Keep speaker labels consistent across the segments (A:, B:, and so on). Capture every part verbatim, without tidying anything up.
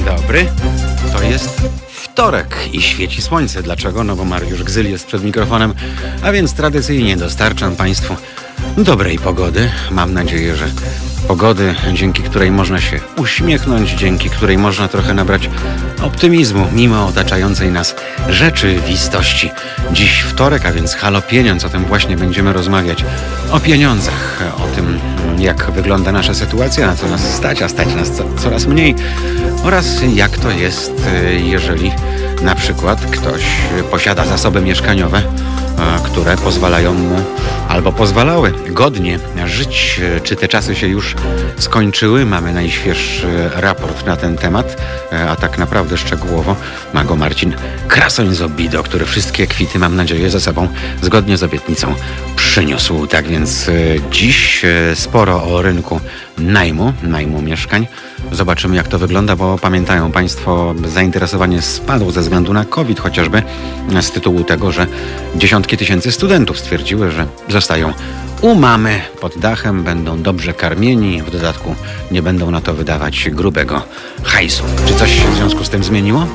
A: dobry. To jest wtorek i świeci słońce. Dlaczego? No bo Mariusz Gzyl jest przed mikrofonem, a więc tradycyjnie dostarczam Państwu dobrej pogody. Mam nadzieję, że pogody, dzięki której można się uśmiechnąć, dzięki której można trochę nabrać optymizmu mimo otaczającej nas rzeczywistości. Dziś wtorek, a więc halo pieniądz, o tym właśnie będziemy rozmawiać. O pieniądzach, o tym, jak wygląda nasza sytuacja, na co nas stać, a stać nas co, coraz mniej oraz jak to jest, jeżeli na przykład ktoś posiada zasoby mieszkaniowe, które pozwalają mu albo pozwalały godnie żyć. Czy te czasy się już skończyły? Mamy najświeższy raport na ten temat, a tak naprawdę szczegółowo ma go Marcin Krasoń z Obido, który wszystkie kwity, mam nadzieję, ze sobą zgodnie z obietnicą przyniósł. Tak więc dziś sporo o rynku najmu, najmu mieszkań. Zobaczymy, jak to wygląda, bo pamiętają Państwo, zainteresowanie spadło ze względu na COVID, chociażby z tytułu tego, że dziesiątki tysięcy studentów stwierdziły, że zostają u mamy pod dachem, będą dobrze karmieni, w dodatku nie będą na to wydawać grubego hajsu. Czy coś się w związku z tym zmieniło?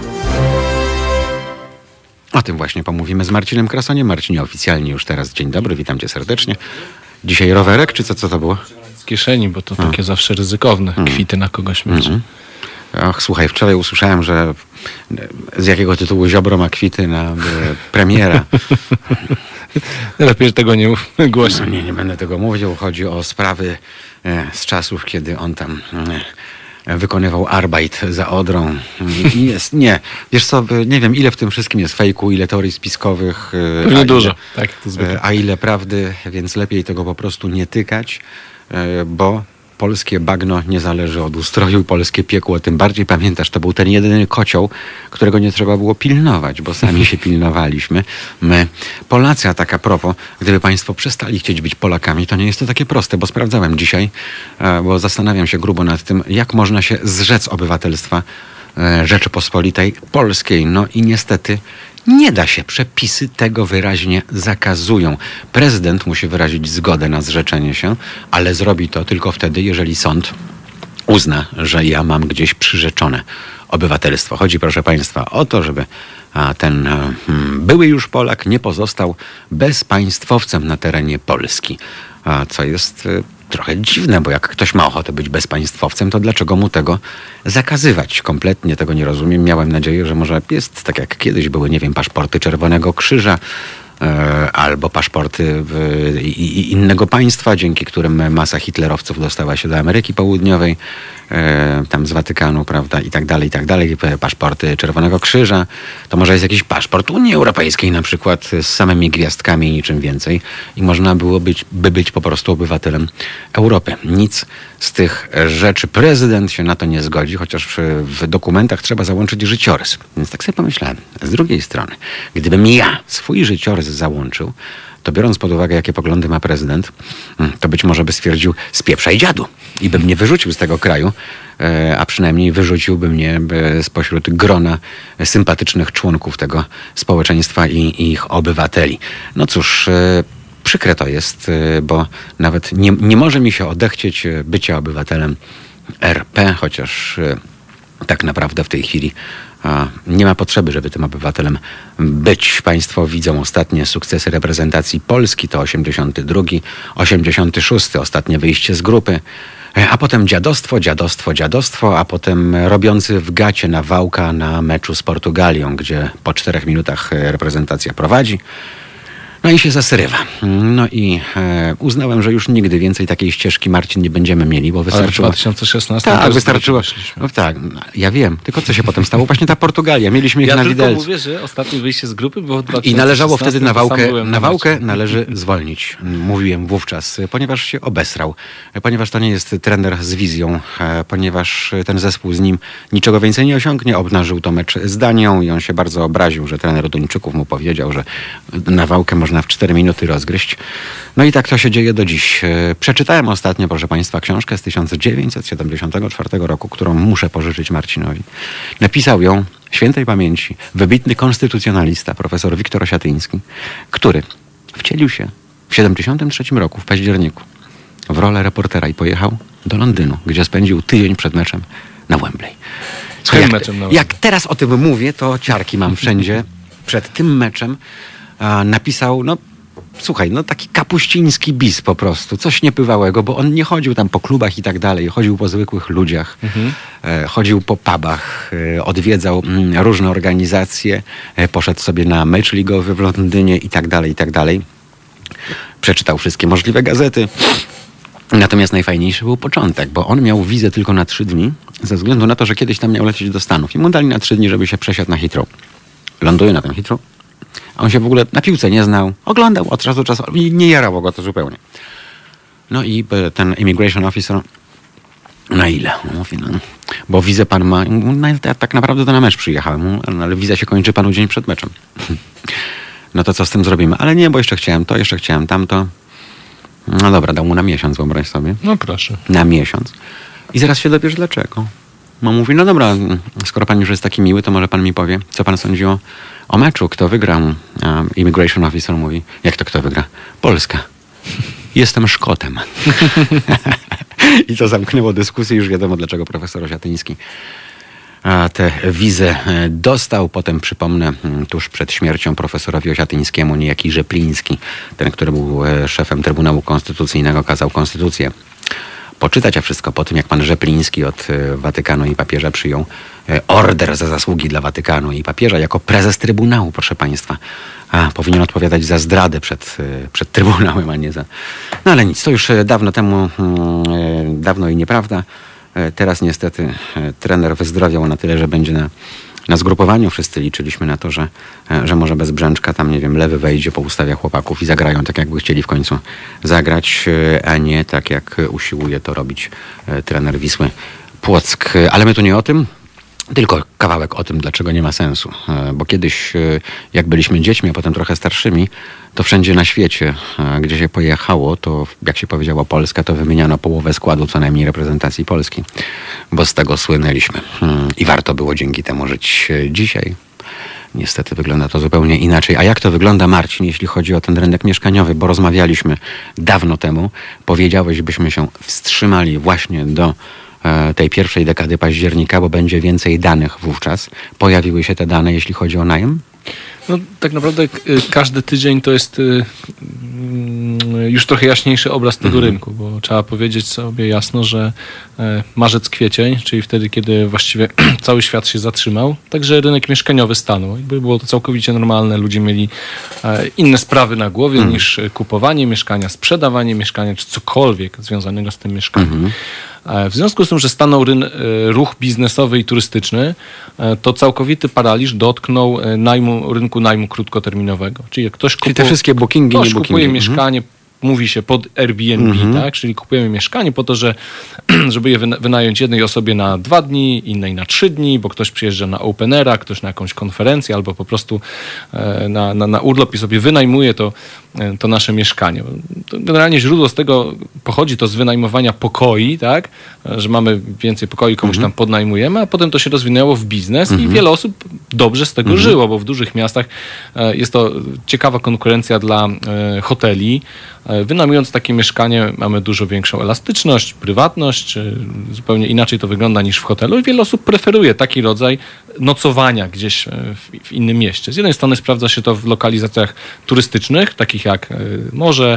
A: O tym właśnie pomówimy z Marcinem Krasoniem. Marcinie, oficjalnie już teraz dzień dobry, witam Cię serdecznie. Dzisiaj rowerek, czy co, co to było?
B: Z kieszeni, bo to takie hmm. zawsze ryzykowne, hmm. kwity na kogoś mieć. Hmm.
A: Och, słuchaj, wczoraj usłyszałem, że z jakiego tytułu Ziobro ma kwity na premiera.
B: Lepiej, że tego nie mówmy głośno.
A: Nie, nie będę tego mówił. Chodzi o sprawy z czasów, kiedy on tam wykonywał Arbeit za Odrą. I jest, nie, wiesz co, nie wiem, ile w tym wszystkim jest fejku, ile teorii spiskowych.
B: Pewnie dużo, tak, to zwykle.
A: A ile prawdy, więc lepiej tego po prostu nie tykać, bo polskie bagno nie zależy od ustroju, polskie piekło, tym bardziej pamiętasz, to był ten jedyny kocioł, którego nie trzeba było pilnować, bo sami się pilnowaliśmy. My, Polacy, a tak a propos, gdyby Państwo przestali chcieć być Polakami, to nie jest to takie proste, bo sprawdzałem dzisiaj, bo zastanawiam się grubo nad tym, jak można się zrzec obywatelstwa Rzeczypospolitej Polskiej. No i niestety nie da się. Przepisy tego wyraźnie zakazują. Prezydent musi wyrazić zgodę na zrzeczenie się, ale zrobi to tylko wtedy, jeżeli sąd uzna, że ja mam gdzieś przyrzeczone obywatelstwo. Chodzi, proszę Państwa, o to, żeby ten były już Polak nie pozostał bezpaństwowcem na terenie Polski. Co jest trochę dziwne, bo jak ktoś ma ochotę być bezpaństwowcem, to dlaczego mu tego zakazywać? Kompletnie tego nie rozumiem. Miałem nadzieję, że może jest tak jak kiedyś były, nie wiem, paszporty Czerwonego Krzyża e, albo paszporty w, i, innego państwa, dzięki którym masa hitlerowców dostała się do Ameryki Południowej, e, tam z Watykanu, prawda, i tak dalej, i tak dalej. Paszporty Czerwonego Krzyża. To może jest jakiś paszport Unii Europejskiej na przykład z samymi gwiazdkami i niczym więcej i można było być, by być po prostu obywatelem Europy. Nic z tych rzeczy. Prezydent się na to nie zgodzi, chociaż w dokumentach trzeba załączyć życiorys. Więc tak sobie pomyślałem. Z drugiej strony, gdybym ja swój życiorys załączył, to biorąc pod uwagę, jakie poglądy ma prezydent, to być może by stwierdził spieprzaj dziadu i by mnie wyrzucił z tego kraju, a przynajmniej wyrzuciłby mnie spośród grona sympatycznych członków tego społeczeństwa i ich obywateli. No cóż, przykre to jest, bo nawet nie, nie może mi się odechcieć bycia obywatelem R P, chociaż tak naprawdę w tej chwili nie ma potrzeby, żeby tym obywatelem być. Państwo widzą ostatnie sukcesy reprezentacji Polski, to osiemdziesiąty drugi, osiemdziesiąty szósty, ostatnie wyjście z grupy, a potem dziadostwo, dziadostwo, dziadostwo, a potem robiący w gacie na Wałka na meczu z Portugalią, gdzie po czterech minutach reprezentacja prowadzi. No i się zasyrywa. No i e, uznałem, że już nigdy więcej takiej ścieżki, Marcin, nie będziemy mieli, bo wystarczyło...
B: Ale w dwa tysiące szesnastym
A: Tak, wystarczyło... No, tak, ja wiem. Tylko co się potem stało? Właśnie ta Portugalia. Mieliśmy ich
B: ja
A: na
B: widelcu.
A: widelcu.
B: Ja tylko mówię, że ostatnie wyjście z grupy było w dwa tysiące szesnastym.
A: I należało wtedy na Wałkę, na Wałkę
B: na
A: należy zwolnić. Mówiłem wówczas, ponieważ się obesrał. Ponieważ to nie jest trener z wizją. Ponieważ ten zespół z nim niczego więcej nie osiągnie. Obnażył to mecz z Danią i on się bardzo obraził, że trener Duńczyków mu powiedział, że na Wałkę można w cztery minuty rozgryźć. No i tak to się dzieje do dziś. Przeczytałem ostatnio, proszę Państwa, książkę z tysiąc dziewięćset siedemdziesiątego czwartego roku, którą muszę pożyczyć Marcinowi. Napisał ją świętej pamięci wybitny konstytucjonalista, profesor Wiktor Osiatyński, który wcielił się w siedemdziesiątym trzecim roku, w październiku, w rolę reportera i pojechał do Londynu, gdzie spędził tydzień przed meczem na Wembley.
B: Swoim
A: jak,
B: meczem na
A: jak teraz o tym mówię, to ciarki mam wszędzie. Przed tym meczem a, napisał, no słuchaj, no taki kapuściński bis po prostu, coś niebywałego, bo on nie chodził tam po klubach i tak dalej, chodził po zwykłych ludziach, mhm. e, chodził po pubach, e, odwiedzał m, różne organizacje, e, poszedł sobie na mecz ligowy w Londynie i tak dalej, i tak dalej. Przeczytał wszystkie możliwe gazety. Natomiast najfajniejszy był początek, bo on miał wizę tylko na trzy dni, ze względu na to, że kiedyś tam miał lecieć do Stanów i mu dali na trzy dni, żeby się przesiadł na Heathrow. Ląduje na tym Heathrow. A on się w ogóle na piłce nie znał. Oglądał od czasu do czasu i nie jarało go to zupełnie. No i ten immigration officer, na ile? Mówi, no, bo wizę pan ma. No, ja tak naprawdę to na mecz przyjechałem, no, ale wiza się kończy panu dzień przed meczem. No to co z tym zrobimy? Ale nie, bo jeszcze chciałem to, jeszcze chciałem tamto. No dobra, dał mu na miesiąc, wyobraź sobie.
B: No proszę.
A: Na miesiąc. I zaraz się dowiesz dlaczego. No mówi, no dobra, skoro pan już jest taki miły, to może pan mi powie, co pan sądzi o, o meczu, kto wygra. Um, immigration officer mówi, jak to kto wygra? Polska. Jestem Szkotem. I to zamknęło dyskusję, już wiadomo dlaczego profesor Osiatyński a tę wizę dostał. Potem, przypomnę, tuż przed śmiercią profesorowi Osiatyńskiemu niejaki Rzepliński, ten, który był szefem Trybunału Konstytucyjnego, kazał konstytucję poczytać, a wszystko po tym, jak pan Rzepliński od Watykanu i papieża przyjął order za zasługi dla Watykanu i papieża jako prezes Trybunału, proszę państwa. A, powinien odpowiadać za zdradę przed, przed Trybunałem, a nie za... No ale nic, to już dawno temu, dawno i nieprawda. Teraz niestety trener wyzdrowiał na tyle, że będzie na, na zgrupowaniu. Wszyscy liczyliśmy na to, że, że może bez Brzęczka tam, nie wiem, lewy wejdzie, poustawia chłopaków i zagrają tak, jakby chcieli w końcu zagrać, a nie tak, jak usiłuje to robić trener Wisły Płock. Ale my tu nie o tym, tylko kawałek o tym, dlaczego nie ma sensu. Bo kiedyś, jak byliśmy dziećmi, a potem trochę starszymi, to wszędzie na świecie, gdzie się pojechało, to jak się powiedziało Polska, to wymieniano połowę składu co najmniej reprezentacji Polski, bo z tego słynęliśmy. I warto było dzięki temu żyć dzisiaj. Niestety wygląda to zupełnie inaczej. A jak to wygląda, Marcin, jeśli chodzi o ten rynek mieszkaniowy? Bo rozmawialiśmy dawno temu. Powiedziałeś, byśmy się wstrzymali właśnie do tej pierwszej dekady października, bo będzie więcej danych wówczas. Pojawiły się te dane, jeśli chodzi o najem?
B: No tak naprawdę każdy tydzień to jest już trochę jaśniejszy obraz tego mhm. rynku, bo trzeba powiedzieć sobie jasno, że marzec, kwiecień, czyli wtedy, kiedy właściwie cały świat się zatrzymał, także rynek mieszkaniowy stanął. Jakby było to całkowicie normalne, ludzie mieli inne sprawy na głowie mhm. niż kupowanie mieszkania, sprzedawanie mieszkania, czy cokolwiek związanego z tym mieszkaniem. Mhm. W związku z tym, że stanął ryn- ruch biznesowy i turystyczny, to całkowity paraliż dotknął najmu, rynku najmu krótkoterminowego. Czyli jak ktoś,
A: Czyli te wszystkie bookingi,
B: ktoś
A: nie bookingi.
B: kupuje
A: Mhm.
B: mieszkanie, mówi się pod Airbnb, mhm. tak? Czyli kupujemy mieszkanie po to, że, żeby je wynająć jednej osobie na dwa dni, innej na trzy dni, bo ktoś przyjeżdża na openera, ktoś na jakąś konferencję albo po prostu na, na, na urlop i sobie wynajmuje to, to nasze mieszkanie. To generalnie źródło z tego pochodzi to z wynajmowania pokoi, tak? Że mamy więcej pokoi, komuś mhm. tam podnajmujemy, a potem to się rozwinęło w biznes mhm. i wiele osób dobrze z tego mhm. żyło, bo w dużych miastach jest to ciekawa konkurencja dla hoteli. Wynajmując takie mieszkanie mamy dużo większą elastyczność, prywatność, zupełnie inaczej to wygląda niż w hotelu i wiele osób preferuje taki rodzaj nocowania gdzieś w, w innym mieście. Z jednej strony sprawdza się to w lokalizacjach turystycznych, takich jak morze,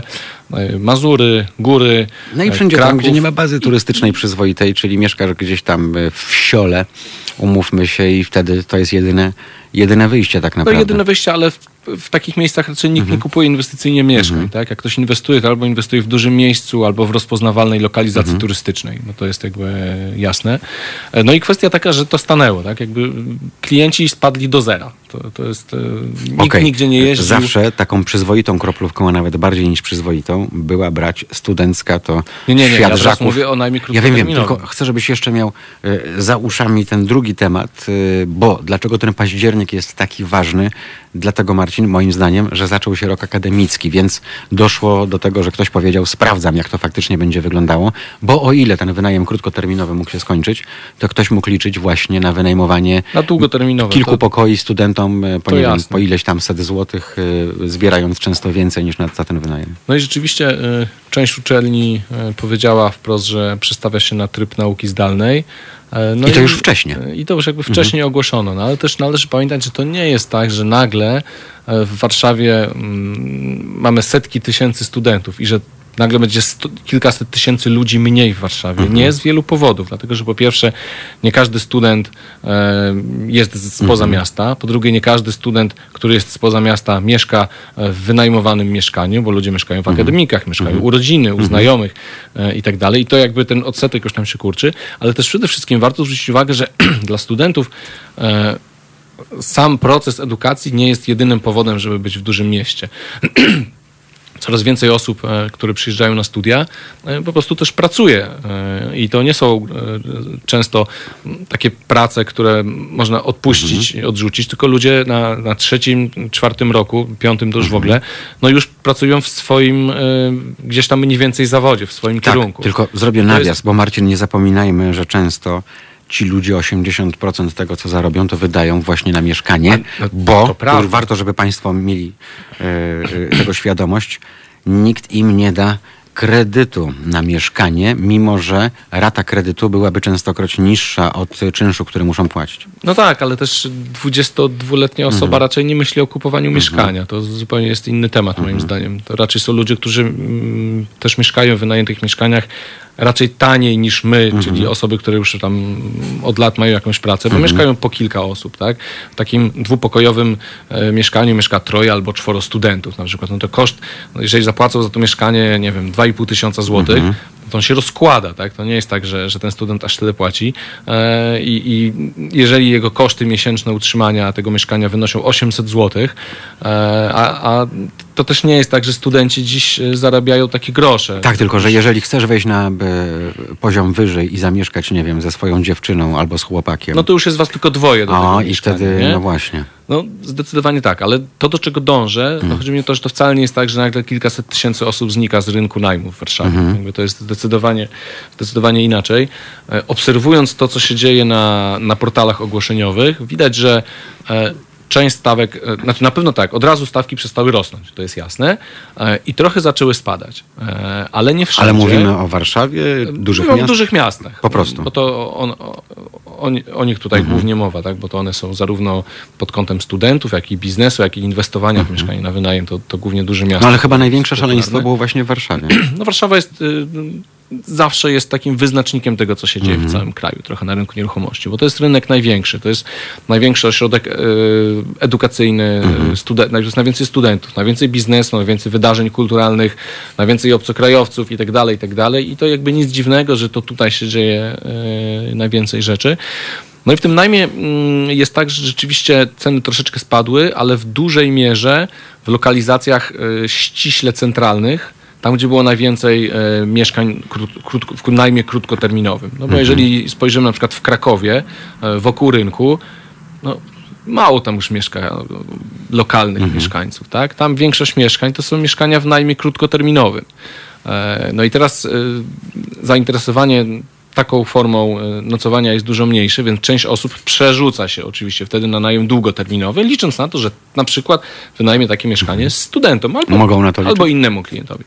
B: Mazury, góry,
A: no i wszędzie
B: Kraków.
A: Tam, gdzie nie ma bazy turystycznej przyzwoitej, czyli mieszkasz gdzieś tam w wsiole, umówmy się, i wtedy to jest jedyne, jedyne wyjście tak naprawdę.
B: To jedyne wyjście, ale w, w takich miejscach raczej nikt mhm. nie kupuje inwestycyjnie mieszkań. Mhm. Tak? Jak ktoś inwestuje, to albo inwestuje w dużym miejscu, albo w rozpoznawalnej lokalizacji mhm. turystycznej. No to jest jakby jasne. No i kwestia taka, że to stanęło. Tak? Jakby klienci spadli do zera. To, to jest... Nikt okay. nigdzie nie jeździł.
A: Zawsze taką przyzwoitą kroplówką, a nawet bardziej niż przyzwoitą, była brać studencka, to
B: nie, nie, nie.
A: świat
B: ja
A: żaków.
B: mówię o najmie
A: Ja wiem, wiem, tylko chcę, żebyś jeszcze miał y, za uszami ten drugi temat, y, bo dlaczego ten październik jest taki ważny? Dlatego, Marcin, moim zdaniem, że zaczął się rok akademicki, więc doszło do tego, że ktoś powiedział, sprawdzam, jak to faktycznie będzie wyglądało, bo o ile ten wynajem krótkoterminowy mógł się skończyć, to ktoś mógł liczyć właśnie na wynajmowanie
B: na długoterminowe,
A: kilku
B: to...
A: pokoi studentom studentom po,
B: To
A: nie wiem,
B: jasne.
A: po ileś tam set złotych, y, zbierając często więcej niż na, za ten wynajem.
B: No i rzeczywiście y, część uczelni y, powiedziała wprost, że przestawia się na tryb nauki zdalnej. Y, no
A: I to już wcześniej.
B: I to już jakby wcześniej mhm. ogłoszono. No, ale też należy pamiętać, że to nie jest tak, że nagle y, w Warszawie y, mamy setki tysięcy studentów i że nagle będzie sto, kilkaset tysięcy ludzi mniej w Warszawie. Mhm. Nie z wielu powodów, dlatego że po pierwsze nie każdy student e, jest spoza mhm. miasta, po drugie nie każdy student, który jest spoza miasta, mieszka w wynajmowanym mieszkaniu, bo ludzie mieszkają w
A: mhm.
B: akademikach, mieszkają mhm. u rodziny, u mhm. znajomych e, i tak dalej. I to jakby ten odsetek już tam się kurczy, ale też przede wszystkim warto zwrócić uwagę, że dla studentów e, sam proces edukacji nie jest jedynym powodem, żeby być w dużym mieście. Coraz więcej osób, które przyjeżdżają na studia, po prostu też pracuje. I to nie są często takie prace, które można odpuścić, mhm. odrzucić, tylko ludzie na, na trzecim, czwartym roku, piątym to już mhm. w ogóle, no już pracują w swoim gdzieś tam mniej więcej zawodzie, w swoim
A: tak,
B: kierunku.
A: Tylko zrobię nawias, jest... bo Marcin, nie zapominajmy, że często ci ludzie osiemdziesiąt procent tego, co zarobią, to wydają właśnie na mieszkanie, A, no, bo to to warto, żeby państwo mieli yy, tego świadomość, nikt im nie da kredytu na mieszkanie, mimo że rata kredytu byłaby częstokroć niższa od czynszu, który muszą płacić.
B: No tak, ale też dwudziestodwuletnia osoba mhm. raczej nie myśli o kupowaniu mhm. mieszkania. To zupełnie jest inny temat moim mhm. zdaniem. To raczej są ludzie, którzy mm, też mieszkają w wynajętych mieszkaniach raczej taniej niż my, mhm. czyli osoby, które już tam od lat mają jakąś pracę, bo mhm. mieszkają po kilka osób, tak? W takim dwupokojowym e, mieszkaniu mieszka troje albo czworo studentów na przykład. No to koszt, no jeżeli zapłacą za to mieszkanie, nie wiem, dwa i pół tysiąca złotych, mhm. to on się rozkłada, tak? To nie jest tak, że, że ten student aż tyle płaci e, i, i jeżeli jego koszty miesięczne utrzymania tego mieszkania wynoszą osiemset złotych, e, a, a to też nie jest tak, że studenci dziś zarabiają takie grosze.
A: Tak, tylko że jeżeli chcesz wejść na poziom wyżej i zamieszkać, nie wiem, ze swoją dziewczyną albo z chłopakiem.
B: No to już jest was tylko dwoje do
A: o,
B: tego
A: i
B: mieszkania,
A: wtedy,
B: nie?
A: no właśnie.
B: No zdecydowanie tak, ale to, do czego dążę,
A: mm.
B: to chodzi mi o to, że to wcale nie jest tak, że nagle kilkaset tysięcy osób znika z rynku najmu w Warszawie. Mm. Jakby to jest zdecydowanie, zdecydowanie inaczej. E, obserwując to, co się dzieje na, na portalach ogłoszeniowych, widać, że e, część stawek, znaczy na pewno tak, od razu stawki przestały rosnąć, to jest jasne, i trochę zaczęły spadać, ale nie wszędzie.
A: Ale mówimy o Warszawie, dużych
B: miastach?
A: O
B: dużych miastach.
A: Po prostu.
B: Bo to on, o, o nich tutaj mhm. głównie mowa, tak? Bo to one są zarówno pod kątem studentów, jak i biznesu, jak i inwestowania mhm. w mieszkanie na wynajem, to, to głównie duże miasta.
A: No ale chyba największe szaleństwo było właśnie w Warszawie.
B: No Warszawa jest... Y, zawsze jest takim wyznacznikiem tego, co się dzieje mm-hmm. w całym kraju, trochę na rynku nieruchomości, bo to jest rynek największy, to jest największy ośrodek e, edukacyjny, mm-hmm. studen- jest najwięcej studentów, najwięcej biznesu, najwięcej wydarzeń kulturalnych, najwięcej obcokrajowców i tak dalej, i tak dalej. I to jakby nic dziwnego, że to tutaj się dzieje e, najwięcej rzeczy. No i w tym najmie mm, jest tak, że rzeczywiście ceny troszeczkę spadły, ale w dużej mierze w lokalizacjach e, ściśle centralnych, tam, gdzie było najwięcej e, mieszkań krót, krótko, w najmie krótkoterminowym. No bo mhm. jeżeli spojrzymy na przykład w Krakowie, e, wokół rynku, no mało tam już mieszka lokalnych mhm. mieszkańców, tak? Tam większość mieszkań to są mieszkania w najmie krótkoterminowym. E, no i teraz e, zainteresowanie taką formą nocowania jest dużo mniejsze, więc część osób przerzuca się oczywiście wtedy na najem długoterminowy, licząc na to, że na przykład wynajmie takie mieszkanie studentom albo,
A: Mogą na to liczyć.
B: albo innemu klientowi.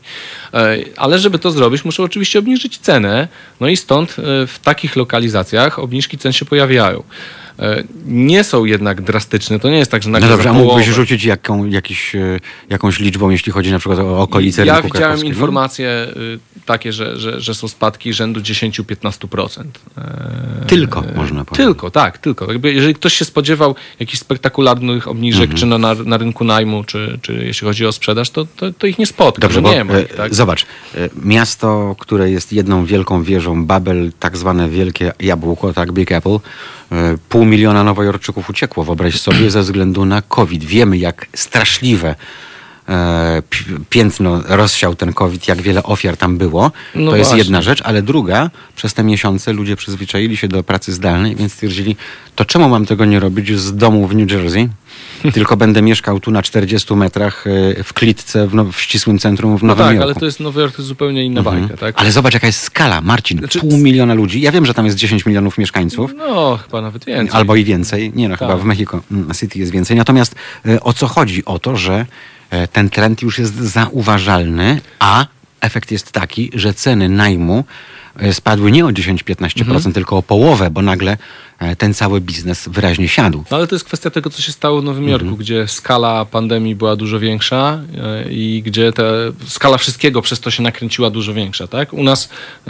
B: Ale żeby to zrobić, muszą oczywiście obniżyć cenę, no i stąd w takich lokalizacjach obniżki cen się pojawiają. Nie są jednak drastyczne. To nie jest tak, że nagle
A: no dobrze,
B: za
A: a mógłbyś
B: połowę...
A: rzucić jaką, jakiś, jakąś liczbą, jeśli chodzi na przykład o okolice
B: ja
A: rynku
B: widziałem
A: krakowskiego?
B: informacje takie, że, że, że są spadki rzędu dziesięć do piętnastu procent.
A: Tylko, można powiedzieć.
B: Tylko, tak, tylko. Jakby jeżeli ktoś się spodziewał jakichś spektakularnych obniżek, mhm. czy na, na, na rynku najmu, czy, czy jeśli chodzi o sprzedaż, to, to, to ich nie spotka.
A: Dobrze,
B: nie
A: bo,
B: ma ich, tak?
A: Zobacz, miasto, które jest jedną wielką wieżą, Babel, tak zwane wielkie jabłko, tak, Big Apple, pół miliona Nowojorczyków uciekło, wyobraź sobie, ze względu na COVID. Wiemy, jak straszliwe e, piętno rozsiał ten COVID, jak wiele ofiar tam było.
B: No
A: to jest
B: właśnie.
A: jedna rzecz, ale druga, przez te miesiące ludzie przyzwyczaili się do pracy zdalnej, więc stwierdzili, to czemu mam tego nie robić z domu w New Jersey? Tylko będę mieszkał tu na czterdziestu metrach w klitce w, now, w ścisłym centrum w
B: No
A: Nowym
B: tak,
A: Jorku.
B: ale to jest Nowy Jork, to jest zupełnie inna
A: Mhm.
B: bajka, tak?
A: Ale zobacz, jaka jest skala, Marcin.
B: Znaczy-
A: Pół miliona ludzi. Ja wiem, że tam jest dziesięć milionów mieszkańców.
B: No, chyba nawet więcej.
A: Albo i więcej. Nie no,
B: Tak.
A: chyba w Mexico City jest więcej. Natomiast e, o co chodzi? O to, że e, ten trend już jest zauważalny, a efekt jest taki, że ceny najmu e, spadły nie o dziesięć do piętnastu procent,
B: Mhm.
A: tylko o połowę, bo nagle e, ten cały biznes wyraźnie siadł.
B: No ale to jest kwestia tego, co się stało w Nowym Jorku,
A: Mhm.
B: gdzie skala pandemii była dużo większa e, i gdzie ta skala wszystkiego przez to się nakręciła dużo większa, tak? U nas e,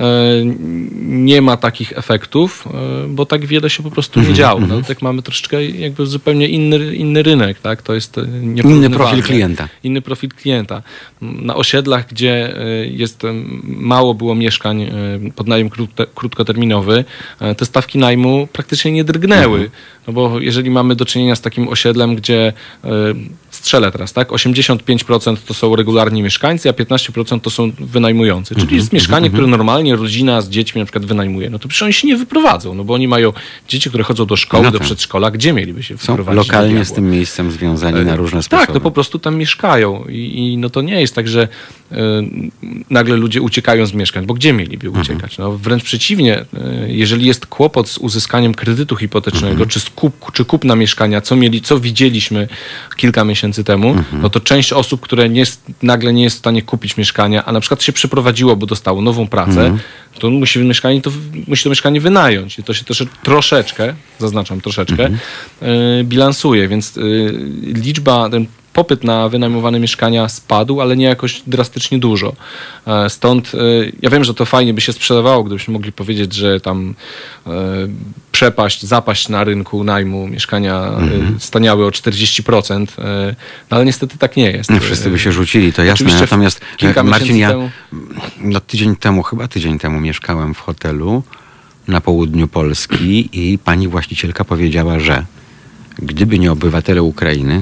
B: nie ma takich efektów, e, bo tak wiele się po prostu nie działo. No, tak mamy troszeczkę jakby zupełnie inny, inny rynek, tak? To jest e,
A: Inny
B: nieporównywalne.
A: profil klienta.
B: Inny profil klienta. Na osiedlach, gdzie e, jest e, mało było mieszkań e, pod najem krótko- krótkoterminowy, e, te stawki najmu praktycznie nie drgnęły.
A: Mhm.
B: No bo jeżeli mamy do czynienia z takim osiedlem, gdzie y, strzelę teraz, tak? osiemdziesiąt pięć procent to są regularni mieszkańcy, a piętnaście procent to są wynajmujący. Czyli jest mieszkanie, które normalnie rodzina z dziećmi na przykład wynajmuje. No to przecież oni się nie wyprowadzą, no bo oni mają dzieci, które chodzą do szkoły,
A: No
B: do
A: tak.
B: przedszkola. Gdzie mieliby się
A: Są
B: wyprowadzić? do
A: lokalnie
B: diabła?
A: z tym miejscem związani na różne sposoby.
B: Tak, to po prostu tam mieszkają i, i no to nie jest tak, że y, nagle ludzie uciekają z mieszkań, bo gdzie mieliby uciekać? No, wręcz przeciwnie, y, jeżeli jest kłopot z uzyskaniem kredytu hipotecznego, czy, z kup, czy kupna mieszkania, co mieli, co widzieliśmy kilka miesięcy temu, no to część osób, które nie jest, nagle nie jest w stanie kupić mieszkania, a na przykład się przeprowadziło, bo dostało nową pracę, to musi mieszkanie, to musi to mieszkanie wynająć. I to się też troszeczkę, zaznaczam troszeczkę, y, bilansuje, więc y, liczba, ten popyt na wynajmowane mieszkania spadł, ale nie jakoś drastycznie dużo. E, Stąd e, ja wiem, że to fajnie by się sprzedawało, gdybyśmy mogli powiedzieć, że tam e, przepaść, zapaść na rynku najmu mieszkania
A: Mhm.
B: e, staniały o czterdzieści procent, e, no ale niestety tak nie jest.
A: Nie wszyscy by się rzucili, to jasne.
B: Oczywiście w-
A: Natomiast
B: kilka
A: e, Marcin,
B: miesięcy
A: ja
B: temu-
A: no, tydzień temu, chyba tydzień temu mieszkałem w hotelu na południu Polski i pani właścicielka powiedziała, że gdyby nie obywatele Ukrainy,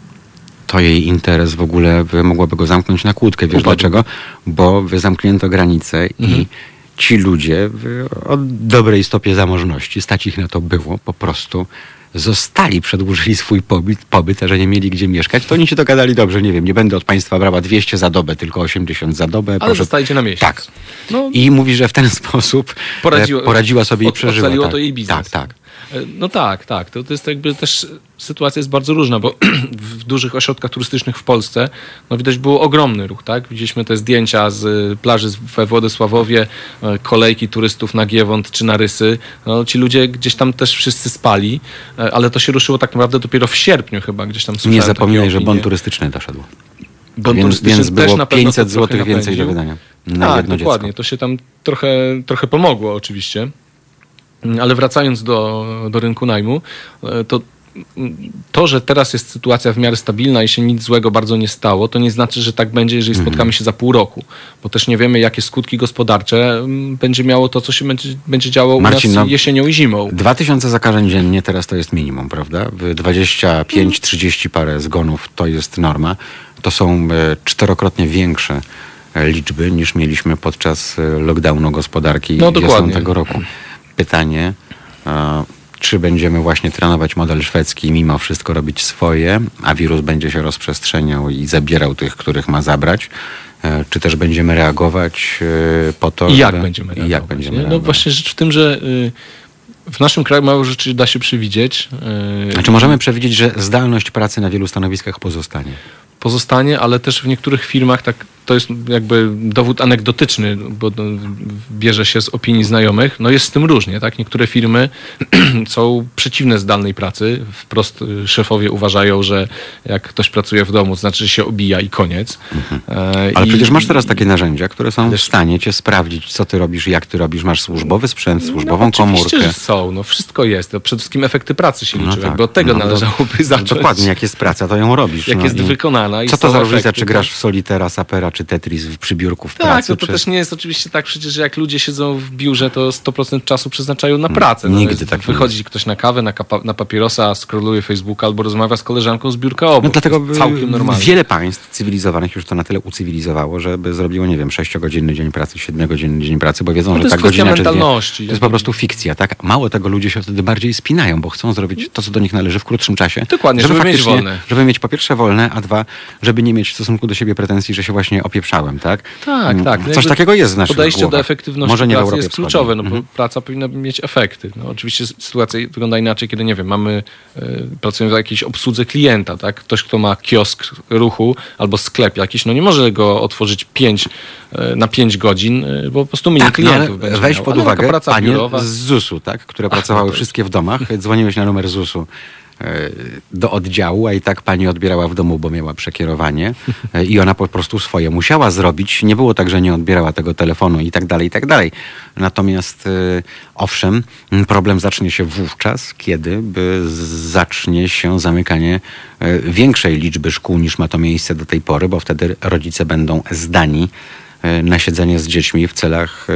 A: to jej interes w ogóle by- mogłaby go zamknąć na kłódkę. Wiesz
B: Upadł.
A: dlaczego? Bo wy zamknięto granice
B: Mhm.
A: i ci ludzie w, o dobrej stopie zamożności, stać ich na to było, po prostu zostali, przedłużyli swój pobyt, pobyt, a że nie mieli gdzie mieszkać, to oni się dogadali dobrze, nie wiem, nie będę od państwa brała dwieście za dobę, tylko osiemdziesiąt za dobę.
B: Ale
A: proszę-
B: zostajecie na miesiąc.
A: Tak.
B: No,
A: I mówi, że w ten sposób
B: Poradziło-
A: e, poradziła sobie i
B: od-
A: przeżyła.
B: ocaliło
A: tak.
B: to jej biznes.
A: Tak, tak.
B: No tak, tak. To, to jest jakby też sytuacja jest bardzo różna, bo w dużych ośrodkach turystycznych w Polsce no widać było ogromny ruch, tak? Widzieliśmy te zdjęcia z y, plaży z- we Władysławowie, y, kolejki turystów na Giewont czy na Rysy. No, ci ludzie gdzieś tam też wszyscy spali, y, ale to się ruszyło tak naprawdę dopiero w sierpniu chyba, gdzieś tam
A: Nie
B: słyszałem
A: zapominaj,
B: takie
A: że
B: opinie.
A: bon turystyczny doszedł.
B: Bon
A: więc
B: turystyczny
A: więc
B: też
A: było
B: na pewno
A: pięćset
B: to
A: złotych
B: trochę
A: więcej do
B: napędził.
A: wydania na
B: Tak,
A: jedno
B: dokładnie.
A: dziecko.
B: To się tam trochę, trochę pomogło oczywiście. Ale wracając do, do rynku najmu, e, to to, że teraz jest sytuacja w miarę stabilna i się nic złego bardzo nie stało, to nie znaczy, że tak będzie, jeżeli spotkamy się za pół roku. Bo też nie wiemy, jakie skutki gospodarcze mm, będzie miało to, co się będzie, będzie działo
A: Marcin,
B: u nas
A: no,
B: jesienią i zimą.
A: Dwa tysiące zakażeń dziennie teraz to jest minimum, prawda? W dwadzieścia pięć trzydzieści parę zgonów to jest norma. To są e, czterokrotnie większe e, liczby niż mieliśmy podczas e, lockdownu gospodarki
B: No,
A: wiosną
B: dokładnie.
A: tego roku. Pytanie, e, czy będziemy właśnie trenować model szwedzki, mimo wszystko robić swoje, a wirus będzie się rozprzestrzeniał i zabierał tych, których ma zabrać, e, czy też będziemy reagować e, po to,
B: I jak
A: żeby-
B: będziemy
A: i
B: reagować.
A: jak będziemy
B: nie? No
A: reagować.
B: właśnie rzecz w tym, że y, w naszym kraju mało rzeczy da się przewidzieć. y,
A: Znaczy możemy przewidzieć, że zdalność pracy na wielu stanowiskach pozostanie.
B: pozostanie, ale też w niektórych firmach tak, to jest jakby dowód anegdotyczny, bo no, bierze się z opinii znajomych. No jest z tym różnie, tak? Niektóre firmy są przeciwne zdalnej pracy. Wprost y, szefowie uważają, że jak ktoś pracuje w domu, to znaczy, że się obija i koniec. E,
A: Ale
B: i-
A: przecież masz teraz takie narzędzia, które są
B: Ależ-
A: w stanie cię sprawdzić, co ty robisz, jak ty robisz. Masz służbowy sprzęt, służbową
B: no, oczywiście,
A: komórkę.
B: że są, no wszystko jest. To przede wszystkim efekty pracy się
A: No
B: liczy,
A: tak.
B: jakby od tego
A: No, to-
B: należałoby zacząć.
A: Dokładnie, jak jest praca, to ją robisz.
B: Jak
A: no
B: jest
A: i
B: wykonana i
A: Co to
B: są
A: za różnica,
B: efekty,
A: czy grasz w Solitera, Sapera, czy Tetris przy biurku w
B: tak,
A: pracy.
B: no to
A: czy...
B: też nie jest oczywiście tak przecież, że jak ludzie siedzą w biurze, to sto procent czasu przeznaczają na pracę. No,
A: Nigdy tak nie
B: wychodzi ktoś na kawę, na, kapa, na papierosa, scrolluje Facebooka albo rozmawia z koleżanką z biurka obok.
A: No dlatego
B: to jest całkiem normalne.
A: wiele państw cywilizowanych już to na tyle ucywilizowało, żeby zrobiło, nie wiem, sześciogodzinny dzień pracy, siedmiogodzinny dzień pracy, bo wiedzą,
B: no
A: że ta godzina czy dwie,
B: mentalności.
A: to jest po prostu fikcja, tak? Mało tego, ludzie się wtedy bardziej spinają, bo chcą zrobić to, co do nich należy w krótszym czasie.
B: Dokładnie, żeby, żeby mieć wolne.
A: Żeby mieć po pierwsze wolne, a dwa, żeby nie mieć w stosunku do siebie pretensji, że się właśnie opieprzałem, tak?
B: Tak, tak.
A: Coś Jakby takiego jest w naszych
B: Podejście
A: głowach.
B: do efektywności
A: Może nie w
B: pracy
A: Europie
B: jest kluczowe, no
A: mhm.
B: bo praca powinna mieć efekty. No, oczywiście sytuacja wygląda inaczej, kiedy, nie wiem, mamy, y, pracujemy w jakiejś obsłudze klienta, tak? Ktoś, kto ma kiosk ruchu albo sklep jakiś, no nie może go otworzyć pięć, y, na pięć godzin, y, bo po prostu mniej
A: tak,
B: klientów
A: no,
B: będzie
A: weź
B: miał.
A: pod
B: ale
A: uwagę,
B: praca
A: panie
B: biurowa.
A: z zusu, tak? które
B: Ach,
A: pracowały
B: no
A: wszystkie w domach, dzwoniłeś na numer zusu do oddziału, a i tak pani odbierała w domu, bo miała przekierowanie i ona po prostu swoje musiała zrobić. Nie było tak, że nie odbierała tego telefonu i tak dalej, i tak dalej. Natomiast owszem, problem zacznie się wówczas, kiedy zacznie się zamykanie większej liczby szkół niż ma to miejsce do tej pory, bo wtedy rodzice będą zdani na siedzenie z dziećmi w celach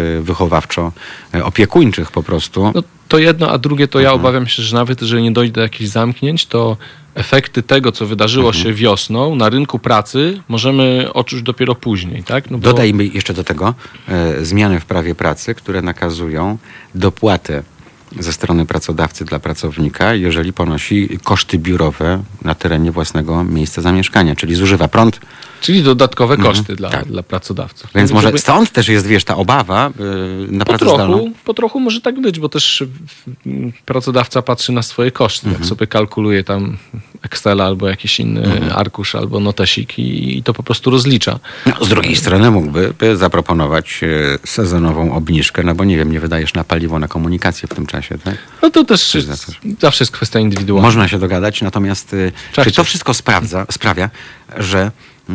A: wychowawczo-opiekuńczych po prostu.
B: No, to jedno, a drugie to ja
A: mhm.
B: obawiam się, że nawet jeżeli nie dojdzie do jakichś zamknięć, to efekty tego, co wydarzyło mhm. się wiosną na rynku pracy, możemy odczuć dopiero później. Tak? No bo...
A: Dodajmy jeszcze do tego e, zmiany w prawie pracy, które nakazują dopłatę ze strony pracodawcy dla pracownika, jeżeli ponosi koszty biurowe na terenie własnego miejsca zamieszkania, czyli zużywa prąd.
B: Czyli dodatkowe koszty
A: mhm,
B: dla,
A: tak.
B: dla pracodawców.
A: Więc
B: no,
A: może
B: żeby...
A: stąd też jest, wiesz, ta obawa yy, na
B: po
A: pracę
B: trochu,
A: zdalną.
B: Po trochu może tak być, bo też pracodawca patrzy na swoje koszty.
A: Mhm.
B: Jak sobie kalkuluje tam Excela albo jakiś inny mhm. arkusz albo notesik i, i to po prostu rozlicza.
A: No, z drugiej strony mógłby zaproponować e, sezonową obniżkę, no bo nie wiem, nie wydajesz na paliwo, na komunikację w tym czasie, tak?
B: No to też jest, zawsze jest kwestia indywidualna.
A: Można się dogadać, natomiast e, czy to wszystko sprawdza, sprawia, że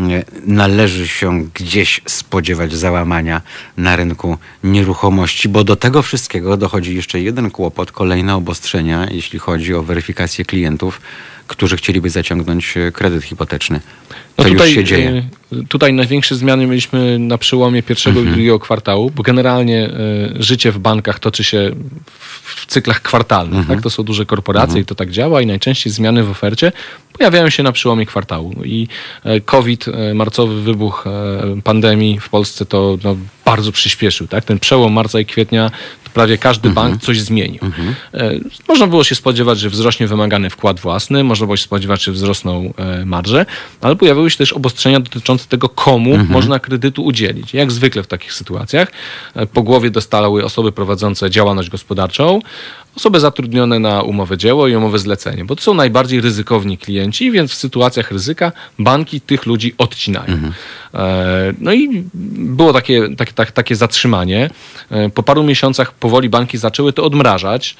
A: należy się gdzieś spodziewać załamania na rynku nieruchomości, bo do tego wszystkiego dochodzi jeszcze jeden kłopot, kolejne obostrzenia, jeśli chodzi o weryfikację klientów, którzy chcieliby zaciągnąć kredyt hipoteczny. To no tutaj, już się dzieje.
B: Tutaj największe zmiany mieliśmy na przełomie pierwszego mhm. i drugiego kwartału, bo generalnie y, życie w bankach toczy się w, w cyklach kwartalnych. Mhm. Tak? To są duże korporacje mhm. i to tak działa i najczęściej zmiany w ofercie pojawiają się na przełomie kwartału. I y, COVID, y, marcowy wybuch y, pandemii w Polsce to no, bardzo przyspieszył. Tak? Ten przełom marca i kwietnia to prawie każdy mhm. bank coś zmienił. Mhm. Y, można było się spodziewać, że wzrośnie wymagany wkład własny, można było się spodziewać, że wzrosną y, marże, ale pojawiły się też obostrzenia dotyczące tego, komu mhm. można kredytu udzielić. Jak zwykle w takich sytuacjach po głowie dostały osoby prowadzące działalność gospodarczą, osoby zatrudnione na umowę dzieło i umowę zlecenie, bo to są najbardziej ryzykowni klienci, więc w sytuacjach ryzyka banki tych ludzi odcinają. Mhm. No i było takie, takie, takie, takie zatrzymanie. Po paru miesiącach powoli banki zaczęły to odmrażać.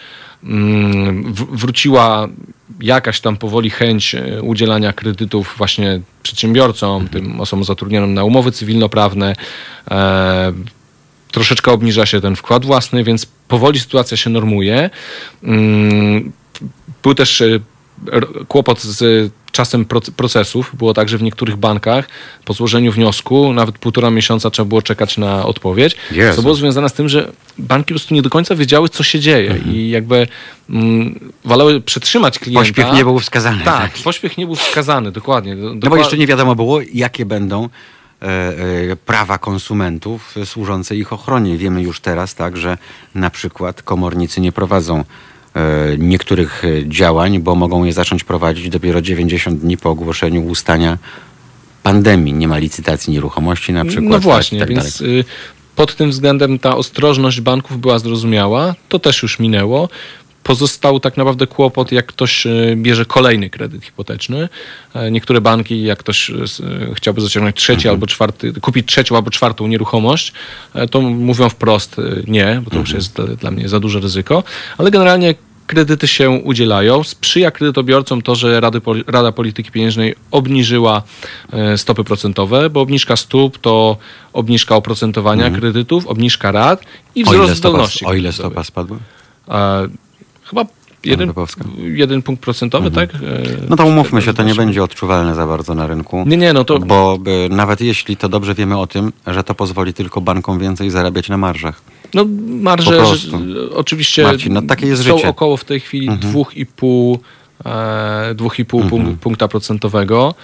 B: Wróciła jakaś tam powoli chęć udzielania kredytów właśnie przedsiębiorcom, mhm. tym osobom zatrudnionym na umowy cywilnoprawne. E, troszeczkę obniża się ten wkład własny, więc powoli sytuacja się normuje. Mm, był też kłopot z czasem procesów. Było tak, że w niektórych bankach po złożeniu wniosku nawet półtora miesiąca trzeba było czekać na odpowiedź. Jezu. Co było związane z tym, że banki po prostu nie do końca wiedziały, co się dzieje mhm. i jakby mm, wolały przetrzymać klienta.
A: Pośpiech nie był wskazany.
B: Tak, tak. pośpiech nie był wskazany, dokładnie.
A: No Dokład... bo jeszcze nie wiadomo było, jakie będą e, e, prawa konsumentów służące ich ochronie. Wiemy już teraz, tak, że na przykład komornicy nie prowadzą niektórych działań, bo mogą je zacząć prowadzić dopiero dziewięćdziesiąt dni po ogłoszeniu ustania pandemii. Nie ma licytacji nieruchomości na przykład.
B: No właśnie,
A: tak, tak
B: więc dalej. Pod tym względem ta ostrożność banków była zrozumiała. To też już minęło. Pozostał tak naprawdę kłopot, jak ktoś bierze kolejny kredyt hipoteczny. Niektóre banki, jak ktoś chciałby zaciągnąć trzeci mhm. albo czwarty, kupić trzecią albo czwartą nieruchomość, to mówią wprost nie, bo to mhm. już jest dla mnie za duże ryzyko. Ale generalnie kredyty się udzielają. Sprzyja kredytobiorcom to, że Rady, Rada Polityki Pieniężnej obniżyła stopy procentowe, bo obniżka stóp to obniżka oprocentowania mhm. kredytów, obniżka rat i wzrost zdolności.
A: O ile stopa spadła?
B: Chyba jeden, jeden punkt procentowy, mhm. tak?
A: No to umówmy się, to nie będzie odczuwalne za bardzo na rynku.
B: Nie, nie, no to...
A: Bo y, nawet jeśli, to dobrze wiemy o tym, że to pozwoli tylko bankom więcej zarabiać na marżach.
B: No marże że, oczywiście
A: Marcin, no takie jest
B: są
A: życie.
B: około w tej chwili
A: mhm.
B: dwa i pół dwa i pół mhm. punkta procentowego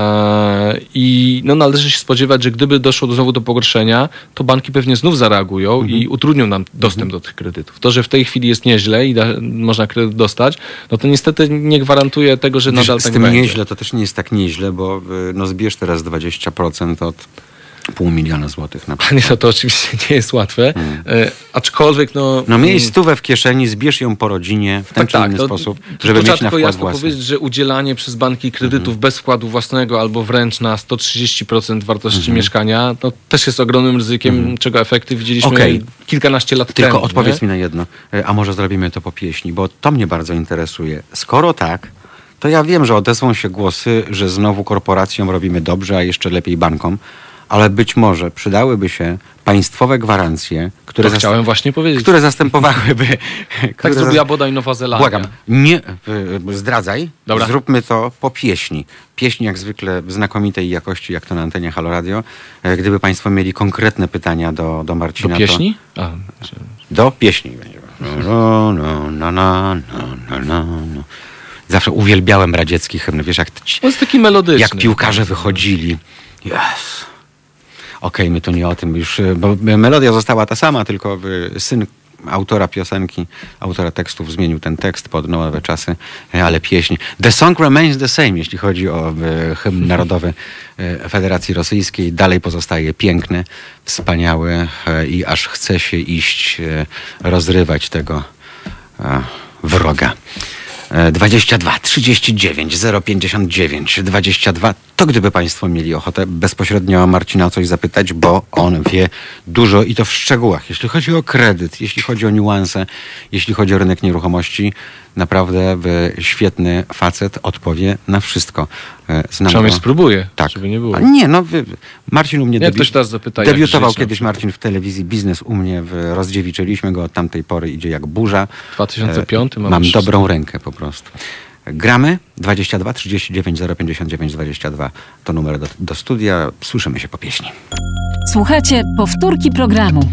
B: i no, należy się spodziewać, że gdyby doszło do, znowu do pogorszenia, to banki pewnie znów zareagują mhm. i utrudnią nam dostęp mhm. do tych kredytów. To, że w tej chwili jest nieźle i da, można kredyt dostać, no to niestety nie gwarantuje tego, że
A: Wiesz,
B: nadal
A: z
B: tak
A: tym
B: będzie.
A: nieźle to też nie jest tak nieźle, bo no zbierz teraz dwadzieścia procent od pół miliona złotych na przykład.
B: Nie, no to oczywiście nie jest łatwe, hmm. e, aczkolwiek no...
A: No miej stówę w kieszeni, zbierz ją po rodzinie w ten tak, czy inny
B: tak,
A: sposób,
B: to,
A: żeby
B: to
A: mieć na wkład
B: jasno
A: własny.
B: powiedzieć, że udzielanie przez banki kredytów hmm. bez wkładu własnego albo wręcz na sto trzydzieści procent wartości hmm. mieszkania, no też jest ogromnym ryzykiem, hmm. czego efekty widzieliśmy okay. kilkanaście lat
A: Tylko
B: temu.
A: Tylko odpowiedz
B: nie?
A: mi na jedno, a może zrobimy to po pieśni, bo to mnie bardzo interesuje. Skoro tak, to ja wiem, że odezwą się głosy, że znowu korporacjom robimy dobrze, a jeszcze lepiej bankom, ale być może przydałyby się państwowe gwarancje, które,
B: to chciałem właśnie powiedzieć.
A: które zastępowałyby...
B: tak
A: które
B: zrobiła bodaj Nowa Zelandia.
A: Błagam, nie y, zdradzaj,
B: Dobra.
A: Zróbmy to po pieśni. Pieśni jak zwykle znakomitej jakości, jak to na antenie Halo Radio. Gdyby państwo mieli konkretne pytania do, do Marcina...
B: Do pieśni?
A: To...
B: A,
A: do pieśni będzie. No, no, no, no, no, no, no. Zawsze uwielbiałem radziecki hymn. Wiesz, jak, ci,
B: to jest taki melodyczny.
A: Jak piłkarze wychodzili. Yes. Okej, okay, my to nie o tym już, bo melodia została ta sama, tylko syn autora piosenki, autora tekstów zmienił ten tekst pod nowe czasy, ale pieśń. The song remains the same, jeśli chodzi o hymn narodowy Federacji Rosyjskiej. Dalej pozostaje piękny, wspaniały i aż chce się iść rozrywać tego wroga. dwadzieścia dwa trzydzieści dziewięć zero pięćdziesiąt dziewięć dwadzieścia dwa. To gdyby państwo mieli ochotę bezpośrednio Marcina o coś zapytać, bo on wie dużo i to w szczegółach. Jeśli chodzi o kredyt, jeśli chodzi o niuanse, jeśli chodzi o rynek nieruchomości, naprawdę świetny facet odpowie na wszystko. Znam
B: Przynajmniej
A: go.
B: spróbuję,
A: tak.
B: żeby nie było.
A: A nie, no Marcin u mnie
B: jak debi- ktoś teraz zapyta,
A: debiutował kiedyś Marcin w telewizji Biznes u mnie, w rozdziewiczyliśmy go, od tamtej pory idzie jak burza.
B: dwa tysiące piąty
A: Mam szósty. Dobrą rękę po prostu. Gramy dwadzieścia dwa trzydzieści dziewięć zero pięćdziesiąt dziewięć dwadzieścia dwa to numer do, do studia. Słyszymy się po pieśni.
C: Słuchajcie powtórki programu.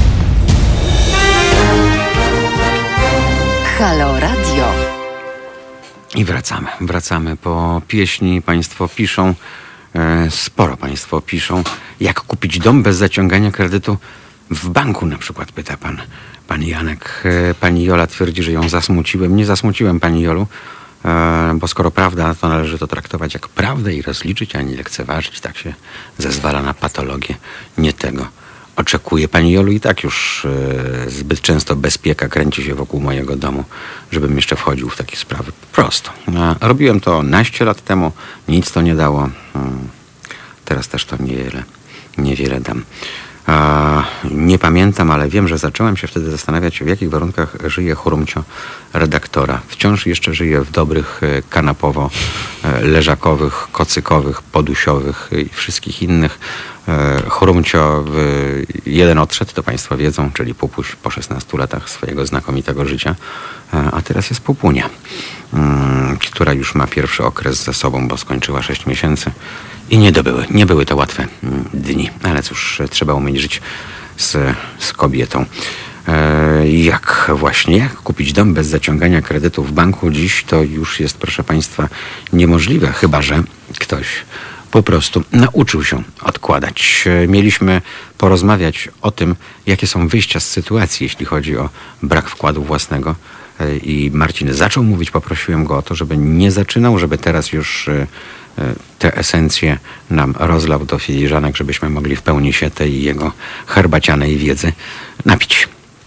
C: Halo Radio.
A: I wracamy. Wracamy po pieśni. Państwo piszą, e, sporo państwo piszą, jak kupić dom bez zaciągania kredytu w banku na przykład, pyta pan, pan Janek. E, pani Jola twierdzi, że ją zasmuciłem. Nie zasmuciłem pani Jolu, e, bo skoro prawda, to należy to traktować jak prawdę i rozliczyć, a nie lekceważyć. Tak się zezwala na patologię. Nie tego oczekuję. Pani Jolu, i tak już e, zbyt często bezpieka kręci się wokół mojego domu, żebym jeszcze wchodził w takie sprawy. Prosto. A robiłem to naście lat temu. Nic to nie dało. Hmm. Teraz też to niewiele, niewiele dam. A, nie pamiętam, ale wiem, że zacząłem się wtedy zastanawiać, w jakich warunkach żyje Chorumcio redaktora. Wciąż jeszcze żyje w dobrych kanapowo-leżakowych, kocykowych, podusiowych i wszystkich innych. Chorumcio jeden odszedł, to państwo wiedzą, czyli Pupuś po szesnastu latach swojego znakomitego życia, a teraz jest Pupunia, która już ma pierwszy okres za sobą, bo skończyła sześć miesięcy i nie dobyły, nie były to łatwe dni, ale cóż, trzeba umieć żyć z, z kobietą. Jak właśnie, jak kupić dom bez zaciągania kredytu w banku dziś, to już jest, proszę państwa, niemożliwe, chyba że ktoś po prostu nauczył się odkładać. Mieliśmy porozmawiać o tym, jakie są wyjścia z sytuacji, jeśli chodzi o brak wkładu własnego. I Marcin zaczął mówić, poprosiłem go o to, żeby nie zaczynał, żeby teraz już te esencje nam rozlał do filiżanek, żebyśmy mogli w pełni się tej jego herbacianej wiedzy napić.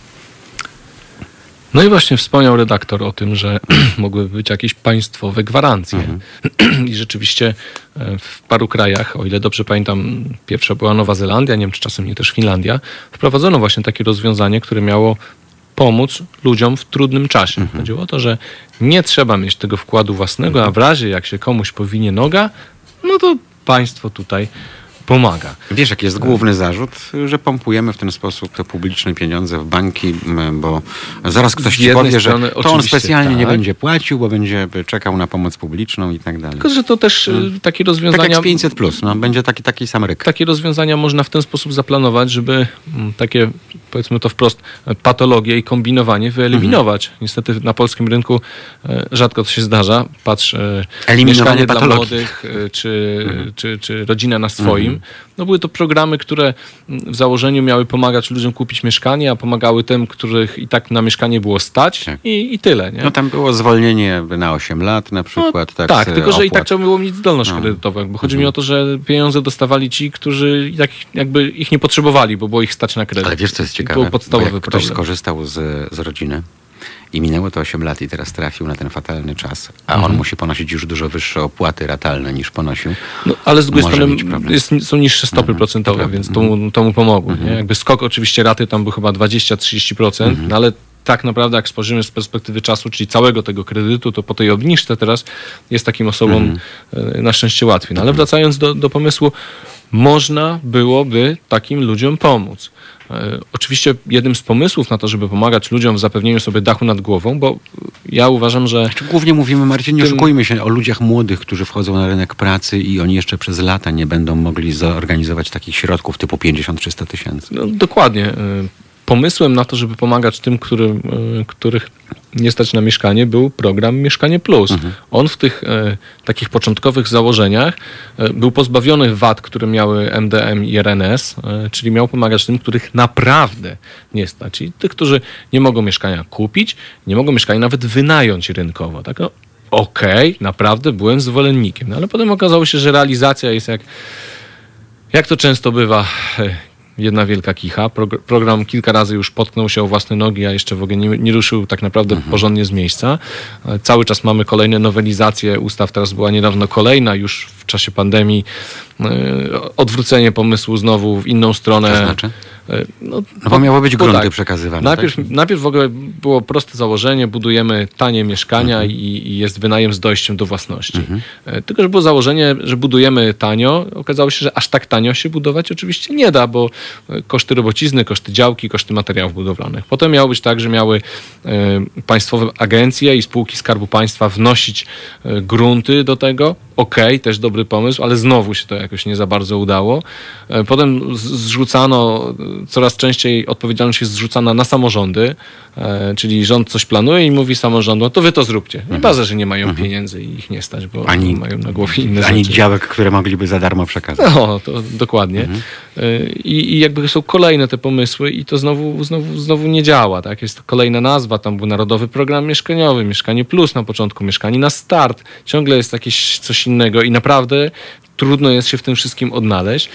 B: No i właśnie wspomniał redaktor o tym, że mogłyby być jakieś państwowe gwarancje. Mhm. I rzeczywiście w paru krajach, o ile dobrze pamiętam, pierwsza była Nowa Zelandia, nie wiem czy czasem nie też Finlandia, wprowadzono właśnie takie rozwiązanie, które miało pomóc ludziom w trudnym czasie. Mhm. Chodziło o to, że nie trzeba mieć tego wkładu własnego, a w razie jak się komuś powinie noga, no to państwo tutaj pomaga.
A: Wiesz, jaki jest główny zarzut? Że pompujemy w ten sposób te publiczne pieniądze w banki, bo zaraz ktoś ci powie, że to on specjalnie tak. nie będzie płacił, bo będzie czekał na pomoc publiczną i tak dalej.
B: Tylko, że to też hmm. takie rozwiązania...
A: Tak jak z pięćset plus, no, będzie taki, taki sam ryk.
B: Takie rozwiązania można w ten sposób zaplanować, żeby takie, powiedzmy to wprost, patologie i kombinowanie wyeliminować. Hmm. Niestety na polskim rynku rzadko to się zdarza. Patrz, mieszkanie patologii. Dla młodych, czy, hmm. czy, czy rodzina na swoim. Hmm. No były to programy, które w założeniu miały pomagać ludziom kupić mieszkanie, a pomagały tym, których i tak na mieszkanie było stać tak. i, i tyle. Nie?
A: No tam było zwolnienie na osiem lat na przykład. No, tak,
B: tak tylko że
A: opłat.
B: i tak trzeba było mieć zdolność no. kredytową, bo chodzi mhm. mi o to, że pieniądze dostawali ci, którzy jak, jakby ich nie potrzebowali, bo było ich stać na kredyt.
A: Ale wiesz, co jest ciekawe?
B: To był podstawowy
A: bo jak
B: problem.
A: Ktoś skorzystał z, z rodziny i minęło to osiem lat i teraz trafił na ten fatalny czas, a mhm. on musi ponosić już dużo wyższe opłaty ratalne niż ponosił.
B: No, ale z drugiej strony jest, są niższe stopy mhm. procentowe, mhm. więc to mu, to mu pomogło. Mhm. Nie? Jakby skok oczywiście raty tam był chyba dwadzieścia do trzydziestu procent, mhm. no ale tak naprawdę jak spojrzymy z perspektywy czasu, czyli całego tego kredytu, to po tej obniżce teraz jest takim osobom mhm. na szczęście łatwiej. No ale wracając do, do pomysłu, można byłoby takim ludziom pomóc. Oczywiście jednym z pomysłów na to, żeby pomagać ludziom w zapewnieniu sobie dachu nad głową, bo ja uważam, że...
A: Znaczy, głównie mówimy, Marcin, nie tym... oszukujmy się, o ludziach młodych, którzy wchodzą na rynek pracy i oni jeszcze przez lata nie będą mogli zorganizować takich środków typu pięćdziesiąt do trzystu tysięcy.
B: No, dokładnie. Pomysłem na to, żeby pomagać tym, którym, których nie stać na mieszkanie, był program Mieszkanie Plus. Mhm. On w tych e, takich początkowych założeniach e, był pozbawiony wad, które miały M D M i R N S, e, czyli miał pomagać tym, których naprawdę nie stać. Czyli tych, którzy nie mogą mieszkania kupić, nie mogą mieszkania nawet wynająć rynkowo. Tak? No, okej, okay, naprawdę byłem zwolennikiem. No, ale potem okazało się, że realizacja jest jak, jak to często bywa... E, jedna wielka kicha. Program kilka razy już potknął się o własne nogi, a jeszcze w ogóle nie, nie ruszył tak naprawdę mhm. porządnie z miejsca. Cały czas mamy kolejne nowelizacje ustaw. Teraz była niedawno kolejna już w czasie pandemii. Odwrócenie pomysłu znowu w inną stronę.
A: To znaczy? No, no bo miało być grunty tak. przekazywane.
B: Najpierw,
A: tak?
B: najpierw w ogóle było proste założenie, budujemy tanie mieszkania mhm. i, i jest wynajem z dojściem do własności. Mhm. Tylko, że było założenie, że budujemy tanio. Okazało się, że aż tak tanio się budować oczywiście nie da, bo koszty robocizny, koszty działki, koszty materiałów budowlanych. Potem miało być tak, że miały e, państwowe agencje i spółki Skarbu Państwa wnosić e, grunty do tego. Okej, okay, też dobry pomysł, ale znowu się to jakoś nie za bardzo udało. E, potem z- zrzucano, coraz częściej odpowiedzialność jest zrzucana na samorządy, e, czyli rząd coś planuje i mówi samorządom, to wy to zróbcie. Nie ważne, że nie mają mhm. pieniędzy i ich nie stać, bo ani, mają na głowie inne
A: ani
B: rzeczy.
A: Ani działek, które mogliby za darmo przekazać.
B: No, to dokładnie. Mhm. E, i, I jakby są kolejne te pomysły i to znowu, znowu, znowu nie działa. Tak? Jest to kolejna nazwa, tam był Narodowy Program Mieszkaniowy, Mieszkanie Plus na początku, Mieszkanie na Start. Ciągle jest jakieś coś innego i naprawdę trudno jest się w tym wszystkim odnaleźć.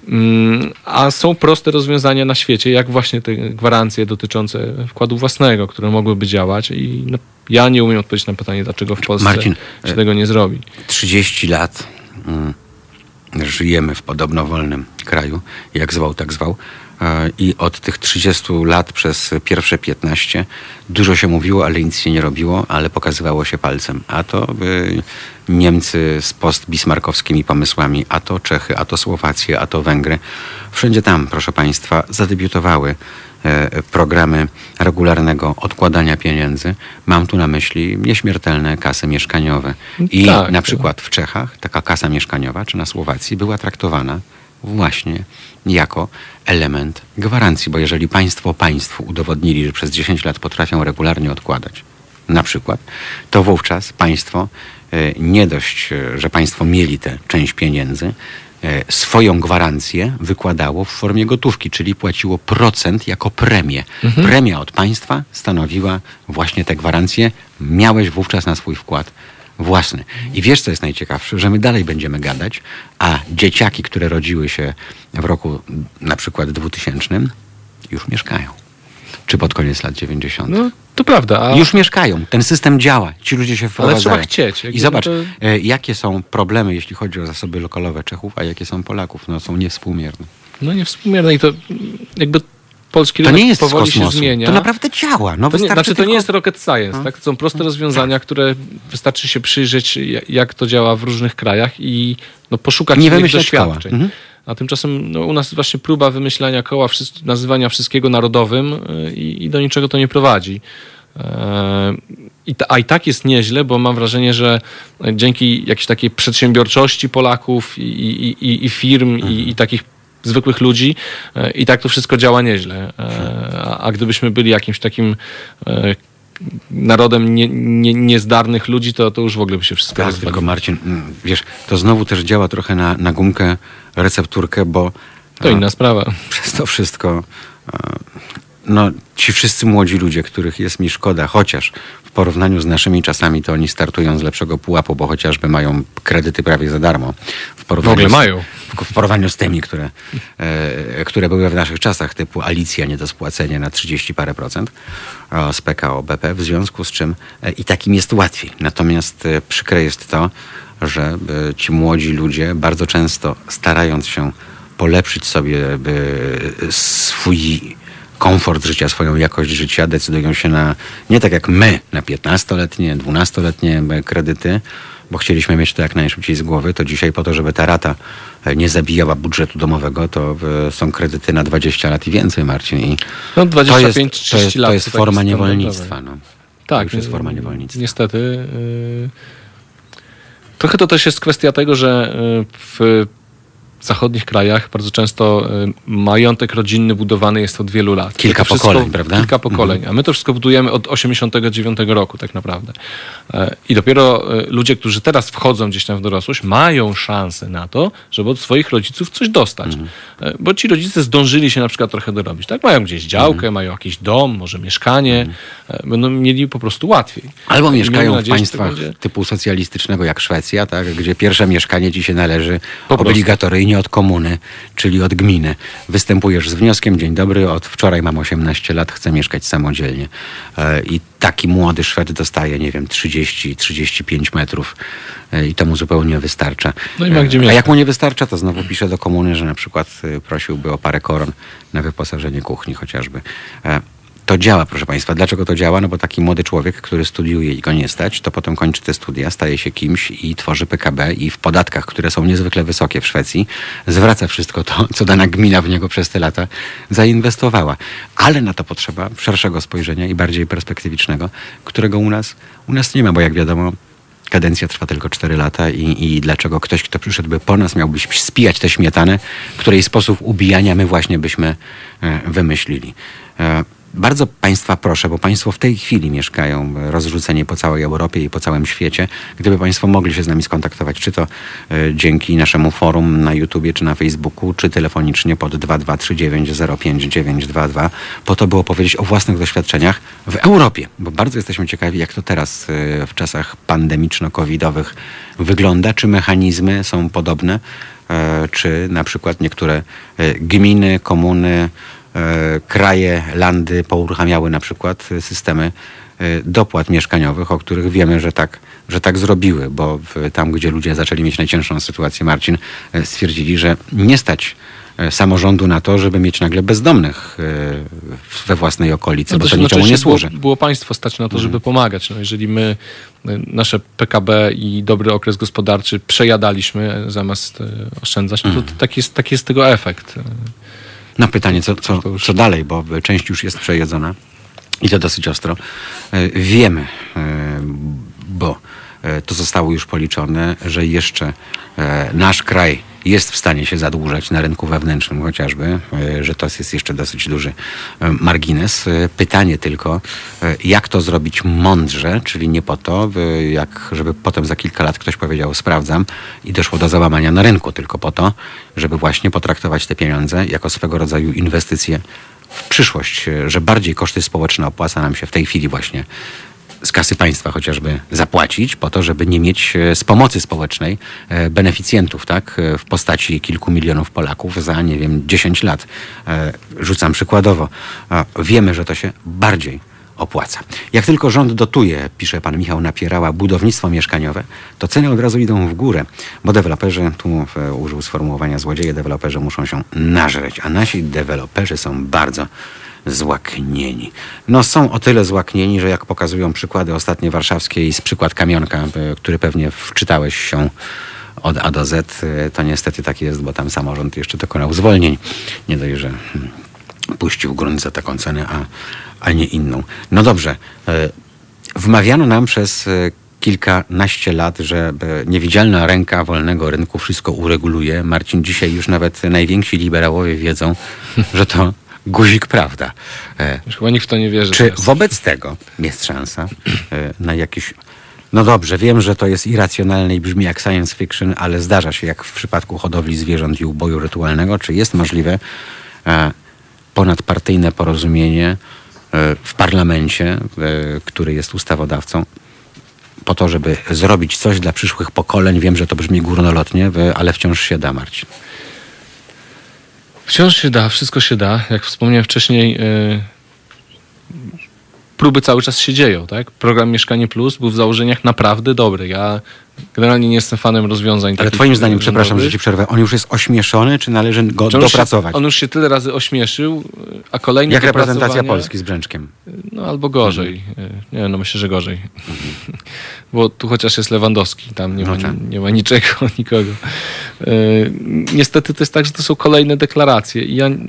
B: A są proste rozwiązania na świecie, jak właśnie te gwarancje dotyczące wkładu własnego, które mogłyby działać i no, ja nie umiem odpowiedzieć na pytanie, dlaczego w Polsce
A: Marcin,
B: się tego nie zrobi.
A: trzydzieści lat mm, żyjemy w podobno wolnym kraju, jak zwał, tak zwał. I od tych trzydziestu lat przez pierwsze piętnaście dużo się mówiło, ale nic się nie robiło, ale pokazywało się palcem. A to y, Niemcy z postbismarkowskimi pomysłami, a to Czechy, a to Słowacje, a to Węgry. Wszędzie tam, proszę Państwa, zadebiutowały y, programy regularnego odkładania pieniędzy. Mam tu na myśli nieśmiertelne kasy mieszkaniowe. I tak, na przykład w Czechach taka kasa mieszkaniowa, czy na Słowacji była traktowana właśnie jako element gwarancji, bo jeżeli państwo państwu udowodnili, że przez dziesięć lat potrafią regularnie odkładać, na przykład, to wówczas państwo, nie dość, że państwo mieli tę część pieniędzy, swoją gwarancję wykładało w formie gotówki, czyli płaciło procent jako premię. Mhm. Premia od państwa stanowiła właśnie te gwarancje. Miałeś wówczas na swój wkład własny. I wiesz, co jest najciekawsze? Że my dalej będziemy gadać, a dzieciaki, które rodziły się w roku na przykład dwutysięcznym, już mieszkają. Czy pod koniec lat dziewięćdziesiątych.
B: No, to prawda. A...
A: Już mieszkają. Ten system działa. Ci ludzie się wprowadzają.
B: Ale trzeba chcieć.
A: I zobacz, to... jakie są problemy, jeśli chodzi o zasoby lokalowe Czechów, a jakie są Polaków. No, są niewspółmierne.
B: No niewspółmierne i to jakby polski
A: rynek
B: to nie jest
A: powoli
B: się zmienia.
A: To naprawdę działa. No,
B: to nie, znaczy
A: tylko...
B: to nie jest rocket science. Tak? To są proste rozwiązania, które wystarczy się przyjrzeć, jak to działa w różnych krajach i no, poszukać
A: nie
B: innych doświadczeń. Mhm. A tymczasem no, u nas właśnie próba wymyślania koła, wszys- nazywania wszystkiego narodowym y, i do niczego to nie prowadzi. I ta, a i tak jest nieźle, bo mam wrażenie, że dzięki jakiejś takiej przedsiębiorczości Polaków i, i, i, i firm mhm. i, i takich zwykłych ludzi i tak to wszystko działa nieźle. A, a gdybyśmy byli jakimś takim narodem nie, nie, niezdarnych ludzi, to, to już w ogóle by się wszystko
A: tak,
B: rozwaliło.
A: Tylko Marcin, wiesz, to znowu też działa trochę na, na gumkę, recepturkę, bo
B: to inna sprawa.
A: Przez to wszystko no, ci wszyscy młodzi ludzie, których jest mi szkoda, chociaż w porównaniu z naszymi czasami to oni startują z lepszego pułapu, bo chociażby mają kredyty prawie za darmo. W
B: porównaniu w ogóle
A: z,
B: mają.
A: W, w porównaniu z tymi, które, e, które były w naszych czasach, typu Alicja, nie do spłacenia na trzydzieści parę procent o, z P K O B P, w związku z czym e, i takim jest łatwiej. Natomiast e, przykre jest to, że e, ci młodzi ludzie bardzo często starając się polepszyć sobie e, swój komfort życia, swoją jakość życia, decydują się na, nie tak jak my, na piętnastoletnie, dwunastoletnie kredyty, bo chcieliśmy mieć to jak najszybciej z głowy, to dzisiaj po to, żeby ta rata nie zabijała budżetu domowego, to są kredyty na dwadzieścia lat i więcej, Marcin. I
B: no dwadzieścia pięć trzydzieści lat.
A: To jest forma niewolnictwa. No.
B: Tak.
A: To już jest forma niewolnictwa.
B: Niestety. Yy... Trochę to też jest kwestia tego, że w zachodnich krajach bardzo często y, majątek rodzinny budowany jest od wielu lat.
A: Kilka
B: wszystko,
A: pokoleń, prawda?
B: Kilka pokoleń. Mhm. A my to wszystko budujemy od osiemdziesiątego dziewiątego roku tak naprawdę. E, I dopiero y, ludzie, którzy teraz wchodzą gdzieś tam w dorosłość, mają szansę na to, żeby od swoich rodziców coś dostać. Mhm. E, bo ci rodzice zdążyli się na przykład trochę dorobić. Tak? Mają gdzieś działkę, mhm. mają jakiś dom, może mieszkanie. Mhm. E, będą mieli po prostu łatwiej.
A: Albo mieszkają
B: nadzieję,
A: w państwach będzie...
B: typu
A: socjalistycznego jak Szwecja, tak? Gdzie pierwsze mieszkanie ci się należy obligatoryjnie nie od komuny, czyli od gminy. Występujesz z wnioskiem, dzień dobry, od wczoraj mam osiemnaście lat, chcę mieszkać samodzielnie. I taki młody Szwed dostaje, nie wiem, trzydzieści trzydzieści pięć metrów i to mu zupełnie wystarcza.
B: No i ma gdzie
A: A
B: mieszkać.
A: jak mu nie wystarcza, to znowu pisze do komuny, że na przykład prosiłby o parę koron na wyposażenie kuchni chociażby. To działa, proszę Państwa. Dlaczego to działa? No bo taki młody człowiek, który studiuje i go nie stać, to potem kończy te studia, staje się kimś i tworzy P K B i w podatkach, które są niezwykle wysokie w Szwecji, zwraca wszystko to, co dana gmina w niego przez te lata zainwestowała. Ale na to potrzeba szerszego spojrzenia i bardziej perspektywicznego, którego u nas, u nas nie ma, bo jak wiadomo, kadencja trwa tylko cztery lata i, i dlaczego ktoś, kto przyszedłby po nas, miałby spijać tę śmietanę, której sposób ubijania my właśnie byśmy e, wymyślili. E, Bardzo Państwa proszę, bo Państwo w tej chwili mieszkają rozrzuceni po całej Europie i po całym świecie. Gdyby Państwo mogli się z nami skontaktować, czy to y, dzięki naszemu forum na YouTubie, czy na Facebooku, czy telefonicznie pod dwa dwa trzy dziewięć zero pięć dziewięć dwa dwa, po to, by opowiedzieć o własnych doświadczeniach w Europie, bo bardzo jesteśmy ciekawi, jak to teraz y, w czasach pandemiczno-covidowych wygląda, czy mechanizmy są podobne, y, czy na przykład niektóre y, gminy, komuny, kraje, landy pouruchamiały na przykład systemy dopłat mieszkaniowych, o których wiemy, że tak, że tak zrobiły, bo tam, gdzie ludzie zaczęli mieć najcięższą sytuację, Marcin, stwierdzili, że nie stać samorządu na to, żeby mieć nagle bezdomnych we własnej okolicy,
B: no
A: bo to niczemu nie służy.
B: Było, było państwo stać na to, żeby pomagać. No jeżeli my nasze P K B i dobry okres gospodarczy przejadaliśmy zamiast oszczędzać, no to mm. taki jest, taki jest tego efekt.
A: No pytanie, co, co, co dalej, bo część już jest przejedzona i to dosyć ostro. Wiemy, bo to zostało już policzone, że jeszcze nasz kraj jest w stanie się zadłużać na rynku wewnętrznym chociażby, że to jest jeszcze dosyć duży margines. Pytanie tylko, jak to zrobić mądrze, czyli nie po to, jak żeby potem za kilka lat ktoś powiedział sprawdzam i doszło do załamania na rynku, tylko po to, żeby właśnie potraktować te pieniądze jako swego rodzaju inwestycje w przyszłość, że bardziej koszty społeczne opłaca nam się w tej chwili właśnie z kasy państwa chociażby zapłacić po to, żeby nie mieć z pomocy społecznej beneficjentów, tak, w postaci kilku milionów Polaków za, nie wiem, dziesięć lat. Rzucam przykładowo. Wiemy, że to się bardziej opłaca. Jak tylko rząd dotuje, pisze pan Michał Napierała, budownictwo mieszkaniowe, to ceny od razu idą w górę, bo deweloperzy, tu użył sformułowania złodzieje, deweloperzy muszą się nażreć, a nasi deweloperzy są bardzo złaknieni. No są o tyle złaknieni, że jak pokazują przykłady ostatnie warszawskie i z przykład Kamionka, który pewnie wczytałeś się od A do Z, to niestety tak jest, bo tam samorząd jeszcze dokonał zwolnień. Nie dość, że hmm, puścił grunt za taką cenę, a, a nie inną. No dobrze. Wmawiano nam przez kilkanaście lat, że niewidzialna ręka wolnego rynku wszystko ureguluje. Marcin, dzisiaj już nawet najwięksi liberałowie wiedzą, że to guzik prawda.
B: Już chyba nikt w to nie wierzy.
A: Czy
B: teraz.
A: wobec tego jest szansa na jakiś... No dobrze, wiem, że to jest irracjonalne i brzmi jak science fiction, ale zdarza się, jak w przypadku hodowli zwierząt i uboju rytualnego. Czy jest możliwe ponadpartyjne porozumienie w parlamencie, który jest ustawodawcą, po to, żeby zrobić coś dla przyszłych pokoleń? Wiem, że to brzmi górnolotnie, ale wciąż się da, Marcin.
B: Wciąż się da, wszystko się da. Jak wspomniałem wcześniej, yy, próby cały czas się dzieją. Tak? Program Mieszkanie Plus był w założeniach naprawdę dobry. Ja generalnie nie jestem fanem rozwiązań.
A: Ale twoim zdaniem, przepraszam, że ci przerwę, on już jest ośmieszony, czy należy go
B: on
A: dopracować?
B: Się, on już się tyle razy ośmieszył, a kolejne
A: Jak reprezentacja Polski z Brzęczkiem?
B: No albo gorzej. Mhm. Nie, no myślę, że gorzej. Mhm. Bo tu chociaż jest Lewandowski, tam nie, no ma, nie ma niczego, nikogo. Yy, niestety to jest tak, że to są kolejne deklaracje i ja...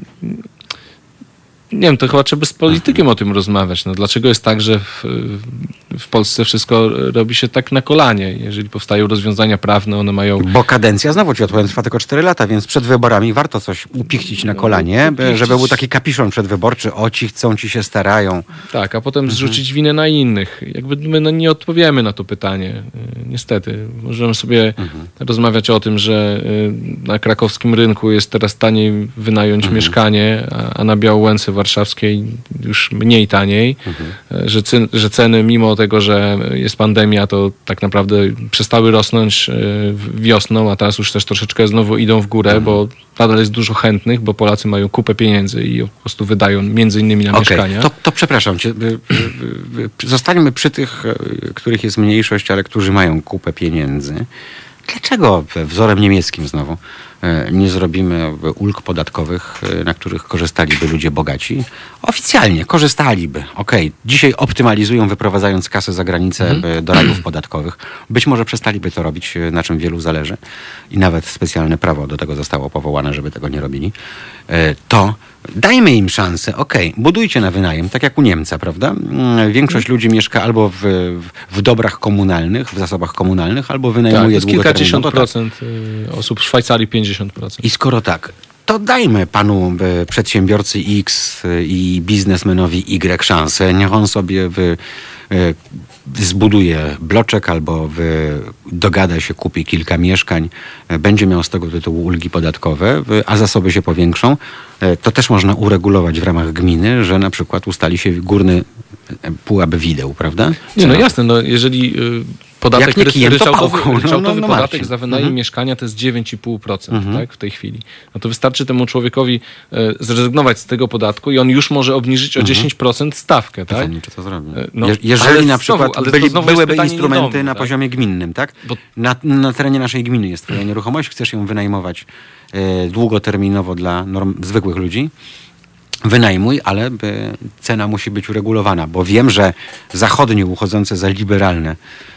B: Nie wiem, to chyba trzeba z politykiem o tym rozmawiać. No, dlaczego jest tak, że w, w Polsce wszystko robi się tak na kolanie? Jeżeli powstają rozwiązania prawne, one mają...
A: Bo kadencja, znowu ci odpowiem, trwa tylko cztery lata, więc przed wyborami warto coś upichcić na kolanie, no, żeby był taki kapiszon przedwyborczy, o ci chcą, ci się starają.
B: Tak, a potem mhm. zrzucić winę na innych. Jakby my no, nie odpowiemy na to pytanie. Niestety. Możemy sobie mhm. rozmawiać o tym, że na krakowskim rynku jest teraz taniej wynająć mhm. mieszkanie, a, a na Białołęce warszawskiej już mniej taniej, mhm. że, cen, że ceny mimo tego, że jest pandemia, to tak naprawdę przestały rosnąć wiosną, a teraz już też troszeczkę znowu idą w górę, mhm. bo nadal jest dużo chętnych, bo Polacy mają kupę pieniędzy i po prostu wydają między innymi na okay. mieszkania.
A: To, to przepraszam cię, zostańmy przy tych, których jest mniejszość, ale którzy mają kupę pieniędzy. Dlaczego wzorem niemieckim znowu nie zrobimy ulg podatkowych, na których korzystaliby ludzie bogaci? Oficjalnie korzystaliby. Okej, okay. Dzisiaj optymalizują, wyprowadzając kasę za granicę mhm. do rajów podatkowych. Być może przestaliby to robić, na czym wielu zależy. I nawet specjalne prawo do tego zostało powołane, żeby tego nie robili. To dajmy im szansę. Okej, okay. Budujcie na wynajem, tak jak u Niemca, prawda? Większość ludzi mieszka albo w, w dobrach komunalnych, w zasobach komunalnych, albo wynajmuje
B: tak, kilkadziesiąt procent tak. osób w Szwajcarii, pięćdziesiąt procent.
A: I skoro tak, to dajmy panu y, przedsiębiorcy X y, i biznesmenowi Y szansę. Niech on sobie y, y, zbuduje bloczek albo y, dogada się, kupi kilka mieszkań, y, będzie miał z tego tytułu ulgi podatkowe, y, a zasoby się powiększą. Y, to też można uregulować w ramach gminy, że na przykład ustali się górny pułap wideł, prawda?
B: Nie, no jasne, no jeżeli... Y- Podatek,
A: Jak nie
B: ryczałtowy,
A: no,
B: ryczałtowy
A: no, no,
B: podatek za wynajem
A: mhm.
B: mieszkania to jest dziewięć i pół procent
A: mhm.
B: tak, w tej chwili. No to wystarczy temu człowiekowi e, zrezygnować z tego podatku i on już może obniżyć o mhm. dziesięć procent stawkę. Tak?
A: Pytanie, czy to zrobi.
B: No,
A: Je- jeżeli na przykład
B: znowu,
A: byli, byłyby instrumenty
B: niedomny,
A: na
B: tak?
A: poziomie gminnym, tak?
B: Bo...
A: Na, na terenie naszej gminy jest twoja nieruchomość, chcesz ją wynajmować e, długoterminowo dla norm, zwykłych ludzi. Wynajmuj, ale by, cena musi być uregulowana, bo wiem, że zachodnie uchodzące za liberalne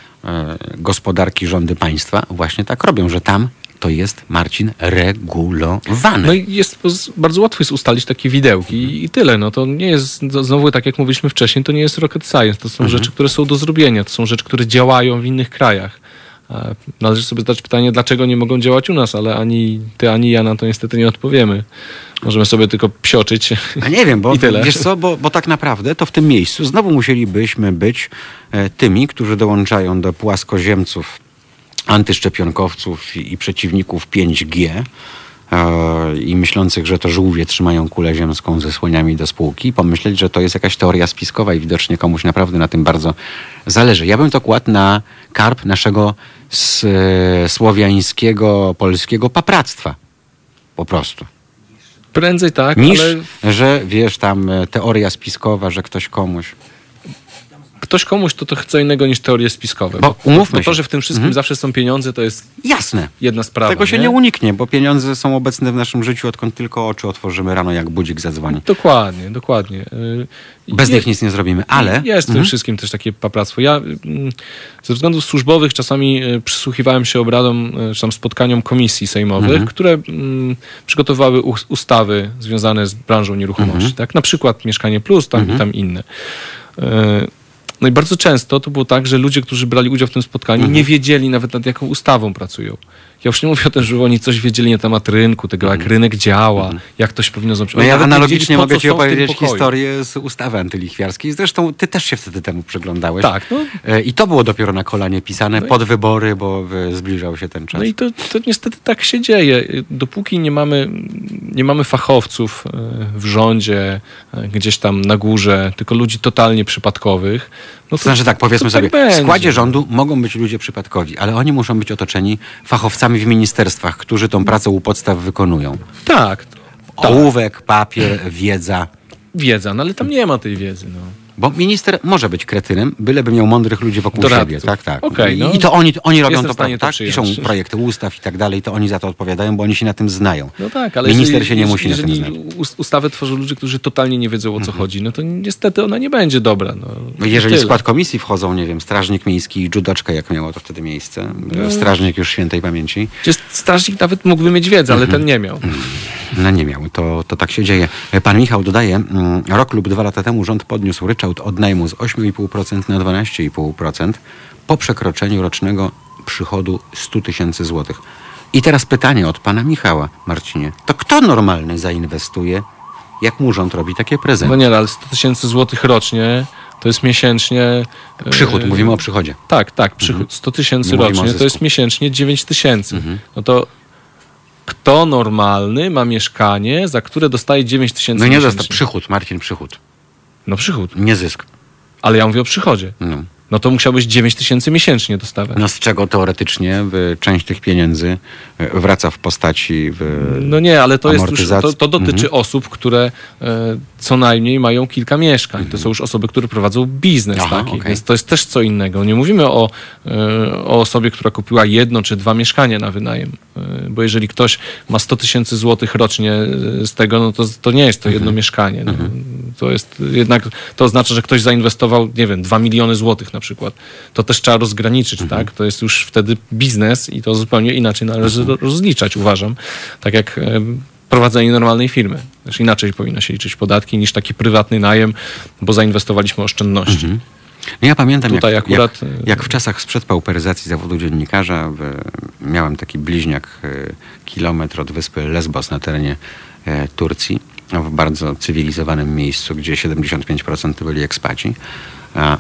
A: gospodarki, rządy państwa właśnie tak robią, że tam to jest, Marcin, regulowane.
B: No i jest bardzo łatwo jest ustalić takie widełki i tyle. No to nie jest, znowu tak jak mówiliśmy wcześniej, to nie jest rocket science. To są mhm. rzeczy, które są do zrobienia. To są rzeczy, które działają w innych krajach. Należy sobie zadać pytanie, dlaczego nie mogą działać u nas, ale ani ty, ani ja na to niestety nie odpowiemy. Możemy sobie tylko psioczyć.
A: A nie wiem, bo
B: i tyle.
A: Wiesz co, bo, bo tak naprawdę to w tym miejscu znowu musielibyśmy być e, tymi, którzy dołączają do płaskoziemców, antyszczepionkowców i, i przeciwników pięć G e, i myślących, że to żółwie trzymają kulę ziemską ze słoniami do spółki, pomyśleć, że to jest jakaś teoria spiskowa i widocznie komuś naprawdę na tym bardzo zależy. Ja bym to kładł na karb naszego s, e, słowiańskiego, polskiego papractwa. Po prostu.
B: Prędzej tak,
A: niż,
B: ale...
A: że wiesz, tam teoria spiskowa, że ktoś komuś...
B: ktoś komuś to trochę co innego niż teorie spiskowe.
A: Bo umówmy
B: bo to,
A: się.
B: że w tym wszystkim
A: Mhm.
B: zawsze są pieniądze, to jest
A: Jasne.
B: jedna sprawa.
A: Tego się nie? nie uniknie, bo pieniądze są obecne w naszym życiu, odkąd tylko oczy otworzymy rano, jak budzik zadzwoni.
B: Dokładnie, dokładnie. Y,
A: Bez
B: je-
A: nich nic nie zrobimy, ale...
B: Jest w tym
A: Mhm.
B: wszystkim też takie papractwo. Ja mm, ze względów służbowych czasami y, przysłuchiwałem się obradom, y, czy tam spotkaniom komisji sejmowych,
A: Mhm.
B: które mm, przygotowywały u- ustawy związane z branżą nieruchomości.
A: Mhm.
B: Tak? Na przykład Mieszkanie Plus tam
A: Mhm.
B: i tam inne. Y, No i bardzo często to było tak, że ludzie, którzy brali udział w tym spotkaniu,
A: Mhm.
B: nie wiedzieli nawet nad jaką ustawą pracują. Ja już nie mówię o tym, że oni coś wiedzieli na temat rynku, tego jak rynek działa, jak to się powinno zrobić.
A: No
B: Oni
A: ja
B: nawet nie
A: analogicznie
B: wiedzieli, po
A: mogę
B: co
A: ci
B: są w tym
A: opowiedzieć
B: pokoju.
A: historię z ustawy antylichwiarskiej. Zresztą ty też się wtedy temu przyglądałeś.
B: Tak, no.
A: E, I to było dopiero na kolanie pisane
B: No i-
A: pod wybory, bo e, zbliżał się ten czas.
B: No i to, to niestety tak się dzieje. Dopóki nie mamy, nie mamy fachowców e, w rządzie, e, gdzieś tam na górze, tylko ludzi totalnie przypadkowych, no to,
A: Znaczy tak, powiedzmy
B: to tak
A: sobie, w
B: będzie.
A: składzie rządu mogą być ludzie przypadkowi, ale oni muszą być otoczeni fachowcami w ministerstwach, którzy tą pracę u podstaw wykonują.
B: Tak, tak.
A: Ołówek, papier, wiedza.
B: Wiedza, no ale tam nie ma tej wiedzy. No.
A: Bo minister może być kretynem, byleby miał mądrych ludzi wokół
B: Doradców.
A: siebie. Tak, tak.
B: Okej,
A: I,
B: no.
A: I to oni, oni robią
B: Jestem
A: to,
B: w stanie
A: prawda,
B: to
A: tak?
B: przyjąć.
A: Piszą projekty ustaw i tak dalej, to oni za to odpowiadają, bo oni się na tym znają.
B: No tak, ale
A: Minister
B: jeżeli,
A: się nie musi na tym
B: jeżeli
A: znać.
B: us- ustawę tworzą ludzie, którzy totalnie nie wiedzą, o co chodzi, no to niestety ona nie będzie dobra. No,
A: No jeżeli w
B: Tyle.
A: skład komisji wchodzą, nie wiem, strażnik miejski i judoczka, jak miało to wtedy miejsce,
B: No.
A: strażnik już świętej pamięci,
B: Gdzie strażnik nawet mógłby mieć wiedzę, ale ten nie miał.
A: no nie miał, to, to tak się dzieje. Pan Michał dodaje, mm, rok lub dwa lata temu rząd podniósł ryczałt od najmu z osiem i pół procent na dwanaście i pół procent po przekroczeniu rocznego przychodu stu tysięcy złotych. I teraz pytanie od pana Michała, Marcinie. To kto normalny zainwestuje, jak mu rząd robi takie prezenty?
B: No nie, ale sto tysięcy złotych rocznie to jest miesięcznie... e,
A: Przychód, mówimy o przychodzie.
B: Tak, tak, przychód sto tysięcy
A: Nie mówimy o
B: rocznie to
A: zysku.
B: jest miesięcznie dziewięć tysięcy. No to kto normalny ma mieszkanie, za które dostaje dziewięć tysięcy
A: No nie
B: miesięcznie?
A: dostał, przychód, Marcin, przychód,
B: No przychód,
A: nie zysk.
B: ale ja mówię o przychodzie.
A: No.
B: No to musiałbyś dziewięć tysięcy miesięcznie dostawać.
A: No z czego teoretycznie y, część tych pieniędzy y, wraca w postaci... W,
B: No nie, ale to jest już,
A: amortyzacji.
B: to, to dotyczy
A: Mhm.
B: osób, które e, co najmniej mają kilka mieszkań. To są już osoby, które prowadzą biznes
A: Aha,
B: taki,
A: okej.
B: więc to jest też co innego. Nie mówimy o, e, o osobie, która kupiła jedno czy dwa mieszkania na wynajem, e, bo jeżeli ktoś ma sto tysięcy złotych rocznie e, z tego, no to, to nie jest to jedno mieszkanie. No, to jest jednak, to oznacza, że ktoś zainwestował, nie wiem, dwa miliony złotych na przykład. To też trzeba rozgraniczyć, tak? To jest już wtedy biznes i to zupełnie inaczej należy ro- rozliczać, uważam. Tak jak e, prowadzenie normalnej firmy. Też inaczej powinno się liczyć podatki niż taki prywatny najem, bo zainwestowaliśmy oszczędności.
A: No ja pamiętam,
B: Tutaj
A: jak,
B: akurat,
A: jak,
B: y-
A: jak w czasach sprzed pauperyzacji zawodu dziennikarza w, miałem taki bliźniak y, kilometr od wyspy Lesbos na terenie e, Turcji, w bardzo cywilizowanym miejscu, gdzie siedemdziesiąt pięć procent to byli ekspaci. A,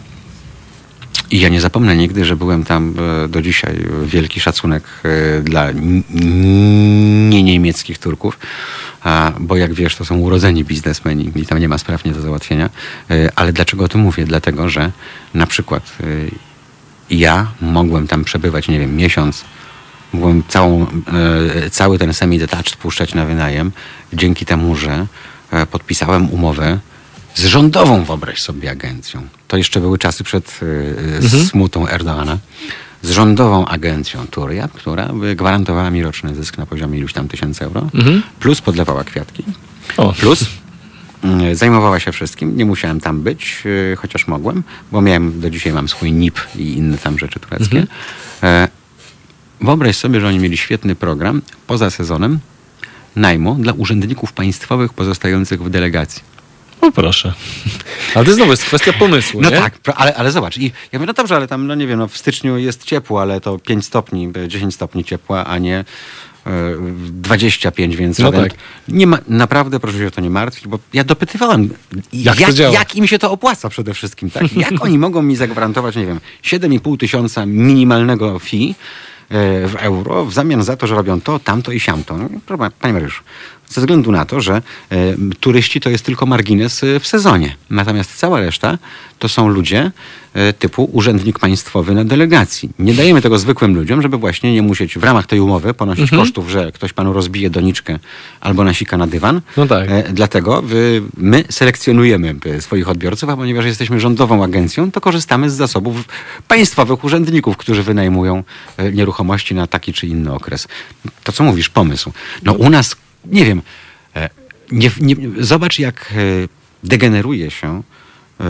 A: I ja nie zapomnę nigdy, że byłem tam e, do dzisiaj. Wielki szacunek e, dla n- n- nieniemieckich Turków, a, bo jak wiesz, to są urodzeni biznesmeni i tam nie ma spraw nie do załatwienia. E, ale dlaczego o tym mówię? Dlatego, że na przykład e, ja mogłem tam przebywać, nie wiem, miesiąc, mogłem całą, e, cały ten semi-detached puszczać na wynajem, dzięki temu, że e, podpisałem umowę z rządową, wyobraź sobie, agencją. To jeszcze były czasy przed y,
B: Mhm.
A: smutą Erdoana. Z rządową agencją Turia, która by gwarantowała mi roczny zysk na poziomie iluś tam tysięcy euro,
B: Mhm.
A: plus podlewała kwiatki,
B: O.
A: plus y, zajmowała się wszystkim. Nie musiałem tam być, y, chociaż mogłem, bo miałem, do dzisiaj mam swój N I P i inne tam rzeczy tureckie.
B: Mhm.
A: E, wyobraź sobie, że oni mieli świetny program poza sezonem najmu dla urzędników państwowych pozostających w delegacji.
B: O proszę. Ale to znowu jest kwestia pomysłu,
A: No
B: nie?
A: tak, pro- ale, ale zobacz. I ja mówię, no dobrze, ale tam, no nie wiem, no w styczniu jest ciepło, ale to pięć stopni, dziesięć stopni ciepła, a nie e, dwadzieścia pięć, więc
B: No
A: żaden,
B: tak.
A: nie ma, naprawdę proszę się o to nie martwić, bo ja dopytywałem,
B: Jak
A: jak,
B: to działa?
A: jak im się to opłaca przede wszystkim, tak? Jak oni mogą mi zagwarantować, nie wiem, siedem i pół tysiąca minimalnego fee e, w euro w zamian za to, że robią to, tamto i siamto. No, proszę, panie Mariuszu, ze względu na to, że e, turyści to jest tylko margines w sezonie. Natomiast cała reszta to są ludzie e, typu urzędnik państwowy na delegacji. Nie dajemy tego zwykłym ludziom, żeby właśnie nie musieć w ramach tej umowy ponosić mhm. kosztów, że ktoś panu rozbije doniczkę albo nasika na dywan.
B: No tak.
A: E, dlatego y, my selekcjonujemy swoich odbiorców, a ponieważ jesteśmy rządową agencją, to korzystamy z zasobów państwowych urzędników, którzy wynajmują e, nieruchomości na taki czy inny okres. To co mówisz, pomysł. No u nas, nie wiem, e, nie, nie, zobacz jak e, degeneruje się e,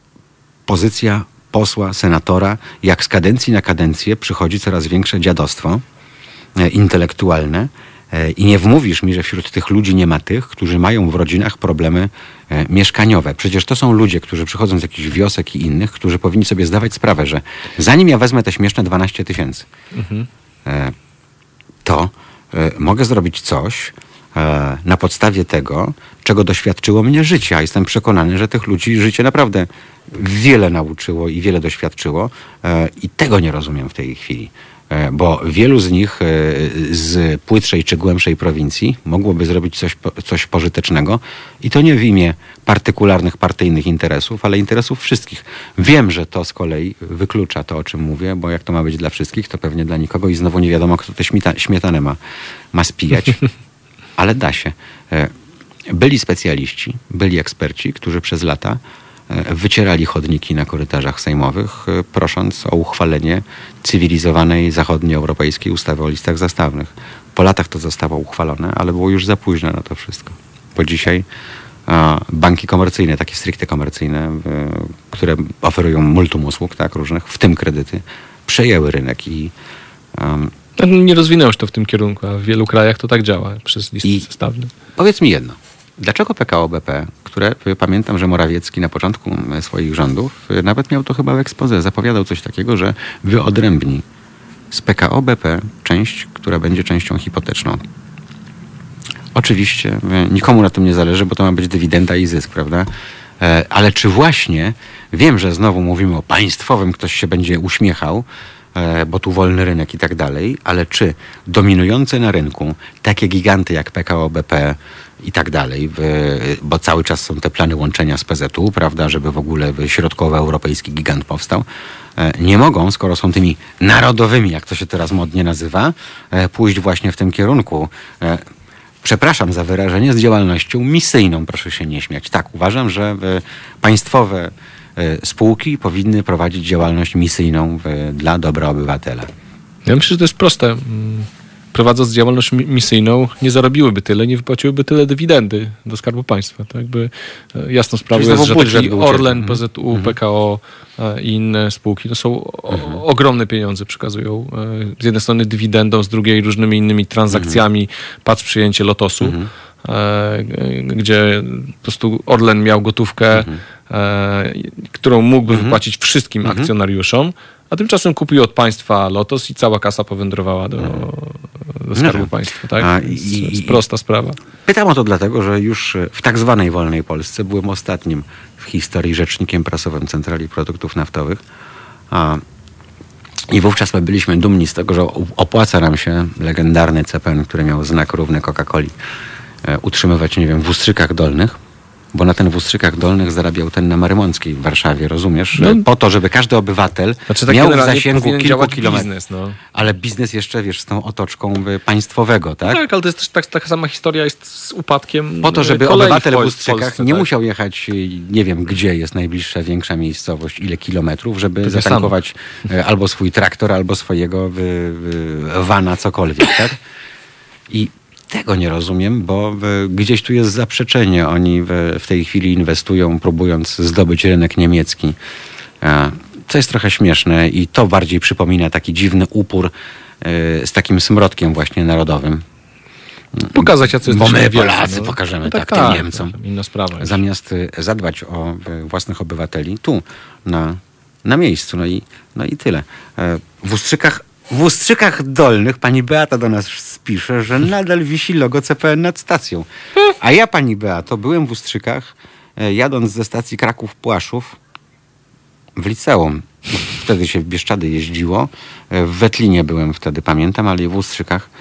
A: pozycja posła, senatora, jak z kadencji na kadencję przychodzi coraz większe dziadostwo e, intelektualne. I nie wmówisz mi, że wśród tych ludzi nie ma tych, którzy mają w rodzinach problemy e, mieszkaniowe. Przecież to są ludzie, którzy przychodzą z jakichś wiosek i innych, którzy powinni sobie zdawać sprawę, że zanim ja wezmę te śmieszne dwanaście tysięcy, mhm. e, to e, mogę zrobić coś e, na podstawie tego, czego doświadczyło mnie życie. A jestem przekonany, że tych ludzi życie naprawdę wiele nauczyło i wiele doświadczyło e, i tego nie rozumiem w tej chwili. Bo wielu z nich z płytszej czy głębszej prowincji mogłoby zrobić coś, coś pożytecznego i to nie w imię partykularnych, partyjnych interesów, ale interesów wszystkich. Wiem, że to z kolei wyklucza to, o czym mówię, bo jak to ma być dla wszystkich, to pewnie dla nikogo i znowu nie wiadomo, kto tę śmietanę ma, ma spijać, ale da się. Byli specjaliści, byli eksperci, którzy przez lata wycierali chodniki na korytarzach sejmowych, prosząc o uchwalenie cywilizowanej zachodnioeuropejskiej ustawy o listach zastawnych. Po latach to zostało uchwalone, ale było już za późno na to wszystko. Bo dzisiaj a, banki komercyjne, takie stricte komercyjne, y, które oferują multum usług, tak, różnych, w tym kredyty, przejęły rynek i um,
B: nie rozwinęło się to w tym kierunku, a w wielu krajach to tak działa przez listy
A: i
B: zastawne.
A: Powiedz mi jedno. Dlaczego P K O B P, które pamiętam, że Morawiecki na początku swoich rządów, nawet miał to chyba w exposé, zapowiadał coś takiego, że wyodrębni z P K O B P część, która będzie częścią hipoteczną. Oczywiście nikomu na tym nie zależy, bo to ma być dywidenda i zysk, prawda? Ale czy właśnie, wiem, że znowu mówimy o państwowym, ktoś się będzie uśmiechał, bo tu wolny rynek i tak dalej, ale czy dominujące na rynku takie giganty jak P K O B P i tak dalej, bo cały czas są te plany łączenia z P Z U, prawda, żeby w ogóle środkowoeuropejski gigant powstał, nie mogą, skoro są tymi narodowymi, jak to się teraz modnie nazywa, pójść właśnie w tym kierunku. Przepraszam za wyrażenie, z działalnością misyjną, proszę się nie śmiać. Tak, uważam, że państwowe spółki powinny prowadzić działalność misyjną dla dobra obywatela.
B: Ja myślę, że to jest proste. Prowadząc działalność misyjną, nie zarobiłyby tyle, nie wypłaciłyby tyle dywidendy do Skarbu Państwa. To jakby jasną sprawą jest, że taki Orlen, P Z U, mhm. P K O i inne spółki to są mhm. o, ogromne pieniądze przekazują. Z jednej strony dywidendą, z drugiej różnymi innymi transakcjami. Mhm. Patrz przyjęcie Lotosu, mhm. gdzie po prostu Orlen miał gotówkę, mhm. którą mógłby mhm. wypłacić wszystkim mhm. akcjonariuszom, a tymczasem kupił od państwa Lotos i cała kasa powędrowała do, do Skarbu no, Państwa. Tak? A, i, jest prosta sprawa.
A: Pytam o to dlatego, że już w tak zwanej wolnej Polsce byłem ostatnim w historii rzecznikiem prasowym Centrali Produktów Naftowych. A, I wówczas my byliśmy dumni z tego, że opłaca nam się legendarny C P N, który miał znak równy Coca-Coli, utrzymywać, nie wiem, w Ustrzykach Dolnych. Bo na ten w Ustrzykach Dolnych zarabiał ten na Marymąckiej w Warszawie, rozumiesz? No, po to, żeby każdy obywatel znaczy, tak miał w zasięgu kilku kilometrów. Biznes, no. Ale biznes jeszcze, wiesz, z tą otoczką państwowego, tak?
B: Tak, ale to jest też tak, taka sama historia jest z upadkiem
A: po to, żeby obywatel w, w Ustrzykach Polsce, nie tak? musiał jechać, nie wiem, gdzie jest najbliższa, większa miejscowość, ile kilometrów, żeby to zatankować samo. albo swój traktor, albo swojego vana, cokolwiek, tak? I tego nie rozumiem, bo gdzieś tu jest zaprzeczenie. Oni w tej chwili inwestują, próbując zdobyć rynek niemiecki. Co jest trochę śmieszne i to bardziej przypomina taki dziwny upór z takim smrodkiem właśnie narodowym.
B: Pokazać, jacy
A: Bo my Polacy no. pokażemy no tak, tak, tak tym Niemcom.
B: Inna sprawa.
A: Zamiast zadbać o własnych obywateli tu, na, na miejscu. No i, no i tyle. W Ustrzykach W Ustrzykach Dolnych pani Beata do nas spisze, że nadal wisi logo C P N nad stacją. A ja, pani Beato, byłem w Ustrzykach, jadąc ze stacji Kraków-Płaszów w liceum. Wtedy się w Bieszczady jeździło. W Wetlinie byłem wtedy, pamiętam, ale i w Ustrzykach.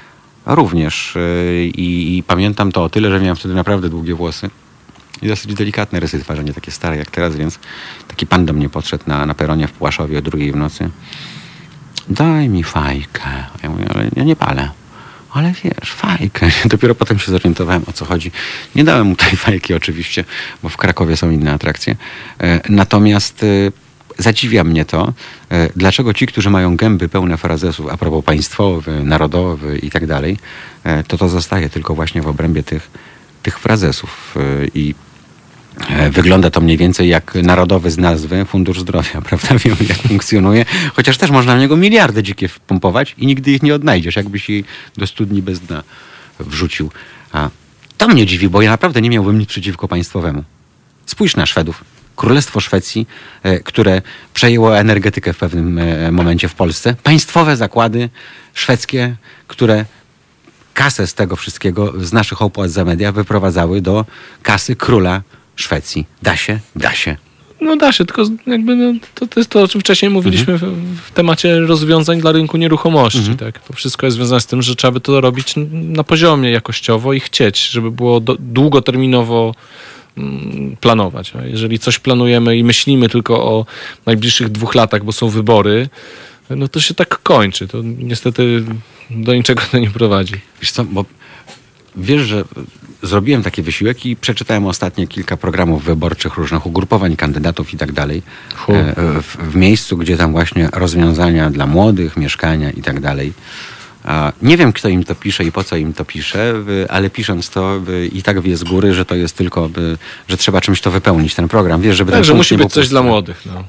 A: również. Yy, I pamiętam to o tyle, że miałem wtedy naprawdę długie włosy. I dosyć delikatne rysy twarzy, nie takie stare jak teraz, więc taki pan do mnie podszedł na, na peronie w Płaszowie o drugiej w nocy. Daj mi fajkę. Ja mówię, ale ja nie palę. Ale wiesz, fajkę. Dopiero potem się zorientowałem, o co chodzi. Nie dałem mu tej fajki oczywiście, bo w Krakowie są inne atrakcje. Natomiast zadziwia mnie to, dlaczego ci, którzy mają gęby pełne frazesów, a propos państwowy, narodowy i tak dalej, to to zostaje tylko właśnie w obrębie tych, tych frazesów. I wygląda to mniej więcej jak narodowy z nazwy Fundusz Zdrowia, prawda? Wiem, jak funkcjonuje. Chociaż też można w niego miliardy dzikie wpompować i nigdy ich nie odnajdziesz, jakbyś jej do studni bez dna wrzucił. A to mnie dziwi, bo ja naprawdę nie miałbym nic przeciwko państwowemu. Spójrz na Szwedów. Królestwo Szwecji, które przejęło energetykę w pewnym momencie w Polsce. Państwowe zakłady szwedzkie, które kasę z tego wszystkiego, z naszych opłat za media wyprowadzały do kasy króla Szwecji. Da się? Da się.
B: No da się, tylko jakby no, to, to jest to, o czym wcześniej mówiliśmy mhm. w, w temacie rozwiązań dla rynku nieruchomości. Mhm. Tak? To wszystko jest związane z tym, że trzeba by to robić na poziomie jakościowo i chcieć, żeby było do, długoterminowo mm, planować. A jeżeli coś planujemy i myślimy tylko o najbliższych dwóch latach, bo są wybory, no to się tak kończy. To niestety do niczego to nie prowadzi.
A: Wiesz co, bo wiesz, że zrobiłem taki wysiłek i przeczytałem ostatnio kilka programów wyborczych różnych ugrupowań, kandydatów i tak dalej. W, w miejscu, gdzie tam właśnie rozwiązania dla młodych, mieszkania i tak dalej. Nie wiem, kto im to pisze i po co im to pisze, ale pisząc to i tak wie z góry, że to jest tylko, że trzeba czymś to wypełnić, ten program. Wiesz, żeby
B: tak,
A: ten
B: że musi być coś
A: pusty.
B: dla młodych. No.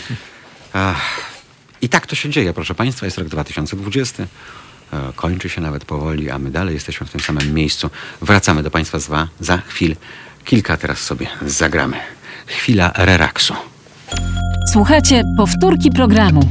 A: I tak to się dzieje, proszę Państwa. Jest rok dwa tysiące dwudziesty. Kończy się nawet powoli, a my dalej jesteśmy w tym samym miejscu. Wracamy do Państwa za, za chwil. Kilka teraz sobie zagramy. Chwila relaksu.
C: Słuchajcie, powtórki programu.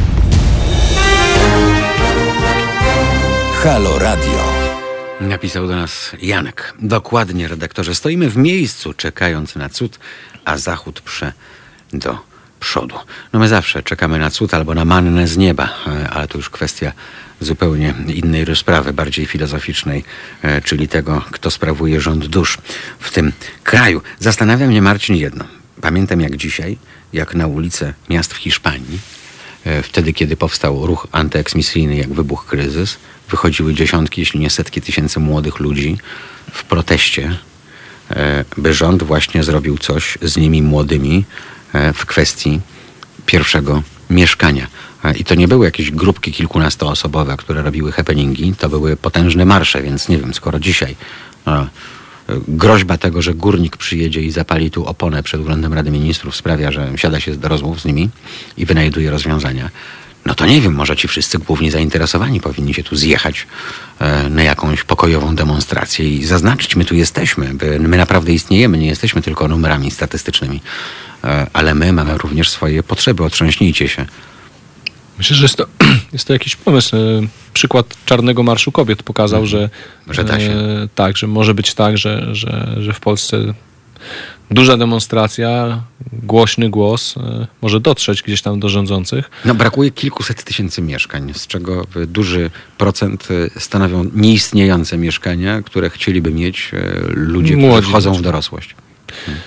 D: Halo Radio.
A: Napisał do nas Janek. Dokładnie, redaktorze. Stoimy w miejscu, czekając na cud, a zachód prze do przodu. No my zawsze czekamy na cud albo na mannę z nieba, ale to już kwestia zupełnie innej rozprawy, bardziej filozoficznej, czyli tego, kto sprawuje rząd dusz w tym kraju. Zastanawia mnie, Marcin, jedno. Pamiętam jak dzisiaj, jak na ulice miast w Hiszpanii, wtedy, kiedy powstał ruch antyeksmisyjny, jak wybuchł kryzys, wychodziły dziesiątki, jeśli nie setki tysięcy młodych ludzi w proteście, by rząd właśnie zrobił coś z nimi młodymi w kwestii pierwszego mieszkania. I to nie były jakieś grupki kilkunastoosobowe, które robiły happeningi, to były potężne marsze, więc nie wiem, skoro dzisiaj groźba tego, że górnik przyjedzie i zapali tu oponę przed Urzędem Rady Ministrów sprawia, że siada się do rozmów z nimi i wynajduje rozwiązania, no to nie wiem, może ci wszyscy głównie zainteresowani powinni się tu zjechać na jakąś pokojową demonstrację i zaznaczyć, my tu jesteśmy, my naprawdę istniejemy, nie jesteśmy tylko numerami statystycznymi, ale my mamy również swoje potrzeby, otrząśnijcie się.
B: Myślę, że jest to, jest to jakiś pomysł. Przykład Czarnego Marszu Kobiet pokazał, że,
A: że da się.
B: E, tak, że może być tak, że, że, że w Polsce duża demonstracja, głośny głos e, może dotrzeć gdzieś tam do rządzących.
A: No brakuje kilkuset tysięcy mieszkań, z czego duży procent stanowią nieistniejące mieszkania, które chcieliby mieć ludzie,
B: Młodzi
A: którzy wchodzą
B: ludzie.
A: w dorosłość. Hmm.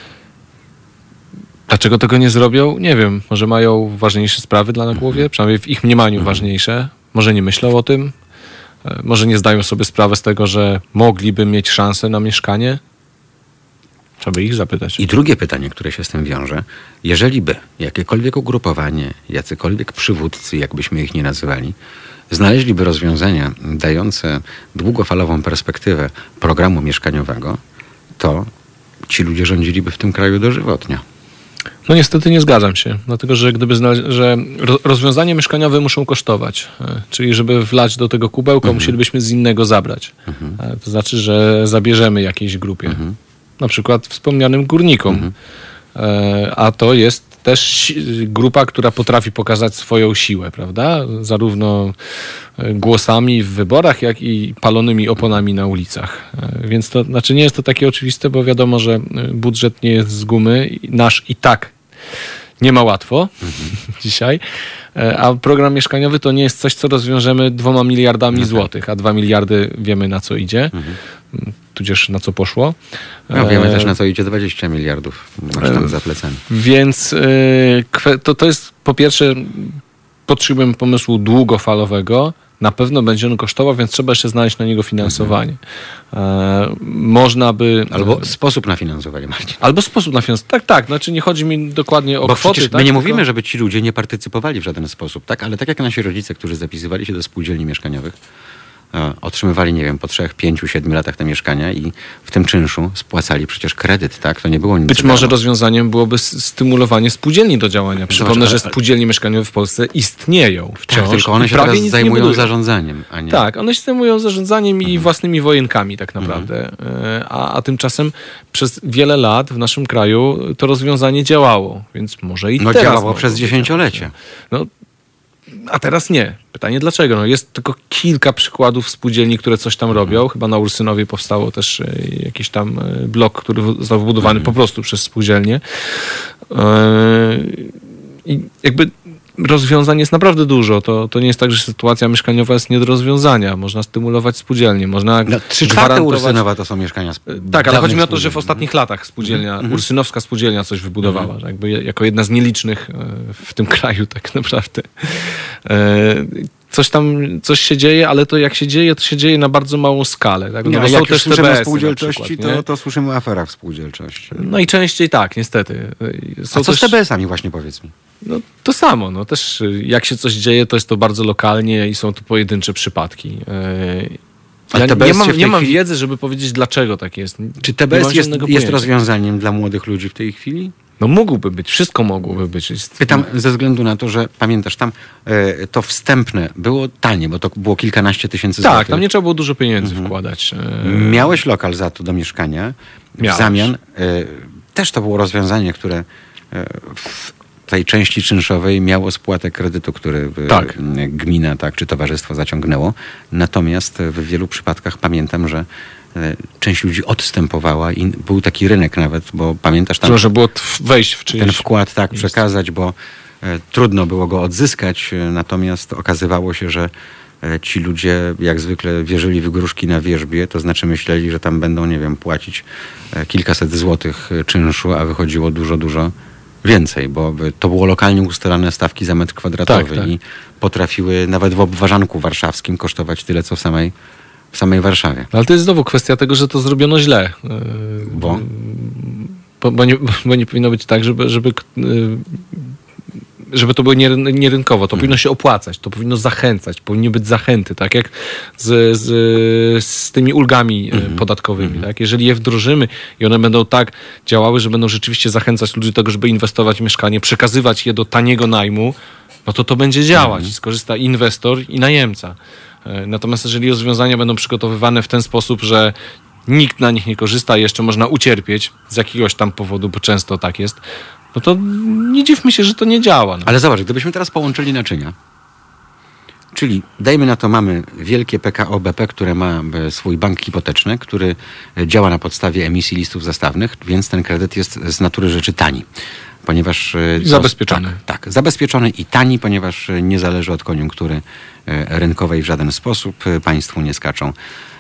B: Dlaczego tego nie zrobią? Nie wiem. Może mają ważniejsze sprawy dla na głowie, przynajmniej w ich mniemaniu mhm. ważniejsze. Może nie myślą o tym. Może nie zdają sobie sprawy z tego, że mogliby mieć szansę na mieszkanie. Trzeba by ich zapytać.
A: I drugie pytanie, które się z tym wiąże. Jeżeli by jakiekolwiek ugrupowanie, jacykolwiek przywódcy, jakbyśmy ich nie nazywali, znaleźliby rozwiązania dające długofalową perspektywę programu mieszkaniowego, to ci ludzie rządziliby w tym kraju dożywotnio.
B: No niestety nie zgadzam się, dlatego że gdyby znale- że rozwiązania mieszkaniowe muszą kosztować, czyli żeby wlać do tego kubełka, mhm. musielibyśmy z innego zabrać. Mhm. To znaczy, że zabierzemy jakiejś grupie, mhm. na przykład wspomnianym górnikom, mhm. a to jest też grupa, która potrafi pokazać swoją siłę, prawda? Zarówno głosami w wyborach, jak i palonymi oponami na ulicach. Więc to znaczy nie jest to takie oczywiste, bo wiadomo, że budżet nie jest z gumy. Nasz i tak nie ma łatwo mhm. dzisiaj, A program mieszkaniowy to nie jest coś, co rozwiążemy dwoma miliardami
A: no tak.
B: złotych, a dwa miliardy wiemy, na co idzie. Mhm. Tudzież na co poszło.
A: No, wiemy e... też, na co idzie dwadzieścia miliardów. Masz tam za plecami.
B: Więc e, to, to jest po pierwsze, potrzebujemy pomysłu długofalowego. Na pewno będzie on kosztował, więc trzeba jeszcze znaleźć na niego finansowanie. E, można by...
A: Albo sposób na finansowanie, Marcin.
B: Albo sposób na finansowanie. Tak, tak. Znaczy nie chodzi mi dokładnie o
A: Bo
B: kwoty.
A: Tak? My
B: tak,
A: nie
B: tylko...
A: mówimy, żeby ci ludzie nie partycypowali w żaden sposób, tak? Ale tak jak nasi rodzice, którzy zapisywali się do spółdzielni mieszkaniowych, e, otrzymywali, nie wiem, po trzech, pięciu, siedmiu latach te mieszkania i w tym czynszu spłacali przecież kredyt, tak? To nie było nic.
B: Być może rozwiązaniem byłoby stymulowanie spółdzielni do działania. Przypomnę, że spółdzielnie mieszkaniowe w Polsce istnieją wciąż.
A: Tak, tylko one się teraz zajmują zarządzaniem, a nie...
B: Tak, one się zajmują zarządzaniem mhm. i własnymi wojenkami tak naprawdę.
A: Mhm.
B: A, a tymczasem przez wiele lat w naszym kraju to rozwiązanie działało, więc może i
A: no
B: teraz...
A: No działało przez dziesięciolecie.
B: No, a teraz nie. Pytanie dlaczego? No jest tylko kilka przykładów spółdzielni, które coś tam robią. Chyba na Ursynowie powstało też jakiś tam blok, który został wybudowany mm. po prostu przez spółdzielnię. I jakby rozwiązań jest naprawdę dużo. To, to nie jest tak, że sytuacja mieszkaniowa jest nie do rozwiązania. Można stymulować spółdzielnie. Można
A: no, trzy czwarte Ursynowa to są mieszkania spółdzielnie.
B: Tak, ale chodzi mi o to, że w ostatnich latach spółdzielnia, mm-hmm. Ursynowska spółdzielnia coś wybudowała. Mm-hmm. Jakby jako jedna z nielicznych w tym kraju tak naprawdę. Coś tam, coś się dzieje, ale to jak się dzieje, to się dzieje na bardzo małą skalę. Tak? No,
A: no,
B: bo
A: jak
B: są
A: już
B: też
A: słyszymy
B: T B S-y
A: o spółdzielczości,
B: przykład,
A: to, to słyszymy o aferach w spółdzielczości.
B: No i częściej tak, niestety. Są
A: A co
B: też...
A: z T B S-ami właśnie, powiedz mi?
B: No to samo. No, też jak się coś dzieje, to jest to bardzo lokalnie i są to pojedyncze przypadki. Ja nie mam, nie mam chwili... wiedzy, żeby powiedzieć, dlaczego tak jest.
A: Czy T B S jest, jest rozwiązaniem dla młodych ludzi w tej chwili?
B: No mógłby być, wszystko mogłoby być. Jest...
A: Pytam ze względu na to, że pamiętasz, tam e, to wstępne było tanie, bo to było kilkanaście tysięcy
B: tak,
A: złotych.
B: Tak, tam nie trzeba było dużo pieniędzy mhm. wkładać. E...
A: Miałeś lokal za to do mieszkania.
B: Miałeś.
A: W zamian e, też to było rozwiązanie, które e, w tej części czynszowej miało spłatę kredytu, który tak. e, gmina tak, czy towarzystwo zaciągnęło. Natomiast w wielu przypadkach pamiętam, że część ludzi odstępowała i był taki rynek nawet, bo pamiętasz tam...
B: Że było wejść w czyjeś...
A: Ten wkład tak przekazać, bo e, trudno było go odzyskać, e, natomiast okazywało się, że e, ci ludzie jak zwykle wierzyli w gruszki na wierzbie, to znaczy myśleli, że tam będą, nie wiem, płacić e, kilkaset złotych czynszu, a wychodziło dużo, dużo więcej, bo to było lokalnie ustalane stawki za metr kwadratowy tak, tak. i potrafiły nawet w obwarzanku warszawskim kosztować tyle, co w samej w samej Warszawie.
B: Ale to jest znowu kwestia tego, że to zrobiono źle.
A: Bo?
B: Bo, bo, nie, bo nie powinno być tak, żeby, żeby, żeby to było nierynkowo. To hmm. powinno się opłacać, to powinno zachęcać, powinny być zachęty, tak jak z, z, z tymi ulgami hmm. podatkowymi. Hmm. Tak? Jeżeli je wdrożymy i one będą tak działały, że będą rzeczywiście zachęcać ludzi do tego, żeby inwestować w mieszkanie, przekazywać je do taniego najmu, no to to będzie działać. Hmm. Skorzysta inwestor i najemca. Natomiast jeżeli rozwiązania będą przygotowywane w ten sposób, że nikt na nich nie korzysta i jeszcze można ucierpieć z jakiegoś tam powodu, bo często tak jest, no to nie dziwmy się, że to nie działa. No.
A: Ale zobacz, gdybyśmy teraz połączyli naczynia, czyli dajmy na to, mamy wielkie P K O B P, które ma swój bank hipoteczny, który działa na podstawie emisji listów zastawnych, więc ten kredyt jest z natury rzeczy tani. Ponieważ...
B: Zabezpieczony.
A: Tak, tak, zabezpieczony i tani, ponieważ nie zależy od koniunktury rynkowej w żaden sposób. Państwu nie skaczą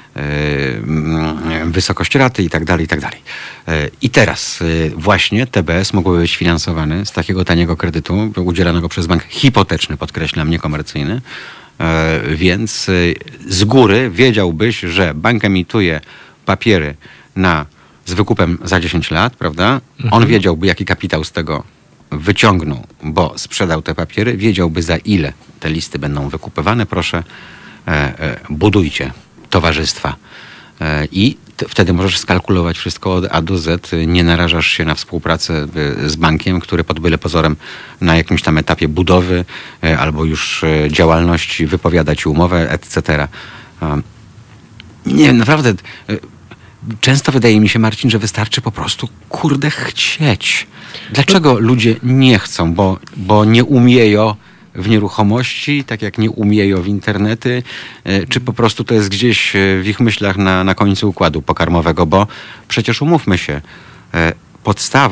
A: wysokość raty i tak dalej, i tak dalej. I teraz właśnie T B S mogłoby być finansowany z takiego taniego kredytu udzielanego przez bank hipoteczny, podkreślam, niekomercyjny. Więc z góry wiedziałbyś, że bank emituje papiery na z wykupem za dziesięć lat, prawda? Mhm. On wiedziałby, jaki kapitał z tego wyciągnął, bo sprzedał te papiery, wiedziałby, za ile te listy będą wykupywane. Proszę, e, e, budujcie towarzystwa. E, I t- wtedy możesz skalkulować wszystko od A do Z. Nie narażasz się na współpracę e, z bankiem, który pod byle pozorem na jakimś tam etapie budowy e, albo już e, działalności wypowiada ci umowę, et cetera. E, nie, naprawdę... E, Często wydaje mi się, Marcin, że wystarczy po prostu, kurde, chcieć. Dlaczego ludzie nie chcą? Bo, bo nie umieją w nieruchomości, tak jak nie umieją w internety, czy po prostu to jest gdzieś w ich myślach na, na końcu układu pokarmowego, bo przecież umówmy się, podstawą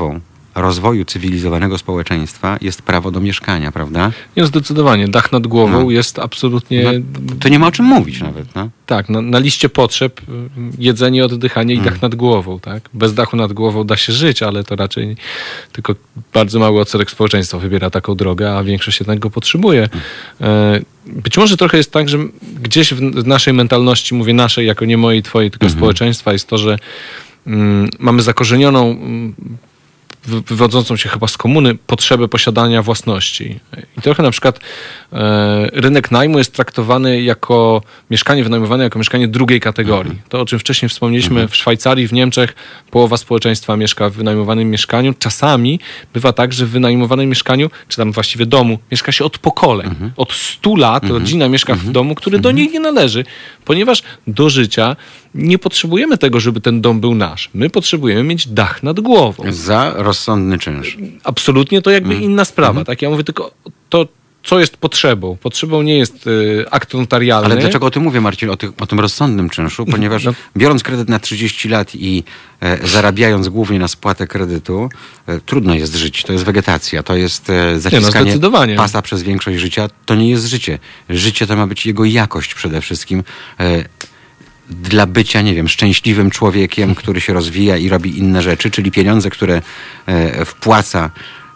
A: rozwoju cywilizowanego społeczeństwa jest prawo do mieszkania, prawda?
B: Nie, zdecydowanie. Dach nad głową
A: No.
B: jest absolutnie...
A: No, to nie ma o czym mówić nawet, no.
B: Tak, na, na liście potrzeb y, jedzenie, oddychanie i
A: Mm.
B: dach nad głową, tak? Bez dachu nad głową da się żyć, ale to raczej tylko bardzo mały odsetek społeczeństwa wybiera taką drogę, a większość jednak go potrzebuje. E, Być może trochę jest tak, że gdzieś w, w naszej mentalności, mówię naszej, jako nie mojej, twojej, tylko
A: Mhm.
B: społeczeństwa, jest to, że mm, mamy zakorzenioną mm, wy- wywodzącą się chyba z komuny potrzebę posiadania własności. I trochę na przykład e, rynek najmu jest traktowany jako mieszkanie wynajmowane jako mieszkanie drugiej kategorii. To, o czym wcześniej wspomnieliśmy, w Szwajcarii, w Niemczech połowa społeczeństwa mieszka w wynajmowanym mieszkaniu. Czasami bywa tak, że w wynajmowanym mieszkaniu, czy tam właściwie domu, mieszka się od pokoleń. Od stu lat rodzina mieszka w domu, który do niej nie należy, ponieważ do życia nie potrzebujemy tego, żeby ten dom był nasz. My potrzebujemy mieć dach nad głową.
A: Za rozsądny czynsz.
B: Absolutnie to jakby inna sprawa. Tak? Ja mówię tylko to, co jest potrzebą. Potrzebą nie jest y, akt notarialny.
A: Ale dlaczego o tym mówię, Marcin, o, ty, o tym rozsądnym czynszu? Ponieważ
B: No.
A: biorąc kredyt na trzydzieści lat i e, zarabiając głównie na spłatę kredytu, e, trudno jest żyć. To jest wegetacja, to jest e, zaciskanie
B: zdecydowanie.
A: pasa przez większość życia. To nie jest życie. Życie to ma być jego jakość przede wszystkim. E, dla bycia, nie wiem, szczęśliwym człowiekiem, który się rozwija i robi inne rzeczy, czyli pieniądze, które e, wpłaca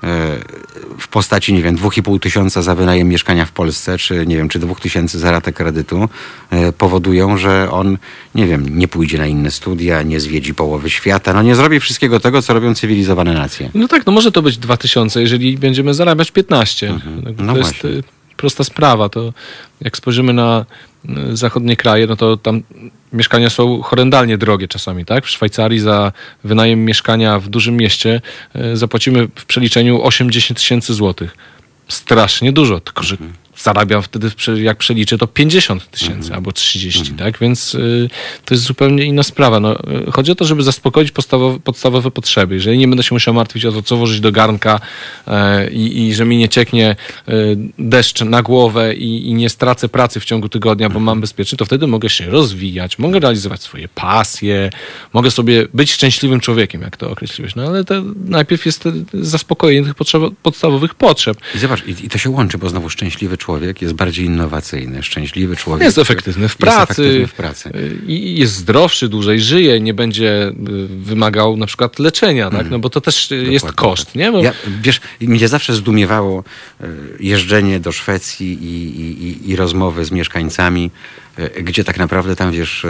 A: w postaci, nie wiem, dwóch i pół tysiąca za wynajem mieszkania w Polsce, czy nie wiem, czy dwóch tysięcy za ratę kredytu, e, powodują, że on, nie wiem, nie pójdzie na inne studia, nie zwiedzi połowy świata, no nie zrobi wszystkiego tego, co robią cywilizowane nacje.
B: No tak, no może to być dwa tysiące, jeżeli będziemy zarabiać piętnaście.
A: Mhm.
B: To
A: No
B: jest
A: właśnie.
B: y, prosta sprawa. To jak spojrzymy na y, zachodnie kraje, no to tam mieszkania są horrendalnie drogie czasami, tak? W Szwajcarii za wynajem mieszkania w dużym mieście y, zapłacimy w przeliczeniu osiem do dziesięciu tysięcy złotych. Strasznie dużo, tylko że zarabiam wtedy, w prze- jak przeliczę, to pięćdziesiąt tysięcy albo trzydzieści, tak? Więc y, to jest zupełnie inna sprawa. No, y, chodzi o to, żeby zaspokoić podstawowe, podstawowe potrzeby. Jeżeli nie będę się musiał martwić o to, co włożyć do garnka y, i że mi nie cieknie y, deszcz na głowę i, i nie stracę pracy w ciągu tygodnia, bo mam bezpiecznie, to wtedy mogę się rozwijać, mogę realizować swoje pasje, mogę sobie być szczęśliwym człowiekiem, jak to określiłeś. No ale to najpierw jest zaspokojenie tych potrzeb, podstawowych potrzeb.
A: I zobacz, i, i to się łączy, bo znowu szczęśliwy człowiek jest bardziej innowacyjny. Szczęśliwy człowiek
B: Jest efektywny w
A: jest
B: pracy,
A: efektywny w pracy.
B: i jest zdrowszy, dłużej żyje, nie będzie y, wymagał na przykład leczenia, tak? No bo to też y, jest
A: Dokładnie
B: koszt,
A: tak.
B: nie? Bo
A: Ja, wiesz, mnie zawsze zdumiewało e, jeżdżenie do Szwecji i, i, i, i rozmowy z mieszkańcami, e, gdzie tak naprawdę tam, wiesz,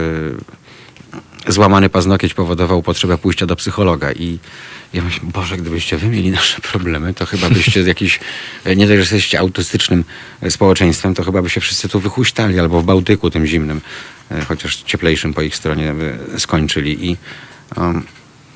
A: e, złamany paznokieć powodował potrzebę pójścia do psychologa i ja myślę, Boże, gdybyście wy mieli nasze problemy, to chyba byście z jakiś, e, nie dość, że jesteście autystycznym e, społeczeństwem, to chyba by się wszyscy tu wychuśtali albo w Bałtyku tym zimnym, e, chociaż cieplejszym po ich stronie by skończyli i um,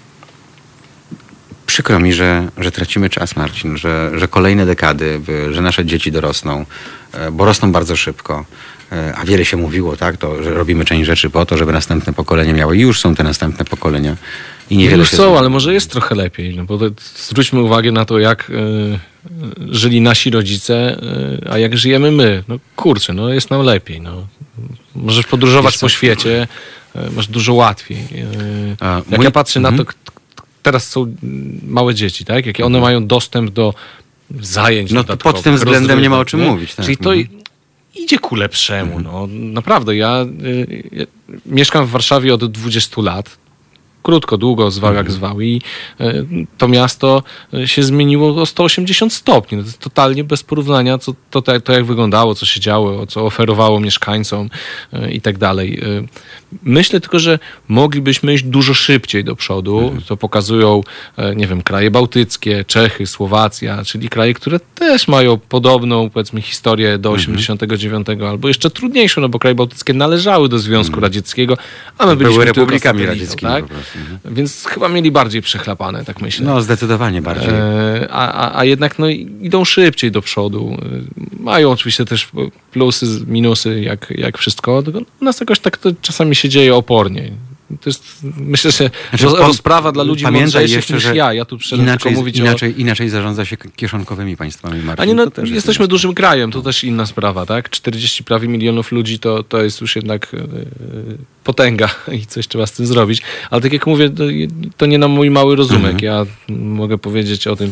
A: przykro mi, że, że tracimy czas, Marcin, że, że kolejne dekady, że nasze dzieci dorosną, e, bo rosną bardzo szybko, e, a wiele się mówiło, tak, to, że robimy część rzeczy po to, żeby następne pokolenia miały. I już są te następne pokolenia. I niewiele
B: już
A: się
B: są,
A: zmieni.
B: ale może jest trochę lepiej, no bo to, zwróćmy uwagę na to, jak y, y, żyli nasi rodzice, y, a jak żyjemy my. No kurczę, no jest nam lepiej, no. Możesz podróżować
A: Wiesz co?
B: po świecie, y, masz dużo łatwiej. Y,
A: A,
B: jak
A: mój-
B: ja patrzę
A: Mhm.
B: na to, k- teraz są małe dzieci, tak? Jakie one mają dostęp do zajęć
A: No to
B: dodatkowych,
A: pod tym względem
B: rozrywek,
A: nie ma o czym mówić, tak.
B: Czyli to
A: Mhm.
B: idzie ku lepszemu. No. Naprawdę, ja, y, ja mieszkam w Warszawie od dwudziestu lat. Krótko, długo, zwał jak zwał i y, to miasto y, się zmieniło o sto osiemdziesiąt stopni. No, to jest totalnie bez porównania, co, to, to, to jak wyglądało, co się działo, co oferowało mieszkańcom y, i tak dalej. Y, Myślę tylko, że moglibyśmy iść dużo szybciej do przodu. To pokazują, y, nie wiem, kraje bałtyckie, Czechy, Słowacja, czyli kraje, które też mają podobną, powiedzmy, historię do osiemdziesiątego dziewiątego albo jeszcze trudniejszą, no bo kraje bałtyckie należały do Związku Radzieckiego, a my byliśmy
A: Były
B: tylko
A: republikami
B: satelitą,
A: radzieckimi
B: tak?
A: po prostu. Mhm.
B: Więc chyba mieli bardziej przechlapane, tak myślę.
A: No zdecydowanie bardziej.
B: E, a, a, a jednak no, idą szybciej do przodu. E, Mają oczywiście też plusy, minusy, jak, jak wszystko. Tylko u nas jakoś tak to czasami się dzieje opornie. To jest, myślę, że
A: Znaczy,
B: roz,
A: on-
B: rozprawa dla ludzi
A: pamiętaj
B: mądrzejszych
A: jeszcze,
B: niż
A: że
B: ja. Ja tu przyszedłem
A: Inaczej,
B: tylko mówić o...
A: inaczej, inaczej zarządza się kieszonkowymi państwami, Marcin.
B: A nie, no,
A: To też jest
B: jesteśmy
A: inna
B: dużym krajem, to też inna sprawa, tak? czterdzieści prawie milionów ludzi to, to jest już jednak e, potęga i coś trzeba z tym zrobić. Ale tak jak mówię, to, to nie na mój mały rozumek. Mhm. Ja mogę powiedzieć o tym,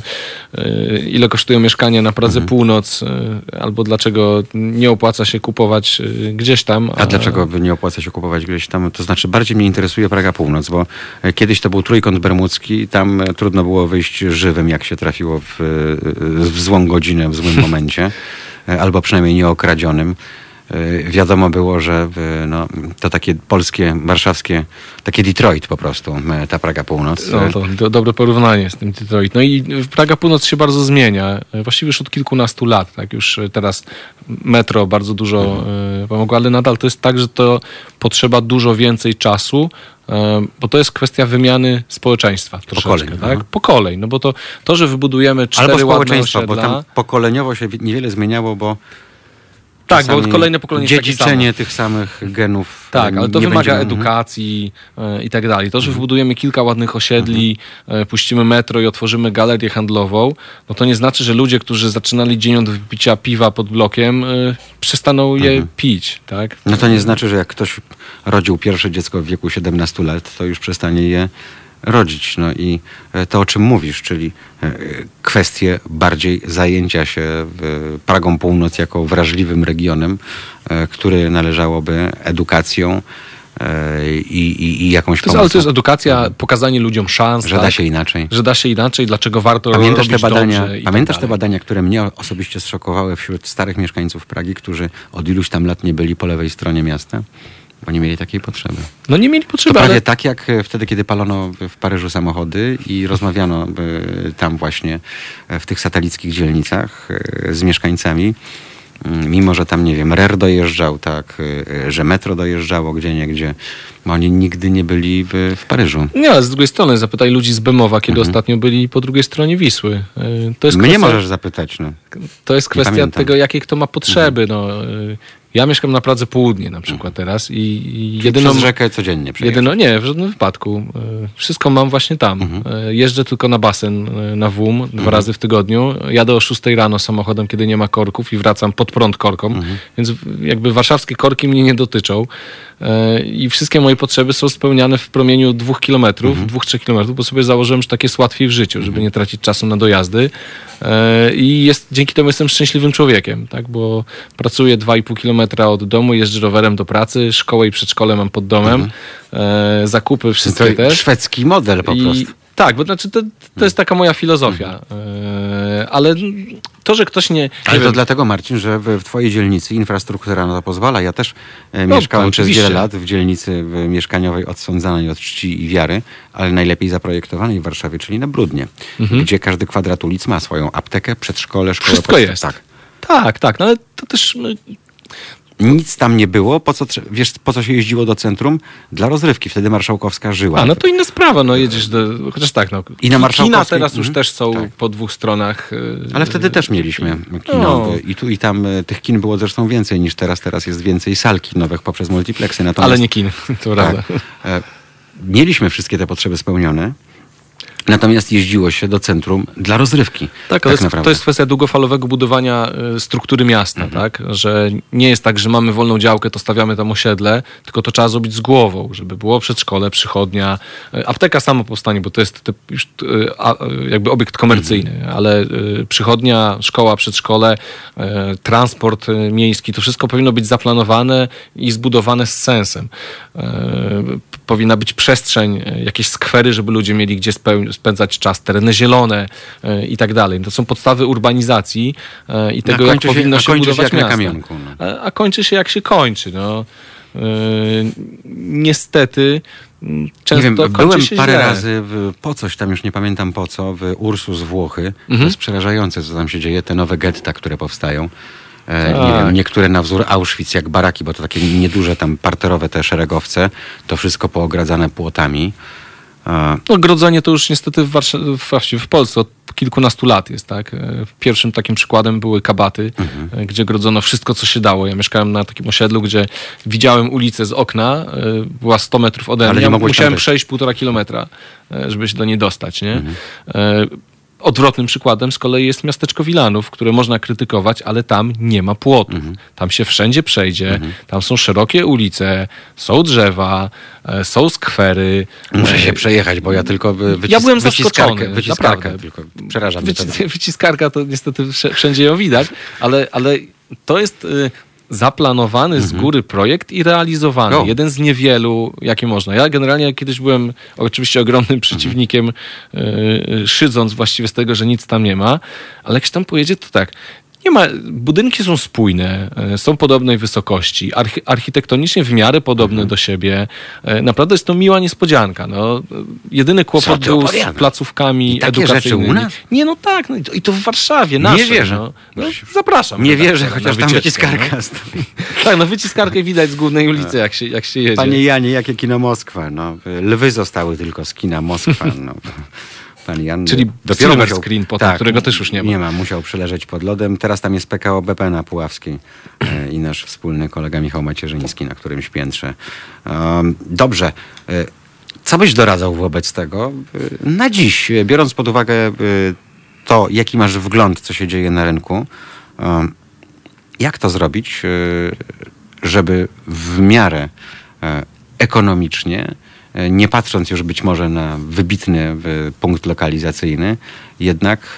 B: ile kosztują mieszkania na Pradze mhm. Północ, albo dlaczego nie opłaca się kupować gdzieś tam.
A: A, a dlaczego nie opłaca się kupować gdzieś tam? To znaczy bardziej mnie interesuje Praga Północ, bo kiedyś to był trójkąt bermudzki, tam trudno było wyjść żywym, jak się trafiło w, w złą godzinę, w złym momencie, albo przynajmniej nieokradzionym. Wiadomo było, że no, to takie polskie, warszawskie, takie Detroit po prostu, ta Praga Północ.
B: No to, to dobre porównanie z tym Detroit. No i Praga Północ się bardzo zmienia, właściwie już od kilkunastu lat. Tak? Już teraz metro bardzo dużo mhm. pomogło, ale nadal to jest tak, że to potrzeba dużo więcej czasu, bo to jest kwestia wymiany społeczeństwa.
A: Pokoleń.
B: Tak? Po kolei. No bo to, to, że wybudujemy cztery
A: Albo
B: ładne osiedla...
A: bo tam pokoleniowo się niewiele zmieniało, bo
B: tak, bo kolejne pokolenie jest
A: dziedziczenie tych samych genów.
B: Tak, ale to wymaga
A: będzie...
B: edukacji yy, i tak dalej. To, że wybudujemy kilka ładnych osiedli, yy, puścimy metro i otworzymy galerię handlową, no to nie znaczy, że ludzie, którzy zaczynali dzień od picia piwa pod blokiem, yy, przestaną je mhm. pić. Tak?
A: No to nie znaczy, że jak ktoś rodził pierwsze dziecko w wieku siedemnastu lat, to już przestanie je rodzić. No i to, o czym mówisz, czyli kwestie bardziej zajęcia się Pragą Północ jako wrażliwym regionem, który należałoby edukacją i, i, i jakąś
B: pomocą. Ale to jest edukacja, pokazanie ludziom szans.
A: Że
B: tak?
A: da się inaczej.
B: Że da się inaczej, dlaczego warto
A: pamiętasz
B: robić
A: te badania,
B: dobrze.
A: Pamiętasz
B: tak
A: te badania, które mnie osobiście zszokowały wśród starych mieszkańców Pragi, którzy od iluś tam lat nie byli po lewej stronie miasta? Bo nie mieli takiej potrzeby.
B: No nie mieli potrzeby,
A: to prawie
B: ale...
A: tak jak wtedy, kiedy palono w Paryżu samochody i rozmawiano tam właśnie w tych satelickich dzielnicach z mieszkańcami, mimo że tam, nie wiem, R E R dojeżdżał, tak, że metro dojeżdżało gdzieniegdzie, bo oni nigdy nie byli w, w Paryżu.
B: Nie, ale z drugiej strony zapytaj ludzi z Bemowa, kiedy mhm. ostatnio byli po drugiej stronie Wisły. To jest
A: Mnie
B: kwestia...
A: możesz zapytać. No.
B: To jest kwestia tego, jakie kto ma potrzeby. Mhm. No. Ja mieszkam na Pradze Południe na przykład teraz i, i jedyną...
A: Przez rzekę codziennie przejeżdżasz?
B: Jedyno, nie, w żadnym wypadku. Wszystko mam właśnie tam. Mhm. Jeżdżę tylko na basen na W U M dwa mhm. razy w tygodniu. Jadę o szóstej rano samochodem, kiedy nie ma korków i wracam pod prąd korkom. Mhm. Więc jakby warszawskie korki mnie nie dotyczą. I wszystkie moje potrzeby są spełniane w promieniu dwóch kilometrów, mhm. dwóch, trzech kilometrów, bo sobie założyłem, że tak jest łatwiej w życiu, żeby nie tracić czasu na dojazdy. I jest, dzięki temu jestem szczęśliwym człowiekiem, tak? Bo pracuję dwa i pół kilometra od domu, jeżdżę rowerem do pracy, szkołę i przedszkole mam pod domem, mhm. e, zakupy wszystkie
A: to
B: też.
A: Szwedzki model po
B: I, prostu. Tak, bo znaczy to, to jest taka moja filozofia. E, ale to, że ktoś nie... nie
A: ale
B: wiem,
A: to dlatego, Marcin, że w, w twojej dzielnicy infrastruktura na to pozwala. Ja też e, no, mieszkałem przez wiele lat w dzielnicy w mieszkaniowej odsądzanej od czci i wiary, ale najlepiej zaprojektowanej w Warszawie, czyli na Brudnie, mhm. gdzie każdy kwadrat ulic ma swoją aptekę, przedszkole, szkołę.
B: Wszystko
A: pod...
B: jest.
A: Tak,
B: tak, tak, no ale to też...
A: Nic tam nie było. Po co, wiesz, po co się jeździło do centrum? Dla rozrywki. Wtedy Marszałkowska żyła.
B: A, no to inna sprawa. No jedziesz do... Chociaż tak, no.
A: I na Marszałkowskiej...
B: Kina teraz już
A: mhm.
B: też są
A: tak.
B: po dwóch stronach.
A: Ale wtedy też mieliśmy kino. No. I tu i tam tych kin było zresztą więcej niż teraz. Teraz jest więcej sal kinowych poprzez multiplexy. Natomiast...
B: Ale nie kin, to prawda.
A: Tak. Mieliśmy wszystkie te potrzeby spełnione. Natomiast jeździło się do centrum dla rozrywki.
B: Tak, tak jest, to jest kwestia długofalowego budowania y, struktury miasta, mhm. tak? Że nie jest tak, że mamy wolną działkę, to stawiamy tam osiedle, tylko to trzeba zrobić z głową, żeby było przedszkole, przychodnia, y, apteka samo powstanie, bo to jest typ, już y, a, jakby obiekt komercyjny, mhm. ale y, przychodnia, szkoła, przedszkole, y, transport y, miejski, to wszystko powinno być zaplanowane i zbudowane z sensem. Y, powinna być przestrzeń, y, jakieś skwery, żeby ludzie mieli gdzie spełnić spędzać czas, tereny zielone e, i tak dalej. To są podstawy urbanizacji e, i tego, jak
A: się,
B: powinno się budować
A: się jak
B: miasto.
A: Na kamionku, no.
B: a, a kończy się jak się kończy. No. E, niestety często
A: nie wiem,
B: kończy
A: byłem
B: się
A: parę
B: źle.
A: razy w, po coś tam, już nie pamiętam po co, w Ursus Włochy.
B: Mhm.
A: To jest przerażające, co tam się dzieje. Te nowe getta, które powstają. E,
B: tak.
A: nie wiem, niektóre na wzór Auschwitz, jak baraki, bo to takie nieduże tam parterowe te szeregowce. To wszystko poogradzane płotami.
B: No, grodzenie to już niestety w, Warszawie, właściwie w Polsce od kilkunastu lat jest, tak? Pierwszym takim przykładem były Kabaty, mhm. gdzie grodzono wszystko, co się dało. Ja mieszkałem na takim osiedlu, gdzie widziałem ulicę z okna, była sto metrów ode mnie, ja musiałem przejść półtora kilometra, żeby się do niej dostać, nie? Mhm. Odwrotnym przykładem z kolei jest miasteczko Wilanów, które można krytykować, ale tam nie ma płotów. Mhm. Tam się wszędzie przejdzie, mhm. tam są szerokie ulice, są drzewa, e, są skwery.
A: Muszę się przejechać, bo ja tylko wycis-
B: ja byłem
A: wyciskarkę,
B: zaskoczony,
A: wyciskarkę
B: naprawdę.
A: tylko przeraża mnie
B: Wyci-
A: to.
B: Wyciskarka to niestety wszędzie ją widać, ale, ale to jest... Y- zaplanowany z góry projekt i realizowany.
A: No.
B: Jeden z niewielu, jakie można. Ja generalnie kiedyś byłem oczywiście ogromnym przeciwnikiem, yy, szydząc właściwie z tego, że nic tam nie ma, ale jak się tam pojedzie, to tak. Nie ma, budynki są spójne, yy, są podobnej wysokości, archi- architektonicznie w miarę podobne
A: Mhm.
B: do siebie. Yy, naprawdę jest to miła niespodzianka. No, jedyny kłopot był
A: opowiadasz?
B: z placówkami
A: I takie
B: edukacyjnymi.
A: rzeczy u nas?
B: Nie, no tak. No, i, to, I to w Warszawie, naszej,
A: wierzę.
B: No. No, zapraszam.
A: Nie
B: redaktora
A: wierzę,
B: na
A: chociaż tam
B: wycieczkę,
A: wyciskarka
B: no.
A: stoi.
B: Tak, no wyciskarkę widać z głównej ulicy, jak się, jak się jedzie.
A: Panie Janie, jakie kino Moskwa? No, lwy zostały tylko z kina Moskwa. No. Pan Jan
B: Czyli
A: dopiero
B: silver
A: musiał,
B: screen potem, którego też już nie ma.
A: Nie ma, musiał przyleżeć pod lodem. Teraz tam jest P K O B P na Puławskiej e, i nasz wspólny kolega Michał Macierzyński na którymś piętrze. Um, dobrze. E, co byś doradzał wobec tego? E, na dziś, e, biorąc pod uwagę e, to, jaki masz wgląd, co się dzieje na rynku, um, jak to zrobić, e, żeby w miarę e, ekonomicznie, nie patrząc już być może na wybitny punkt lokalizacyjny, jednak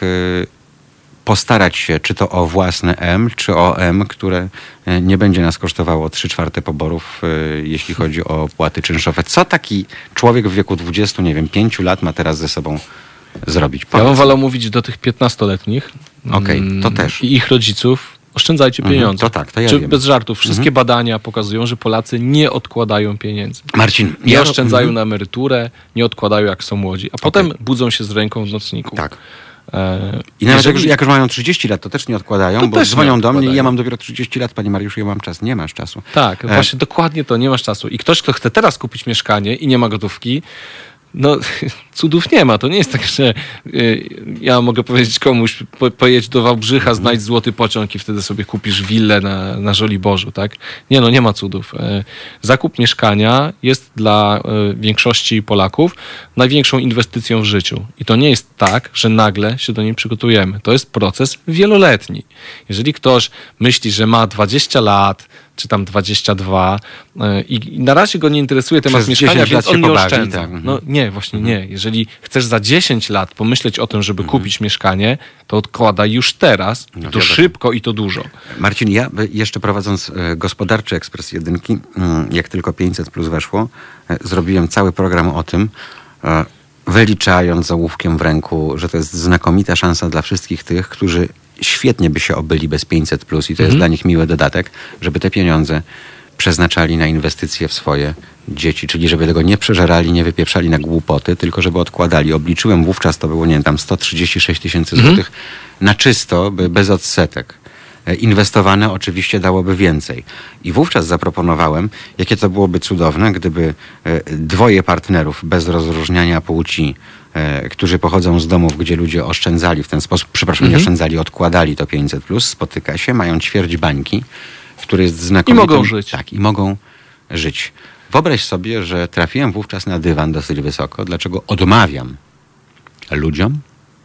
A: postarać się, czy to o własne M, czy o M, które nie będzie nas kosztowało trzy czwarte poborów, jeśli chodzi o opłaty czynszowe. Co taki człowiek w wieku dwudziestu, nie wiem, pięciu lat ma teraz ze sobą zrobić?
B: Ja bym wolał mówić do tych piętnastoletnich.
A: Okej, okay, to też.
B: I ich rodziców. Oszczędzajcie pieniądze.
A: Mhm, to tak, to ja
B: Czy
A: wiem.
B: bez żartów. Wszystkie
A: Mhm.
B: badania pokazują, że Polacy nie odkładają pieniędzy.
A: Marcin,
B: Nie
A: ja...
B: oszczędzają
A: mhm.
B: na emeryturę, nie odkładają jak są młodzi, a potem budzą się z ręką w nocniku.
A: Tak.
B: E,
A: I nawet
B: jeżeli...
A: jak, już, jak już mają trzydzieści lat, to też nie odkładają,
B: To
A: bo
B: też
A: dzwonią
B: nie
A: do mnie i
B: odkładają.
A: ja mam dopiero trzydzieści lat, panie Mariuszu, ja mam czas. Nie masz czasu.
B: Tak,
A: E...
B: właśnie dokładnie to, nie masz czasu. I ktoś, kto chce teraz kupić mieszkanie i nie ma gotówki, no cudów nie ma. To nie jest tak, że y, ja mogę powiedzieć komuś, po, pojedź do Wałbrzycha, znajdź złoty pociąg i wtedy sobie kupisz willę na, na Żoliborzu, tak? Nie, no nie ma cudów. Y, zakup mieszkania jest dla y, większości Polaków największą inwestycją w życiu. I to nie jest tak, że nagle się do niej przygotujemy. To jest proces wieloletni. Jeżeli ktoś myśli, że ma dwadzieścia lat, czy tam dwadzieścia dwa i, i na razie go nie interesuje temat
A: Przez
B: mieszkania,
A: dziesięć lat
B: więc on
A: się
B: nie
A: pobawi,
B: oszczędza.
A: tak.
B: No nie, właśnie nie. Jeżeli chcesz za dziesięć lat pomyśleć o tym, żeby
A: Mhm.
B: kupić mieszkanie, to odkładaj już teraz,
A: No
B: i to
A: wiadomo.
B: szybko i to dużo.
A: Marcin, ja jeszcze prowadząc e, gospodarczy ekspres jedynki, mm, jak tylko pięćset plus weszło, e, zrobiłem cały program o tym, e, wyliczając z ołówkiem w ręku, że to jest znakomita szansa dla wszystkich tych, którzy świetnie by się obyli bez pięćset plus i to jest
B: Mhm.
A: dla nich miły dodatek, żeby te pieniądze przeznaczali na inwestycje w swoje dzieci, czyli żeby tego nie przeżerali, nie wypieprzali na głupoty, tylko żeby odkładali. Obliczyłem wówczas, to było, nie wiem, tam sto trzydzieści sześć tysięcy złotych na czysto, by bez odsetek. E, Inwestowane oczywiście dałoby więcej. I wówczas zaproponowałem, jakie to byłoby cudowne, gdyby e, dwoje partnerów bez rozróżniania płci, e, którzy pochodzą z domów, gdzie ludzie oszczędzali w ten sposób, przepraszam, nie oszczędzali, odkładali to pięćset plus, spotyka się, mają ćwierć bańki, który jest znakomitym...
B: I mogą żyć.
A: Tak, i mogą żyć. Wyobraź sobie, że trafiłem wówczas na dywan dosyć wysoko. Dlaczego odmawiam ludziom,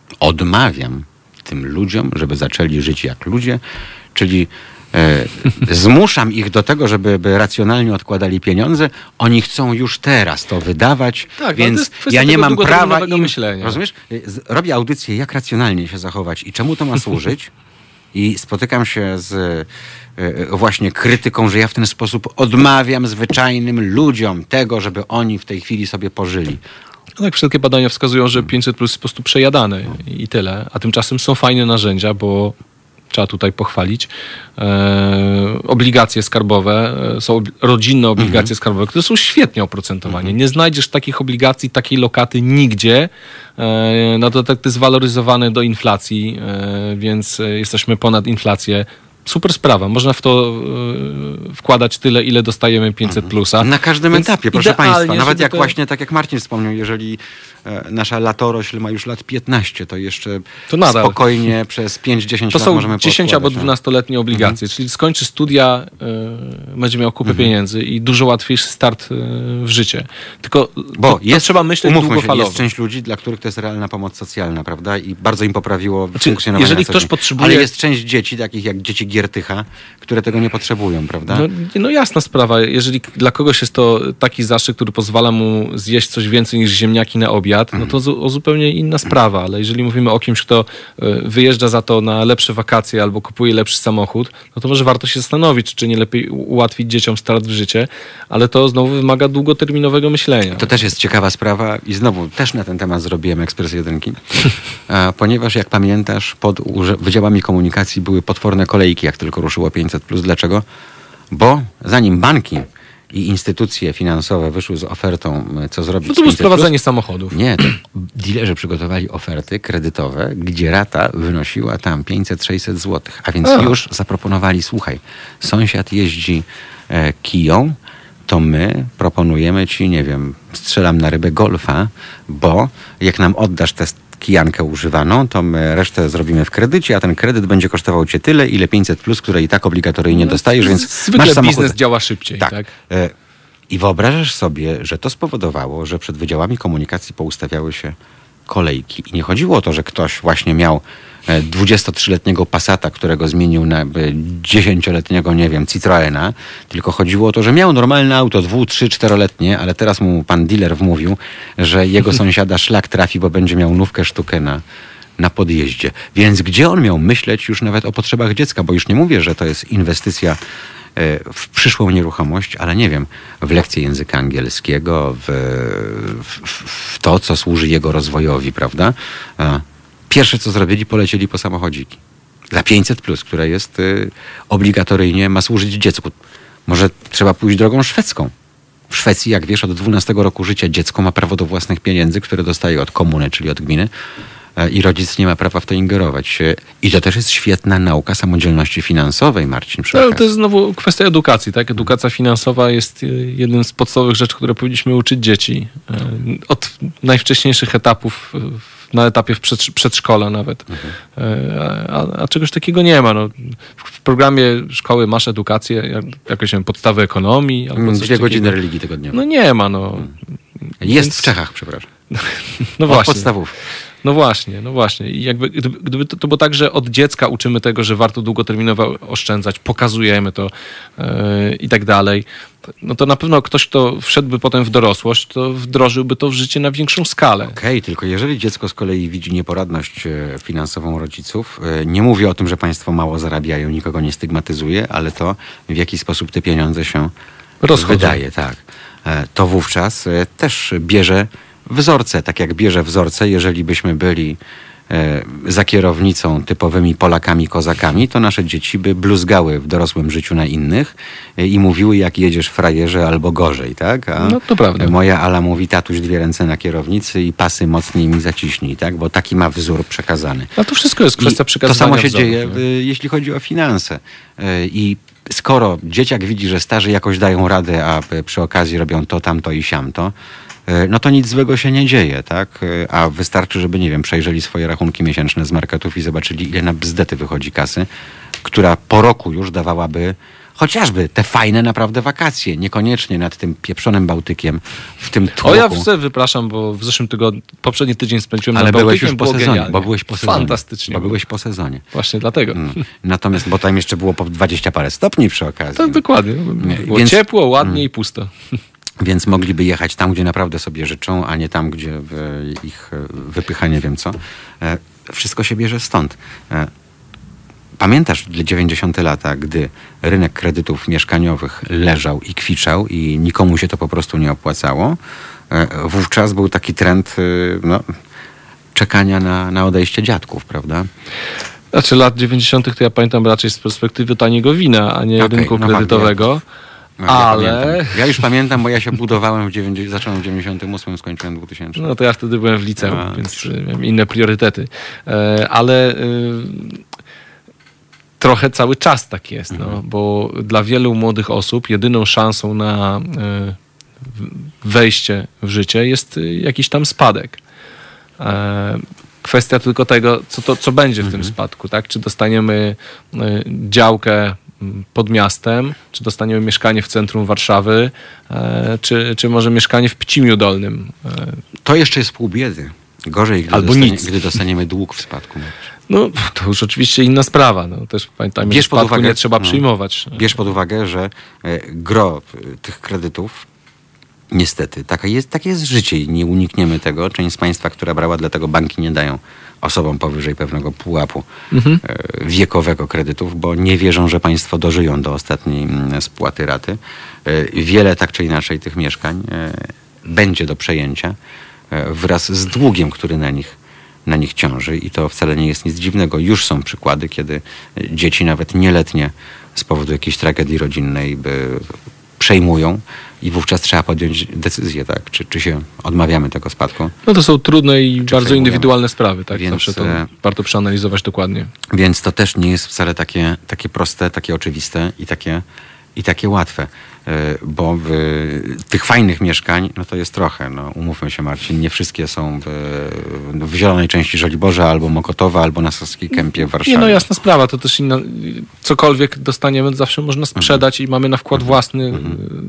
A: odmawiam tym ludziom, żeby zaczęli żyć jak ludzie, czyli e, zmuszam ich do tego, żeby by racjonalnie odkładali pieniądze. Oni chcą już teraz to wydawać,
B: Tak, ale to
A: więc
B: jest kwestia
A: ja nie
B: tego
A: mam prawa
B: długoterminowego
A: im...
B: myślenia.
A: Rozumiesz? Z- Robię audycję, jak racjonalnie się zachować i czemu to ma służyć. I spotykam się z e, właśnie krytyką, że ja w ten sposób odmawiam zwyczajnym ludziom tego, żeby oni w tej chwili sobie pożyli.
B: No tak, wszelkie badania wskazują, że pięćset plus jest po prostu przejadany i tyle. A tymczasem są fajne narzędzia, bo trzeba tutaj pochwalić. E, obligacje skarbowe, e, są ob- rodzinne obligacje
A: Mhm.
B: skarbowe, które są świetnie oprocentowane. Nie znajdziesz takich obligacji, takiej lokaty nigdzie. E, no to tak to jest waloryzowane do inflacji, e, więc e, jesteśmy ponad inflację. Super sprawa. Można w to e, wkładać tyle, ile dostajemy pięćset plusa.
A: Na każdym
B: Więc
A: etapie, proszę
B: idealnie,
A: Państwa. Nawet
B: żeby
A: jak
B: to-
A: właśnie, tak jak Marcin wspomniał, jeżeli e, nasza latorośl ma już lat piętnaście, to jeszcze
B: To nadal.
A: spokojnie przez pięć dziesięć
B: To
A: lat
B: są
A: możemy
B: dziesięć albo
A: poodkładać, no.
B: dwunastoletnie obligacje, czyli skończy studia, y, będzie miał kupę pieniędzy i dużo łatwiejszy start y, w życie. Tylko
A: Bo
B: to, to
A: jest,
B: trzeba myśleć
A: umówmy się,
B: długofalowo.
A: jest część ludzi, dla których to jest realna pomoc socjalna, prawda? I bardzo im poprawiło
B: Znaczy,
A: funkcjonowanie.
B: jeżeli
A: na co
B: ktoś
A: dzień.
B: potrzebuje-
A: Ale jest część dzieci, takich jak dzieci Giertycha, które tego nie potrzebują, prawda?
B: No, no jasna sprawa. Jeżeli dla kogoś jest to taki zastrzyk, który pozwala mu zjeść coś więcej niż ziemniaki na obiad, no to zu, o zupełnie inna sprawa. Ale jeżeli mówimy o kimś, kto y, wyjeżdża za to na lepsze wakacje albo kupuje lepszy samochód, no to może warto się zastanowić, czy nie lepiej u- ułatwić dzieciom start w życie, ale to znowu wymaga długoterminowego myślenia.
A: To też jest ciekawa sprawa i znowu też na ten temat zrobiłem ekspres jedynki, a, ponieważ jak pamiętasz, pod urze- wydziałami komunikacji były potworne kolejki, jak tylko ruszyło pięćset plus. Dlaczego? Bo zanim banki i instytucje finansowe wyszły z ofertą, co zrobić
B: No
A: z
B: to było
A: pięćset plus,
B: sprowadzenie samochodów.
A: nie, to dilerzy przygotowali oferty kredytowe, gdzie rata wynosiła tam pięćset sześćset złotych. A więc
B: A.
A: już zaproponowali, słuchaj, sąsiad jeździ e, kiją, to my proponujemy ci, nie wiem, strzelam na rybę golfa, bo jak nam oddasz tę kijankę używaną, to my resztę zrobimy w kredycie, a ten kredyt będzie kosztował cię tyle, ile pięćset plus, które i tak obligatoryjnie dostajesz, więc
B: Zwykle
A: masz samochód.
B: biznes działa szybciej.
A: Tak.
B: Tak.
A: E, I wyobrażasz sobie, że to spowodowało, że przed wydziałami komunikacji poustawiały się kolejki. I nie chodziło o to, że ktoś właśnie miał e, dwudziestotrzyletniego Passata, którego zmienił na e, dziesięcioletniego, nie wiem, Citroena, tylko chodziło o to, że miał normalne auto, dwu, trzy, czteroletnie, ale teraz mu pan dealer wmówił, że jego sąsiada szlak trafi, bo będzie miał nówkę sztukę na, na podjeździe. Więc gdzie on miał myśleć już nawet o potrzebach dziecka? Bo już nie mówię, że to jest inwestycja w przyszłą nieruchomość, ale nie wiem, w lekcję języka angielskiego, w, w, w to, co służy jego rozwojowi, prawda? Pierwsze, co zrobili, polecieli po samochodziki. Za pięćset plus, które jest y, obligatoryjnie, ma służyć dziecku. Może trzeba pójść drogą szwedzką. W Szwecji, jak wiesz, od dwunastego roku życia dziecko ma prawo do własnych pieniędzy, które dostaje od komuny, czyli od gminy. I rodzic nie ma prawa w to ingerować. I to też jest świetna nauka samodzielności finansowej, Marcin.
B: No, ale to jest znowu kwestia edukacji. Tak? Edukacja finansowa jest jednym z podstawowych rzeczy, które powinniśmy uczyć dzieci. Od najwcześniejszych etapów, na etapie w przedszkola nawet. Mhm. A, a czegoś takiego nie ma. No, w programie szkoły masz edukację, jakieś wiem, podstawy ekonomii. Albo coś
A: Dwie godziny
B: takiego.
A: religii tygodniowo.
B: No nie ma. No.
A: Jest
B: Więc...
A: w Czechach, przepraszam.
B: No
A: Od
B: właśnie.
A: podstawów.
B: No właśnie, no właśnie. I jakby, gdyby, gdyby to, to było tak, że od dziecka uczymy tego, że warto długoterminowo oszczędzać, pokazujemy to yy, i tak dalej, no to na pewno ktoś, kto wszedłby potem w dorosłość, to wdrożyłby to w życie na większą skalę.
A: Okej, okay, tylko jeżeli dziecko z kolei widzi nieporadność finansową rodziców, nie mówię o tym, że państwo mało zarabiają, nikogo nie stygmatyzuje, ale to w jaki sposób te pieniądze się
B: rozchodzą.
A: Wydaje, tak. To wówczas też bierze wzorce, tak jak bierze wzorce, jeżeli byśmy byli e, za kierownicą typowymi Polakami, kozakami, to nasze dzieci by bluzgały w dorosłym życiu na innych e, i mówiły, jak jedziesz frajerze albo gorzej, tak? A
B: no to prawda.
A: Moja Ala mówi, tatuś, dwie ręce na kierownicy i pasy mocniej mi zaciśnij, tak? Bo taki ma wzór przekazany.
B: A to wszystko jest kwestia
A: I
B: przekazywania
A: to samo się
B: wzorów,
A: dzieje,
B: nie?
A: jeśli chodzi o finanse. E, I skoro dzieciak widzi, że starzy jakoś dają radę, a przy okazji robią to, tamto i siamto, no to nic złego się nie dzieje, tak? A wystarczy, żeby, nie wiem, przejrzeli swoje rachunki miesięczne z marketów i zobaczyli, ile na bzdety wychodzi kasy, która po roku już dawałaby chociażby te fajne naprawdę wakacje, niekoniecznie nad tym pieprzonym Bałtykiem w tym tłoku.
B: O, ja sobie wypraszam, bo w zeszłym tygodniu, poprzedni tydzień spędziłem
A: Ale
B: nad
A: byłeś
B: Bałtykiem,
A: już po
B: było
A: sezonie,
B: genialnie.
A: bo byłeś po sezonie.
B: Fantastycznie.
A: Bo
B: było.
A: byłeś po sezonie.
B: Właśnie dlatego.
A: Mm. Natomiast, bo tam jeszcze było po dwadzieścia parę stopni przy okazji.
B: To dokładnie. Było
A: Więc,
B: ciepło, ładnie
A: mm.
B: i pusto.
A: Więc mogliby jechać tam, gdzie naprawdę sobie życzą, a nie tam, gdzie ich wypycha nie wiem co. Wszystko się bierze stąd. Pamiętasz dziewięćdziesiąte lata, gdy rynek kredytów mieszkaniowych leżał i kwiczał i nikomu się to po prostu nie opłacało? Wówczas był taki trend no, czekania na, na odejście dziadków, prawda?
B: Znaczy lat dziewięćdziesiątych to ja pamiętam raczej z perspektywy taniego wina, a nie
A: Okay,
B: rynku
A: no
B: kredytowego.
A: No,
B: ale...
A: Ja, ja już pamiętam, bo ja się budowałem, w dziewięćdziesiątym, zacząłem w dziewięćdziesiątym ósmym, skończyłem w dwutysięcznym.
B: No to ja wtedy byłem w liceum,
A: A,
B: więc miałem inne priorytety. E, ale... E, trochę cały czas tak jest, no, mhm. bo dla wielu młodych osób jedyną szansą na e, wejście w życie jest jakiś tam spadek. E, kwestia tylko tego, co, to, co będzie w
A: Mhm.
B: tym spadku, tak? Czy dostaniemy y, działkę pod miastem, czy dostaniemy mieszkanie w centrum Warszawy, e, czy, czy może mieszkanie w Pcimiu Dolnym. E,
A: To jeszcze jest pół biedy. Gorzej, gdy,
B: Albo
A: dostanie,
B: nic.
A: gdy dostaniemy dług w spadku.
B: no, to już oczywiście inna sprawa. No, też pamiętajmy,
A: Bierz
B: że
A: pod
B: spadku
A: uwagę-
B: nie trzeba
A: no.
B: przyjmować.
A: Bierz pod uwagę, że e, gro e, tych kredytów, niestety, taka jest, takie jest życie i nie unikniemy tego. Część z Państwa, która brała, dlatego banki nie dają osobom powyżej pewnego pułapu
B: Mhm.
A: e, wiekowego kredytów, bo nie wierzą, że Państwo dożyją do ostatniej mm, spłaty raty. E, Wiele tak czy inaczej tych mieszkań e, będzie do przejęcia e, wraz z długiem, który na nich na nich ciąży i to wcale nie jest nic dziwnego. Już są przykłady, kiedy dzieci nawet nieletnie z powodu jakiejś tragedii rodzinnej by przejmują i wówczas trzeba podjąć decyzję, tak? Czy, czy się odmawiamy tego spadku.
B: No to są trudne i bardzo
A: przejmujemy?
B: indywidualne sprawy, tak?
A: Więc,
B: Zawsze to
A: e,
B: warto przeanalizować dokładnie.
A: Więc to też nie jest wcale takie, takie proste, takie oczywiste i takie, i takie łatwe. E, Bo w, tych fajnych mieszkań, no to jest trochę, no umówmy się, Marcin, nie wszystkie są w, w zielonej części Żoliborza, albo Mokotowa, albo na Saskiej Kępie w Warszawie.
B: Nie, no jasna sprawa, to też inna, cokolwiek dostaniemy, to zawsze można sprzedać i mamy na wkład własny y,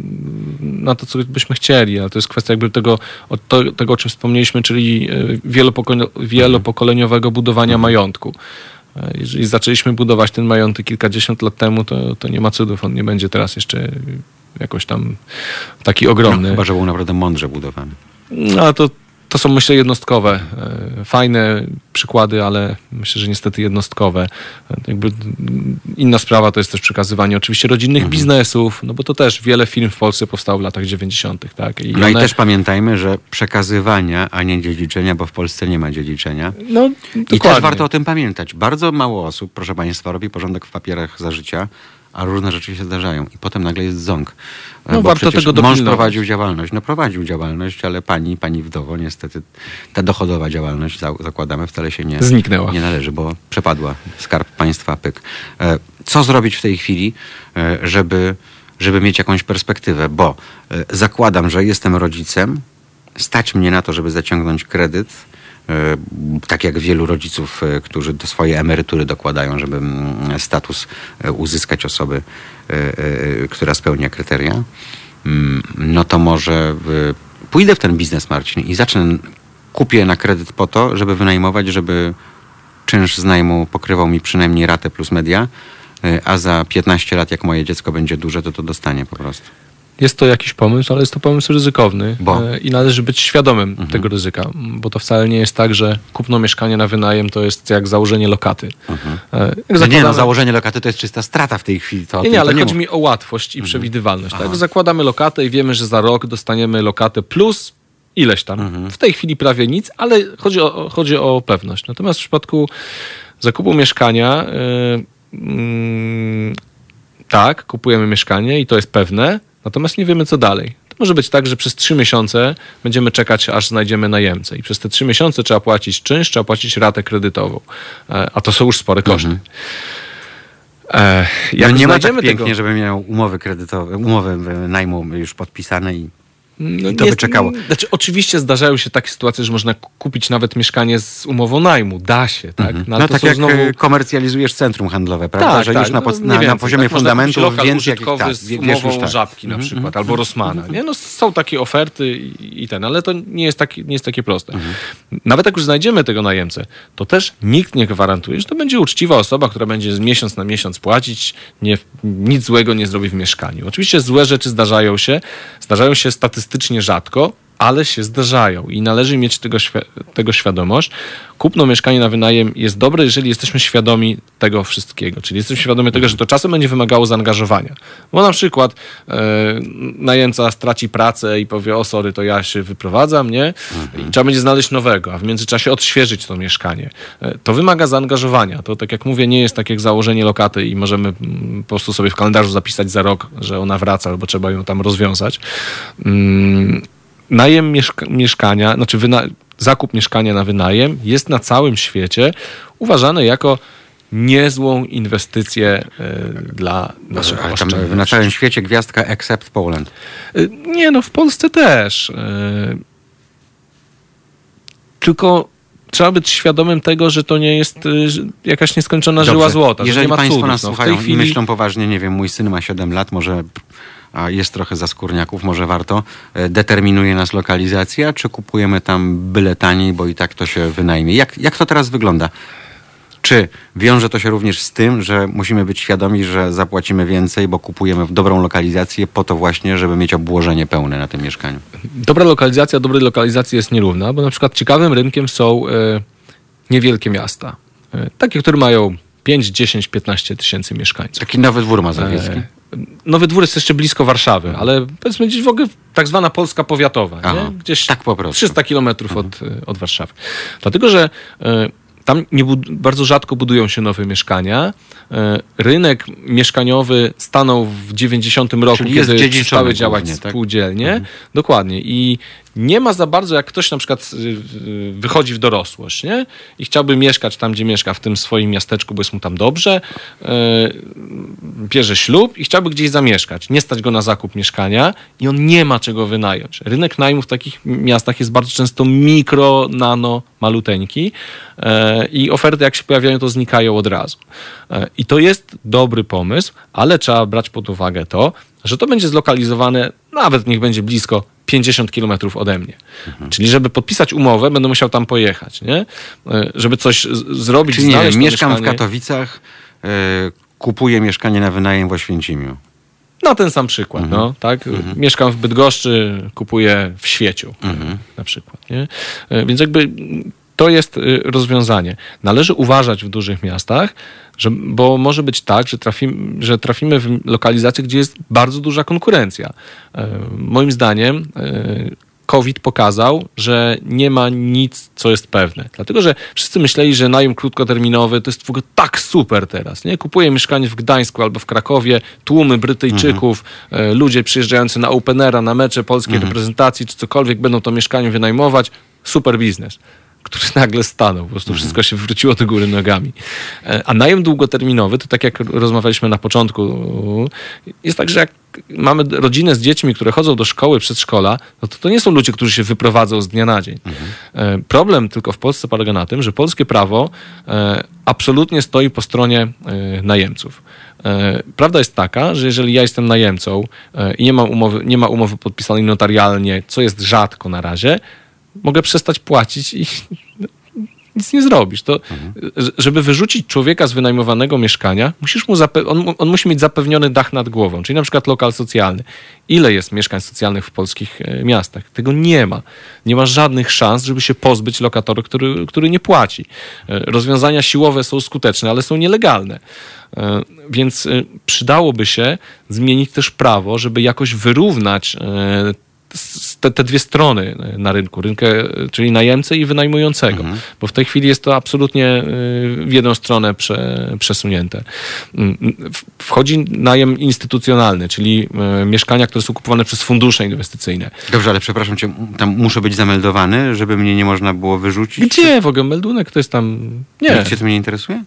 B: na to, co byśmy chcieli, ale to jest kwestia jakby tego, o, to, tego o czym wspomnieliśmy, czyli y, wielopoko- wielopokoleniowego budowania majątku. Y, Jeżeli zaczęliśmy budować ten majątek kilkadziesiąt lat temu, to, to nie ma cudów, on nie będzie teraz jeszcze jakoś tam taki
A: No,
B: ogromny.
A: chyba, że był naprawdę mądrze budowany.
B: No, ale to, to są, myślę, jednostkowe, e, fajne przykłady, ale myślę, że niestety jednostkowe. E, Jakby mm, inna sprawa to jest też przekazywanie oczywiście rodzinnych biznesów, no bo to też wiele firm w Polsce powstało w latach dziewięćdziesiątych, tak? I
A: No i
B: one-
A: też pamiętajmy, że przekazywania, a nie dziedziczenia, bo w Polsce nie ma dziedziczenia.
B: no,
A: I
B: dokładnie.
A: też warto o tym pamiętać. Bardzo mało osób, proszę Państwa, robi porządek w papierach za życia, a różne rzeczy się zdarzają. I potem nagle jest ząg.
B: No,
A: Bo
B: warto
A: przecież
B: tego
A: mąż
B: dopilnować.
A: prowadził działalność. No prowadził działalność, ale pani, pani wdowo, niestety ta dochodowa działalność, za- zakładamy, wcale się nie,
B: Zniknęła.
A: nie należy, bo przepadła. Skarb państwa, pyk. E, Co zrobić w tej chwili, e, żeby, żeby mieć jakąś perspektywę? Bo e, zakładam, że jestem rodzicem, stać mnie na to, żeby zaciągnąć kredyt, e, tak jak wielu rodziców, e, którzy do swojej emerytury dokładają, żeby mm, status e, uzyskać osoby, e, e, która spełnia kryteria, mm, no to może e, pójdę w ten biznes, Marcin, i zacznę, kupię na kredyt po to, żeby wynajmować, żeby czynsz z najmu pokrywał mi przynajmniej ratę plus media, e, a za piętnaście lat, jak moje dziecko będzie duże, to to dostanie po prostu.
B: Jest to jakiś pomysł, ale jest to pomysł ryzykowny
A: Bo?
B: e, i należy być świadomym tego ryzyka, bo to wcale nie jest tak, że kupno mieszkania na wynajem to jest jak założenie lokaty.
A: Mhm.
B: E, jak
A: No nie, no
B: zakładamy-
A: założenie lokaty to jest czysta strata w tej chwili. To o
B: Nie,
A: tym
B: nie,
A: to
B: ale
A: nie
B: chodzi
A: mów.
B: mi o łatwość i przewidywalność.
A: Aha.
B: Tak? Zakładamy lokatę i wiemy, że za rok dostaniemy lokatę plus ileś tam.
A: Mhm.
B: W tej chwili prawie nic, ale chodzi o, chodzi o pewność. Natomiast w przypadku zakupu mieszkania yy, yy, tak, kupujemy mieszkanie i to jest pewne, natomiast nie wiemy co dalej. To może być tak, że przez trzy miesiące będziemy czekać, aż znajdziemy najemcę. I przez te trzy miesiące trzeba płacić czynsz, trzeba płacić ratę kredytową. E, A to są już spore koszty.
A: Mhm.
B: E,
A: No
B: Jak
A: nie ma tak
B: znajdziemy
A: pięknie,
B: tego-
A: żeby miał umowy kredytowe, umowy najmu już podpisane i
B: No
A: I to by czekało.
B: Znaczy, oczywiście zdarzają się takie sytuacje, że można ku- kupić nawet mieszkanie z umową najmu. Da się, tak?
A: no,
B: ale to
A: tak
B: są
A: jak
B: znowu...
A: e, komercjalizujesz centrum handlowe, prawda?
B: Tak,
A: że
B: tak,
A: już na,
B: no,
A: pod,
B: mniej
A: na, na
B: więcej,
A: poziomie
B: tak? Można kupić
A: fundamentów
B: lokal
A: więc jakich
B: użytkowy
A: tak,
B: z
A: wie-
B: umową
A: wiesz już tak.
B: Żabki na
A: Mhm,
B: przykład,
A: mhm,
B: albo Rossmana. Nie? No, są takie oferty i, i ten, ale to nie jest, taki, nie jest takie proste.
A: Mhm.
B: Nawet jak już znajdziemy tego najemcę, to też nikt nie gwarantuje, że to będzie uczciwa osoba, która będzie z miesiąc na miesiąc płacić, nie, nic złego nie zrobi w mieszkaniu. Oczywiście złe rzeczy zdarzają się, zdarzają się statystycznie rzadko, ale się zdarzają i należy mieć tego, świ- tego świadomość. Kupno mieszkania na wynajem jest dobre, jeżeli jesteśmy świadomi tego wszystkiego. Czyli jesteśmy świadomi tego, że to czasem będzie wymagało zaangażowania. Bo na przykład e, najemca straci pracę i powie, o sorry, to ja się wyprowadzam, nie? I trzeba będzie znaleźć nowego, a w międzyczasie odświeżyć to mieszkanie. E, to wymaga zaangażowania. To, tak jak mówię, nie jest tak jak założenie lokaty i możemy mm, po prostu sobie w kalendarzu zapisać za rok, że ona wraca, albo trzeba ją tam rozwiązać. Mm, Najem mieszka- mieszkania, znaczy wyna- zakup mieszkania na wynajem jest na całym świecie uważany jako niezłą inwestycję y, dla naszych
A: Ale tam
B: oszczędności.
A: na całym świecie gwiazdka except Poland.
B: Y, Nie, no w Polsce też. Y, Tylko trzeba być świadomym tego, że to nie jest y, jakaś nieskończona
A: Dobrze.
B: żyła złota.
A: Jeżeli
B: że nie ma
A: państwo
B: cudów.
A: nas
B: No, w
A: słuchają
B: tej chwili...
A: i myślą poważnie, nie wiem, mój syn ma siedem lat, może a jest trochę za skórniaków, może warto, determinuje nas lokalizacja, czy kupujemy tam byle taniej, bo i tak to się wynajmie? Jak, jak to teraz wygląda? Czy wiąże to się również z tym, że musimy być świadomi, że zapłacimy więcej, bo kupujemy w dobrą lokalizację po to właśnie, żeby mieć obłożenie pełne na tym mieszkaniu?
B: Dobra lokalizacja dobrej lokalizacji jest nierówna, bo na przykład ciekawym rynkiem są e, niewielkie miasta. E, takie, które mają pięć, dziesięć, piętnaście tysięcy mieszkańców.
A: Taki Nowy Dwór Mazowiecki.
B: E, Nowy Dwór jest jeszcze blisko Warszawy, ale powiedzmy gdzieś w ogóle tak zwana Polska powiatowa.
A: Aha,
B: nie? Gdzieś
A: tak po prostu.
B: trzysta kilometrów od, od Warszawy. Dlatego, że e, tam nie bud- bardzo rzadko budują się nowe mieszkania. E, rynek mieszkaniowy stanął w dziewięćdziesiątym roku,
A: Czyli jest
B: kiedy
A: dziedziczony
B: przestały działać
A: głównie, tak?
B: spółdzielnie.
A: Mhm.
B: Dokładnie. I nie ma za bardzo, jak ktoś na przykład y, y, wychodzi w dorosłość, nie? I chciałby mieszkać tam, gdzie mieszka, w tym swoim miasteczku, bo jest mu tam dobrze, y, bierze ślub i chciałby gdzieś zamieszkać. Nie stać go na zakup mieszkania i on nie ma czego wynająć. Rynek najmu w takich miastach jest bardzo często mikro, nano, maluteńki y, i oferty, jak się pojawiają, to znikają od razu. Y, I to jest dobry pomysł, ale trzeba brać pod uwagę to, że to będzie zlokalizowane, nawet niech będzie blisko pięćdziesiąt kilometrów ode mnie. Mhm. Czyli żeby podpisać umowę, będę musiał tam pojechać, nie? Żeby coś z- zrobić,
A: Czyli nie
B: znaleźć
A: wiem,
B: to
A: mieszkam
B: mieszkanie.
A: w Katowicach, yy, kupuję mieszkanie na wynajem w Oświęcimiu.
B: Na ten sam przykład,
A: Mhm.
B: no, tak?
A: Mhm.
B: Mieszkam w Bydgoszczy, kupuję w Świeciu,
A: Mhm.
B: na przykład, nie? Więc jakby to jest rozwiązanie. Należy uważać w dużych miastach, że, bo może być tak, że trafimy, że trafimy w lokalizację, gdzie jest bardzo duża konkurencja. E, moim zdaniem e, COVID pokazał, że nie ma nic, co jest pewne. Dlatego, że wszyscy myśleli, że najem krótkoterminowy to jest w ogóle tak super teraz. Nie? Kupuję mieszkanie w Gdańsku albo w Krakowie, tłumy Brytyjczyków, mhm. e, ludzie przyjeżdżający na openera, na mecze polskiej mhm. reprezentacji, czy cokolwiek, będą to mieszkanie wynajmować. Super biznes, który nagle stanął. Po prostu mhm. wszystko się wróciło do góry nogami. A najem długoterminowy, to tak jak rozmawialiśmy na początku, jest tak, że jak mamy rodzinę z dziećmi, które chodzą do szkoły, przedszkola, no to to nie są ludzie, którzy się wyprowadzą z dnia na dzień. Mhm. Problem tylko w Polsce polega na tym, że polskie prawo absolutnie stoi po stronie najemców. Prawda jest taka, że jeżeli ja jestem najemcą i nie mam umowy, nie ma umowy podpisanej notarialnie, co jest rzadko na razie, mogę przestać płacić i nic nie zrobisz. To, mhm. Żeby wyrzucić człowieka z wynajmowanego mieszkania, musisz mu zape- on, on musi mieć zapewniony dach nad głową, czyli na przykład lokal socjalny. Ile jest mieszkań socjalnych w polskich miastach? Tego nie ma. Nie ma żadnych szans, żeby się pozbyć lokatora, który, który nie płaci. Rozwiązania siłowe są skuteczne, ale są nielegalne. Więc przydałoby się zmienić też prawo, żeby jakoś wyrównać Te, te dwie strony na rynku, rynkę, czyli najemcy i wynajmującego, mhm. bo w tej chwili jest to absolutnie w jedną stronę prze, przesunięte. Wchodzi najem instytucjonalny, czyli mieszkania, które są kupowane przez fundusze inwestycyjne.
A: Dobrze, ale przepraszam cię, tam muszę być zameldowany, żeby mnie nie można było wyrzucić?
B: Gdzie w ogóle meldunek? To jest tam... Nie.
A: Nikt się tym nie interesuje?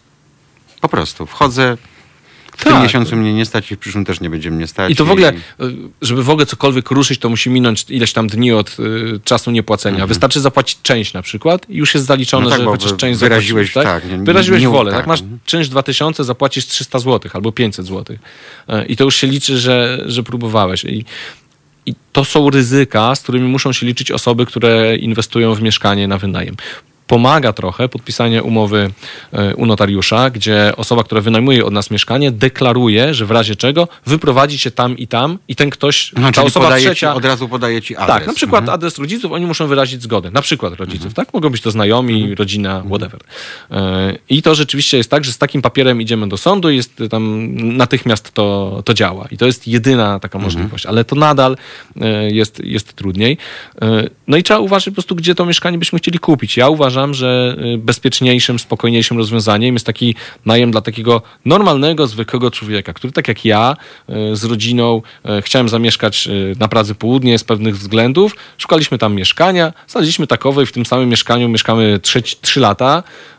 A: Po prostu wchodzę... W
B: tak.
A: tym miesiącu mnie nie stać i w przyszłym też nie będzie mnie stać.
B: I to w ogóle, żeby w ogóle cokolwiek ruszyć, to musi minąć ileś tam dni od y, czasu niepłacenia. Mhm. Wystarczy zapłacić część na przykład i już jest zaliczone, no tak, że chociaż część
A: wyraziłeś,
B: zapłacisz. Tak?
A: Tak, nie,
B: wyraziłeś
A: nie,
B: wolę.
A: tak.
B: Tak? Masz czynsz dwa tysiące, zapłacisz trzysta złotych albo pięćset złotych. Y, I to już się liczy, że, że próbowałeś. I, I to są ryzyka, z którymi muszą się liczyć osoby, które inwestują w mieszkanie na wynajem. Pomaga trochę podpisanie umowy u notariusza, gdzie osoba, która wynajmuje od nas mieszkanie, deklaruje, że w razie czego wyprowadzi się tam i tam i ten ktoś,
A: no,
B: ta osoba
A: podaje
B: trzecia...
A: Ci, od razu podaje ci adres.
B: Tak, na przykład
A: mhm.
B: adres rodziców, oni muszą wyrazić zgodę. Na przykład rodziców,
A: mhm.
B: tak? Mogą być to znajomi, mhm. rodzina, whatever. I to rzeczywiście jest tak, że z takim papierem idziemy do sądu i jest tam natychmiast to, to działa. I to jest jedyna taka mhm. możliwość, ale to nadal jest, jest trudniej. No i trzeba uważać po prostu, gdzie to mieszkanie byśmy chcieli kupić. Ja uważam, że bezpieczniejszym, spokojniejszym rozwiązaniem jest taki najem dla takiego normalnego, zwykłego człowieka, który tak jak ja z rodziną chciałem zamieszkać na Pradze Południe z pewnych względów. Szukaliśmy tam mieszkania, znaleźliśmy takowe i w tym samym mieszkaniu mieszkamy trzy lata.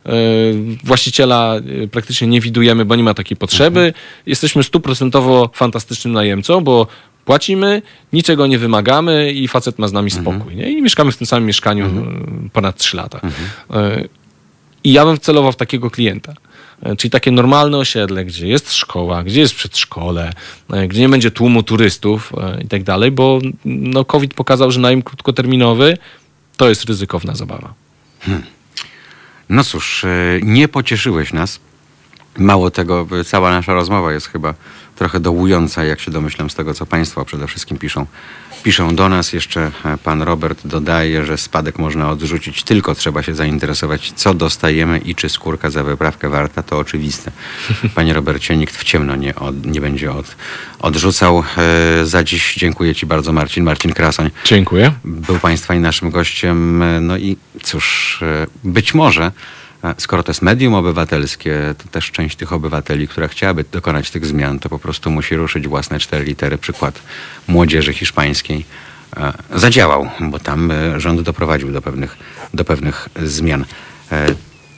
B: Właściciela praktycznie nie widujemy, bo nie ma takiej potrzeby. Mhm. Jesteśmy stuprocentowo fantastycznym najemcą, bo Płacimy, niczego nie wymagamy i facet ma z nami spokój. Mhm. Nie? I mieszkamy w tym samym mieszkaniu mhm. ponad trzy lata. Mhm. I ja bym celował w takiego klienta. Czyli takie normalne osiedle, gdzie jest szkoła, gdzie jest przedszkole, gdzie nie będzie tłumu turystów i tak dalej, bo no, COVID pokazał, że najem krótkoterminowy to jest ryzykowna zabawa.
A: Hmm. No cóż, nie pocieszyłeś nas. Mało tego, cała nasza rozmowa jest chyba trochę dołująca, jak się domyślam z tego, co państwo przede wszystkim piszą. Piszą do nas, jeszcze pan Robert dodaje, że spadek można odrzucić, tylko trzeba się zainteresować, co dostajemy i czy skórka za wyprawkę warta, to oczywiste. Panie Robercie, nikt w ciemno nie, od, nie będzie od, odrzucał. E, za dziś dziękuję ci bardzo, Marcin. Marcin Krasoń.
B: Dziękuję.
A: Był państwa i naszym gościem. No i cóż, być może skoro to jest medium obywatelskie, to też część tych obywateli, która chciałaby dokonać tych zmian, to po prostu musi ruszyć własne cztery litery. Przykład młodzieży hiszpańskiej e, zadziałał, bo tam e, rząd doprowadził do pewnych, do pewnych zmian. E,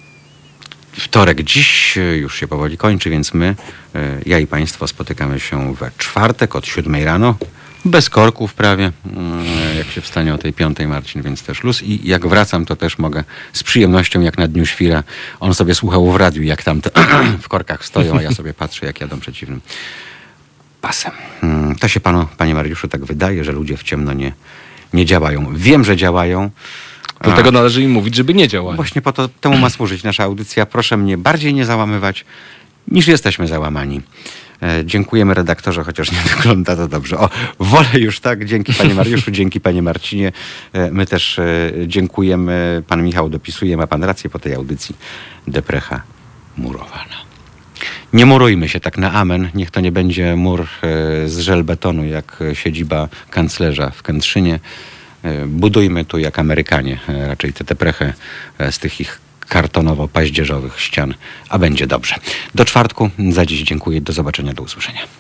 A: wtorek dziś już się powoli kończy, więc my, e, ja i państwo spotykamy się we czwartek od siódmej rano. Bez korków prawie, jak się wstanie o tej piątej, Marcin, więc też luz. I jak wracam, to też mogę z przyjemnością, jak na Dniu Świra, on sobie słuchał w radiu, jak tam te w korkach stoją, a ja sobie patrzę, jak jadą przeciwnym pasem. To się panu, panie Mariuszu, tak wydaje, że ludzie w ciemno nie, nie działają. Wiem, że działają.
B: Dlatego należy im mówić, żeby nie działali.
A: Właśnie po to temu ma służyć nasza audycja. Proszę mnie bardziej nie załamywać, niż jesteśmy załamani. E, dziękujemy redaktorze, chociaż nie wygląda to dobrze. O, wolę już tak. Dzięki panie Mariuszu, dzięki panie Marcinie. E, my też e, dziękujemy. Pan Michał dopisuje, ma pan rację, po tej audycji deprecha murowana. Nie murujmy się tak na amen. Niech to nie będzie mur e, z żelbetonu, jak siedziba kanclerza w Kętrzynie. E, budujmy tu jak Amerykanie e, raczej tę deprechę e, z tych ich kartonowo-paździerzowych ścian, a będzie dobrze. Do czwartku. Za dziś dziękuję. Do zobaczenia, do usłyszenia.